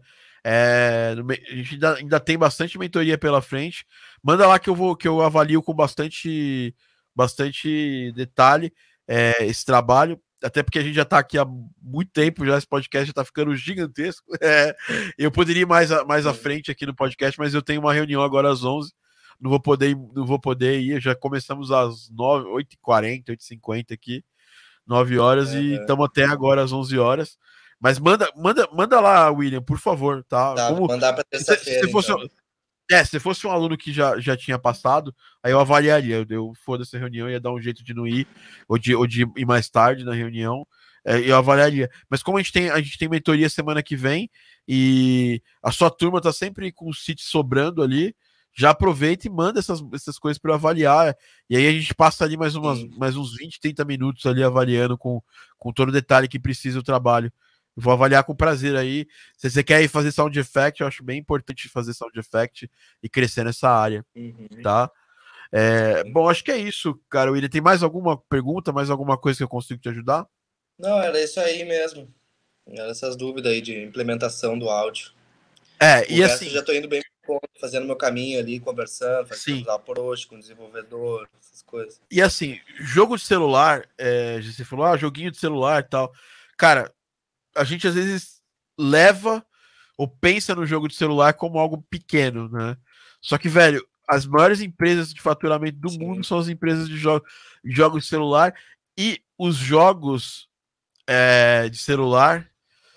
É, no, a gente ainda, ainda tem bastante mentoria pela frente. Manda lá que eu vou, que eu avalio com bastante, bastante detalhe é, esse trabalho. Até porque a gente já está aqui há muito tempo, já esse podcast já está ficando gigantesco. É, eu poderia ir mais, a, mais à frente aqui no podcast, mas eu tenho uma reunião agora às onze. Não vou poder, não vou poder ir. Já começamos às nove, oito e quarenta, oito e cinquenta aqui. nove horas uhum. e estamos até agora às onze horas. Mas manda, manda, manda lá, William, por favor, tá? Tá, Como, mandar para terça-feira, se, se fosse, então. É, se fosse um aluno que já, já tinha passado, aí eu avaliaria. Eu, eu foda-se a reunião, ia dar um jeito de não ir, ou de, ou de ir mais tarde na reunião, é, eu avaliaria. Mas como a gente tem, a gente tem mentoria semana que vem, e a sua turma tá sempre com o sítio sobrando ali, já aproveita e manda essas, essas coisas para eu avaliar. E aí a gente passa ali mais, umas, mais uns vinte, trinta minutos ali avaliando com, com todo o detalhe que precisa o trabalho. Eu vou avaliar com prazer aí. Se você quer ir fazer sound effect, eu acho bem importante fazer sound effect e crescer nessa área, uhum. tá? É, bom, acho que é isso, cara. William, tem mais alguma pergunta, mais alguma coisa que eu consigo te ajudar? Não, era isso aí mesmo. Era essas dúvidas aí de implementação do áudio. É, o e assim... já tô indo bem fazendo meu caminho ali, conversando, fazendo approach com o desenvolvedor, essas coisas. E assim, jogo de celular, é, você falou, ah, joguinho de celular e tal. Cara, a gente às vezes leva ou pensa no jogo de celular como algo pequeno, né? Só que, velho, as maiores empresas de faturamento do Sim. mundo são as empresas de jo jogos de celular, e os jogos é, de celular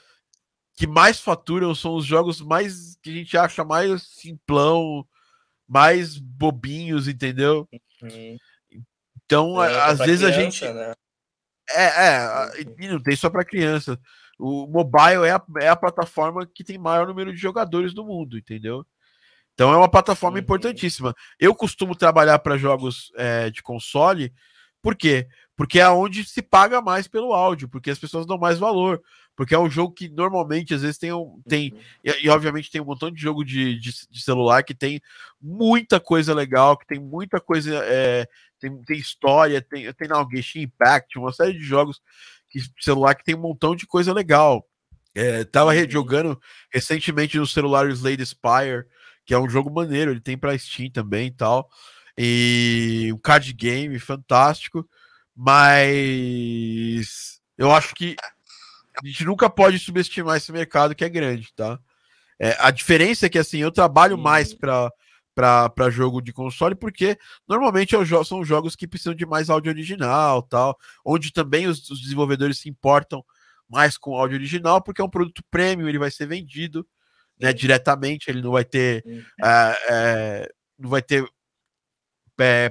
que mais faturam são os jogos mais que a gente acha mais simplão, mais bobinhos, entendeu? Uhum. Então, é, às vezes criança, a gente. Né? É, é, e não tem só para criança. O mobile é a, é a plataforma que tem maior número de jogadores do mundo, entendeu? Então é uma plataforma uhum. importantíssima. Eu costumo trabalhar para jogos é, de console, por quê? Porque é onde se paga mais pelo áudio, porque as pessoas dão mais valor, porque é um jogo que normalmente às vezes tem, um, tem uhum. e, e obviamente tem um montão de jogo de, de, de celular que tem muita coisa legal, que tem muita coisa, é, tem, tem história, tem, tem não, Genshin Impact, uma série de jogos que celular que tem um montão de coisa legal. É, tava uhum. jogando recentemente no celular Slay the Spire, que é um jogo maneiro, ele tem para Steam também e tal, e um card game fantástico, mas eu acho que a gente nunca pode subestimar esse mercado que é grande, tá? É, a diferença é que, assim, eu trabalho uhum. mais para para jogo de console, porque normalmente eu jo são jogos que precisam de mais áudio original, tal, onde também os, os desenvolvedores se importam mais com áudio original, porque é um produto premium, ele vai ser vendido, né, diretamente, ele não vai ter uhum. é, é, não vai ter é,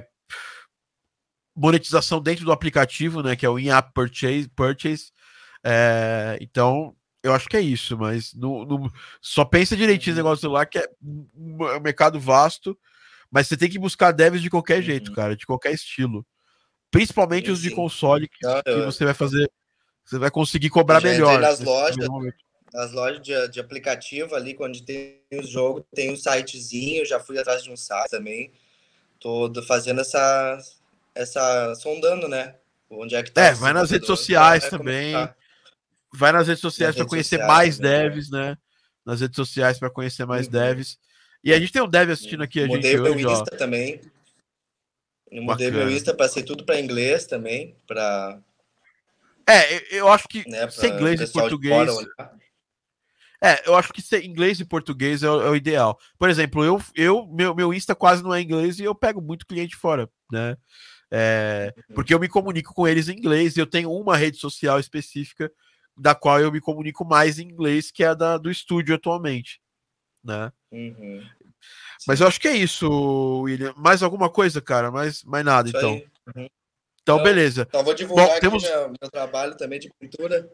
monetização dentro do aplicativo, né, que é o in-app purchase, purchase. É, então Eu acho que é isso, mas no, no, só pensa direitinho no Uhum. negócio lá, que é um um mercado vasto, mas você tem que buscar devs de qualquer jeito, Uhum. cara, de qualquer estilo. Principalmente Sim, os de sim. console, que, Não, que eu, você vai fazer, você vai conseguir eu cobrar já entrei melhor nas nesse lojas, primeiro momento. nas lojas de, de aplicativo ali, quando tem o jogo, tem um sitezinho, já fui atrás de um site também. Tô do- fazendo essa, essa, sondando, né? Onde é que tá É, o vai nas redes desenvolvedor sociais para também, começar. vai nas redes sociais Nas para redes conhecer sociais mais também, é. devs, né? Nas redes sociais para conhecer mais Uhum. devs. E a gente tem um dev assistindo aqui a gente Mudei o meu hoje, ó. Insta também. Eu mudei meu Bacana. Insta para ser tudo para inglês também, para, É, eu eu acho que né, ser para o inglês e pessoal de fora português. olhar. É, eu acho que ser inglês e português é o, é o ideal. Por exemplo, eu, eu meu, meu Insta quase não é inglês e eu pego muito cliente fora, né? É, porque eu me comunico com eles em inglês e eu tenho uma rede social específica da qual eu me comunico mais em inglês, que é a da, do estúdio atualmente, né? Uhum. Mas eu Sim. acho que é isso, William. Mais alguma coisa, cara? Mais, mais nada, Isso então. aí. Uhum. Então, Não, beleza. só vou Bom, divulgar aqui temos. meu, meu trabalho também de pintura.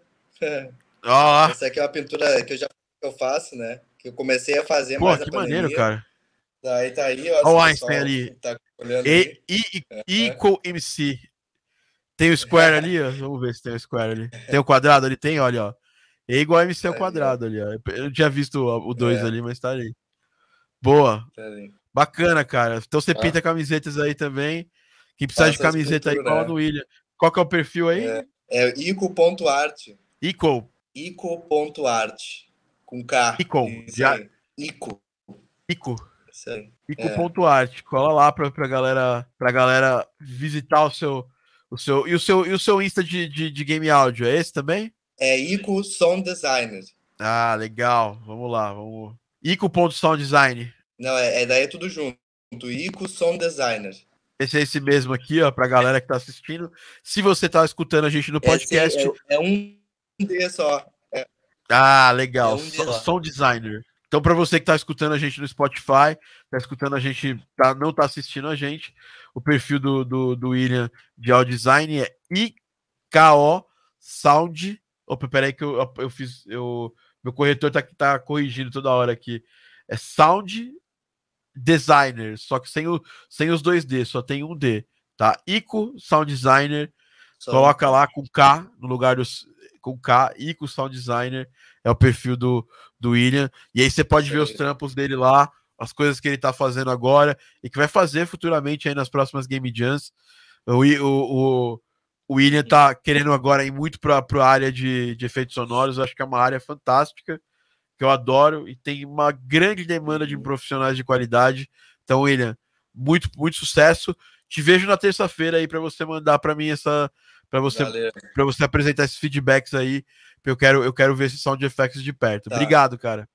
Ah, Essa aqui é uma pintura que eu já que eu faço, né? Que eu comecei a fazer pô, mais na que maneiro, pandemia. cara. Daí tá aí, ó, Olha esse o Einstein pessoal ali. que tá olhando E, aí. e, É. Equal M C. Tem o square ali, ó. Vamos ver se tem o square ali. Tem o quadrado ali? Tem, olha, ó. É igual a M C ao Tá ali, ó. quadrado ali, ó. Eu não tinha visto o dois É, ali, mas tá ali. Boa. tá ali. Bacana, cara. Então você Ah, pinta camisetas aí também. Quem precisar de faço as camiseta aí, pinturas, cola no né? William. Qual que é o perfil aí? É ico.art. Equal. Ico.art. Com K. Equal. Isso Já. aí. Ico. Ico. Isso aí. É. Ico.art. Cola lá pra, pra galera, pra galera visitar o seu. O seu, e, o seu, e o seu Insta de, de, de game áudio, é esse também? É Ico Sound Designer. Ah, legal. Vamos lá, vamos. Ico.sounddesign. Não, é, é daí é tudo junto. Ico Sound Designer. Esse é esse mesmo aqui, ó, pra galera que tá assistindo. Se você tá escutando a gente no É, sem, podcast. é, é um D só. Ah, É legal. um D So- só. Sound designer. Então, para você que tá escutando a gente no Spotify, tá escutando a gente, tá, não tá assistindo a gente, o perfil do, do, do William de audio design é I K O Sound. Opa, peraí que eu, eu fiz. Eu, meu corretor tá, tá corrigindo toda hora aqui. É Sound Designer, só que sem, o, sem os dois D, só tem um D, tá? Ico Sound Designer, Só um coloca K. lá com K no lugar dos com K, Ico Sound Designer, é o perfil do, do William, e aí você pode Isso ver os aí. trampos dele lá, as coisas que ele tá fazendo agora e que vai fazer futuramente aí nas próximas Game Jams. O, o, o, o William tá querendo agora ir muito para a área de, de efeitos sonoros, eu acho que é uma área fantástica, que eu adoro e tem uma grande demanda de Uhum. profissionais de qualidade. Então, William, muito, muito sucesso. Te vejo na terça-feira aí para você mandar para mim essa, para você, Valeu. para você apresentar esses feedbacks aí. Eu quero, eu quero ver esse sound effects de perto. Tá. Obrigado, cara.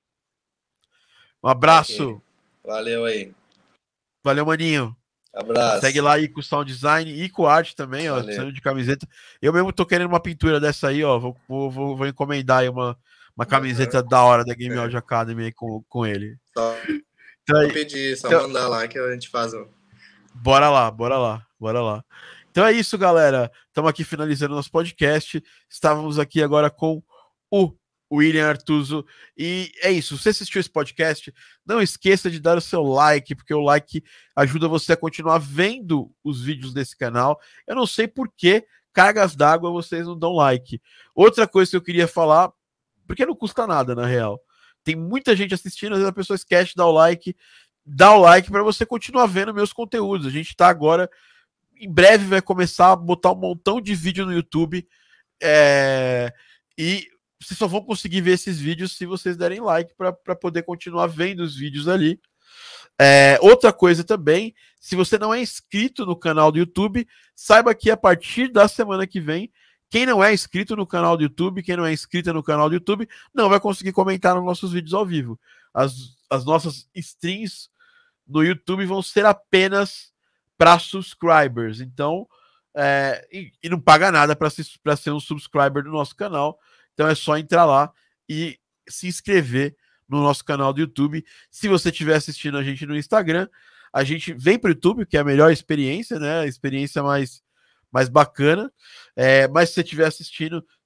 Um abraço. Ok. Valeu aí. Valeu, maninho. Abraço. Segue lá aí com o Sound Design e com arte também, ó. Valeu. Precisando de camiseta. Eu mesmo tô querendo uma pintura dessa aí, ó. Vou, vou, vou, vou encomendar aí uma, uma camiseta Uhum. da hora da Game É. Audio Academy aí com, com ele. Só, Então, só aí, pedir, só então, mandar lá que a gente faz o. bora lá, bora lá, bora lá. Então é isso, galera. Estamos aqui finalizando nosso podcast. Estávamos aqui agora com o William Artuso. E é isso. Se você assistiu esse podcast, não esqueça de dar o seu like, porque o like ajuda você a continuar vendo os vídeos desse canal. Eu não sei por que cargas d'água vocês não dão like. Outra coisa que eu queria falar, porque não custa nada, na real. Tem muita gente assistindo, às vezes a pessoa esquece de dar o like. Dá o like para você continuar vendo meus conteúdos. A gente está agora, em breve vai começar a botar um montão de vídeo no YouTube, é... e vocês só vão conseguir ver esses vídeos se vocês derem like para poder continuar vendo os vídeos ali. É... Outra coisa também, se você não é inscrito no canal do YouTube, saiba que a partir da semana que vem, quem não é inscrito no canal do YouTube, quem não é inscrita no canal do YouTube, não vai conseguir comentar nos nossos vídeos ao vivo. As, as nossas streams no YouTube vão ser apenas para subscribers. Então, é, e, e não paga nada para ser um subscriber do nosso canal. Então é só entrar lá e se inscrever no nosso canal do YouTube. Se você estiver assistindo a gente no Instagram, a gente vem para o YouTube, que é a melhor experiência, né? A experiência mais, mais bacana. É, mas se você estiver assistindo,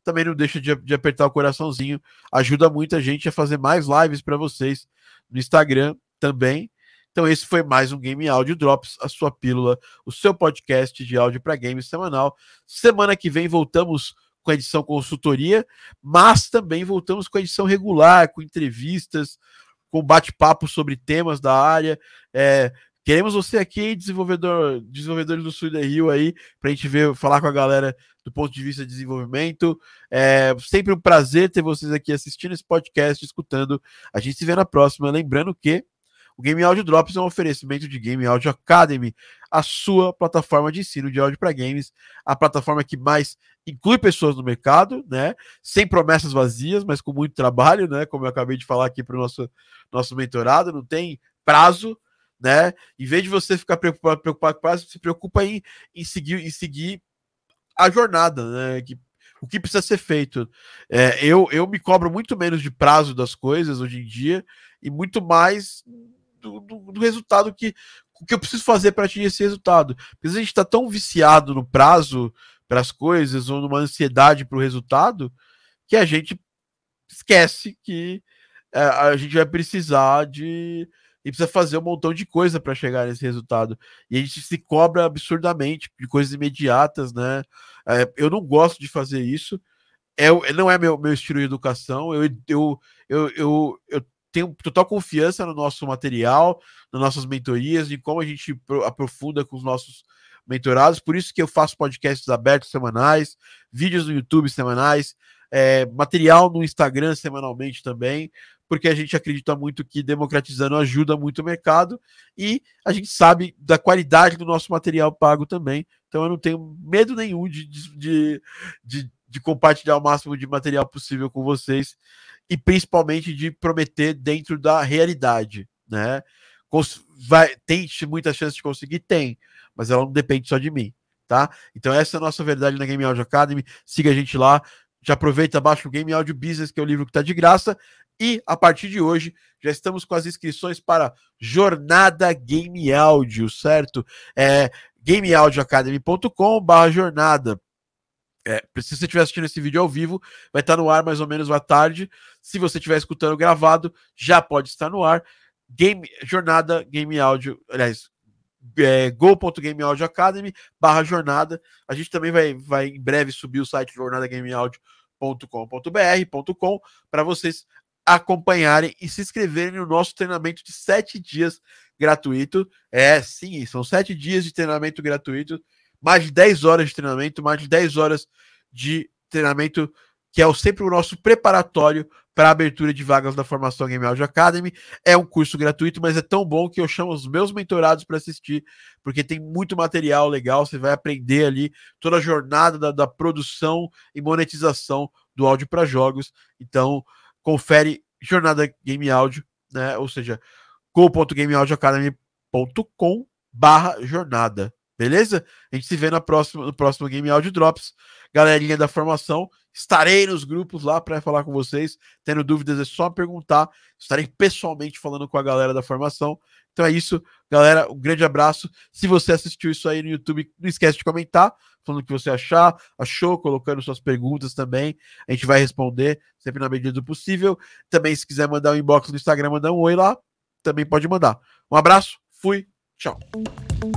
também não deixa de, de apertar o coraçãozinho. Ajuda muita gente a fazer mais lives para vocês no Instagram também. Então esse foi mais um Game Audio Drops, a sua pílula, o seu podcast de áudio para games semanal. Semana que vem voltamos com a edição consultoria, mas também voltamos com a edição regular, com entrevistas, com bate-papo sobre temas da área. É, queremos você aqui, desenvolvedor, desenvolvedores do Sul da Rio aí, para a gente ver, falar com a galera do ponto de vista de desenvolvimento. É sempre um prazer ter vocês aqui assistindo esse podcast, escutando. A gente se vê na próxima. Lembrando que o Game Audio Drops é um oferecimento de Game Audio Academy, a sua plataforma de ensino de áudio para games, a plataforma que mais inclui pessoas no mercado, né? Sem promessas vazias, mas com muito trabalho, né? Como eu acabei de falar aqui para o nosso, nosso mentorado, não tem prazo, né? Em vez de você ficar preocupado, preocupado com prazo, se preocupa em, em, seguir, em seguir a jornada, né? Que, o que precisa ser feito. É, eu, eu me cobro muito menos de prazo das coisas hoje em dia e muito mais do, do, do resultado que, que eu preciso fazer para atingir esse resultado. Porque a gente está tão viciado no prazo para as coisas ou numa ansiedade para o resultado que a gente esquece que é, a gente vai precisar de e precisa fazer um montão de coisa para chegar nesse resultado. E a gente se cobra absurdamente de coisas imediatas, né? É, eu não gosto de fazer isso. É, não é meu, meu estilo de educação. Eu, eu, eu, eu, eu tenho total confiança no nosso material, nas nossas mentorias, em como a gente aprofunda com os nossos mentorados. Por isso que eu faço podcasts abertos semanais, vídeos no YouTube semanais, é, material no Instagram semanalmente também, porque a gente acredita muito que democratizando ajuda muito o mercado e a gente sabe da qualidade do nosso material pago também. Então eu não tenho medo nenhum de, de, de, de compartilhar o máximo de material possível com vocês e principalmente de prometer dentro da realidade, né? Vai, tem muita chance de conseguir? Tem, mas ela não depende só de mim, tá? Então essa é a nossa verdade na Game Audio Academy. Siga a gente lá. Já aproveita, baixa o Game Audio Business, que é o livro que está de graça. E, a partir de hoje, já estamos com as inscrições para Jornada Game Audio, certo? É game audio academy ponto com barra jornada. É, se você estiver assistindo esse vídeo ao vivo, vai estar no ar mais ou menos à tarde. Se você estiver escutando gravado, já pode estar no ar. Game, jornada Game Audio, aliás, é, go ponto game audio academy barra jornada. A gente também vai, vai em breve subir o site jornada game audio ponto com ponto b r ponto com para vocês acompanharem e se inscreverem no nosso treinamento de sete dias gratuito. É, sim, são sete dias de treinamento gratuito, mais de dez horas de treinamento, mais de dez horas de treinamento, que é sempre o nosso preparatório para a abertura de vagas da formação Game Audio Academy. É um curso gratuito, mas é tão bom que eu chamo os meus mentorados para assistir, porque tem muito material legal, você vai aprender ali toda a jornada da, da produção e monetização do áudio para jogos. Então, confere Jornada Game Audio, né? Ou seja, go ponto game audio academy ponto com barra jornada. Beleza? A gente se vê na próxima, no próximo Game Audio Drops. Galerinha da formação, estarei nos grupos lá para falar com vocês. Tendo dúvidas é só perguntar. Estarei pessoalmente falando com a galera da formação. Então é isso, galera. Um grande abraço. Se você assistiu isso aí no YouTube, não esquece de comentar, falando o que você achar, achou, colocando suas perguntas também. A gente vai responder sempre na medida do possível. Também, se quiser mandar um inbox no Instagram, mandar um oi lá, também pode mandar. Um abraço, fui, tchau.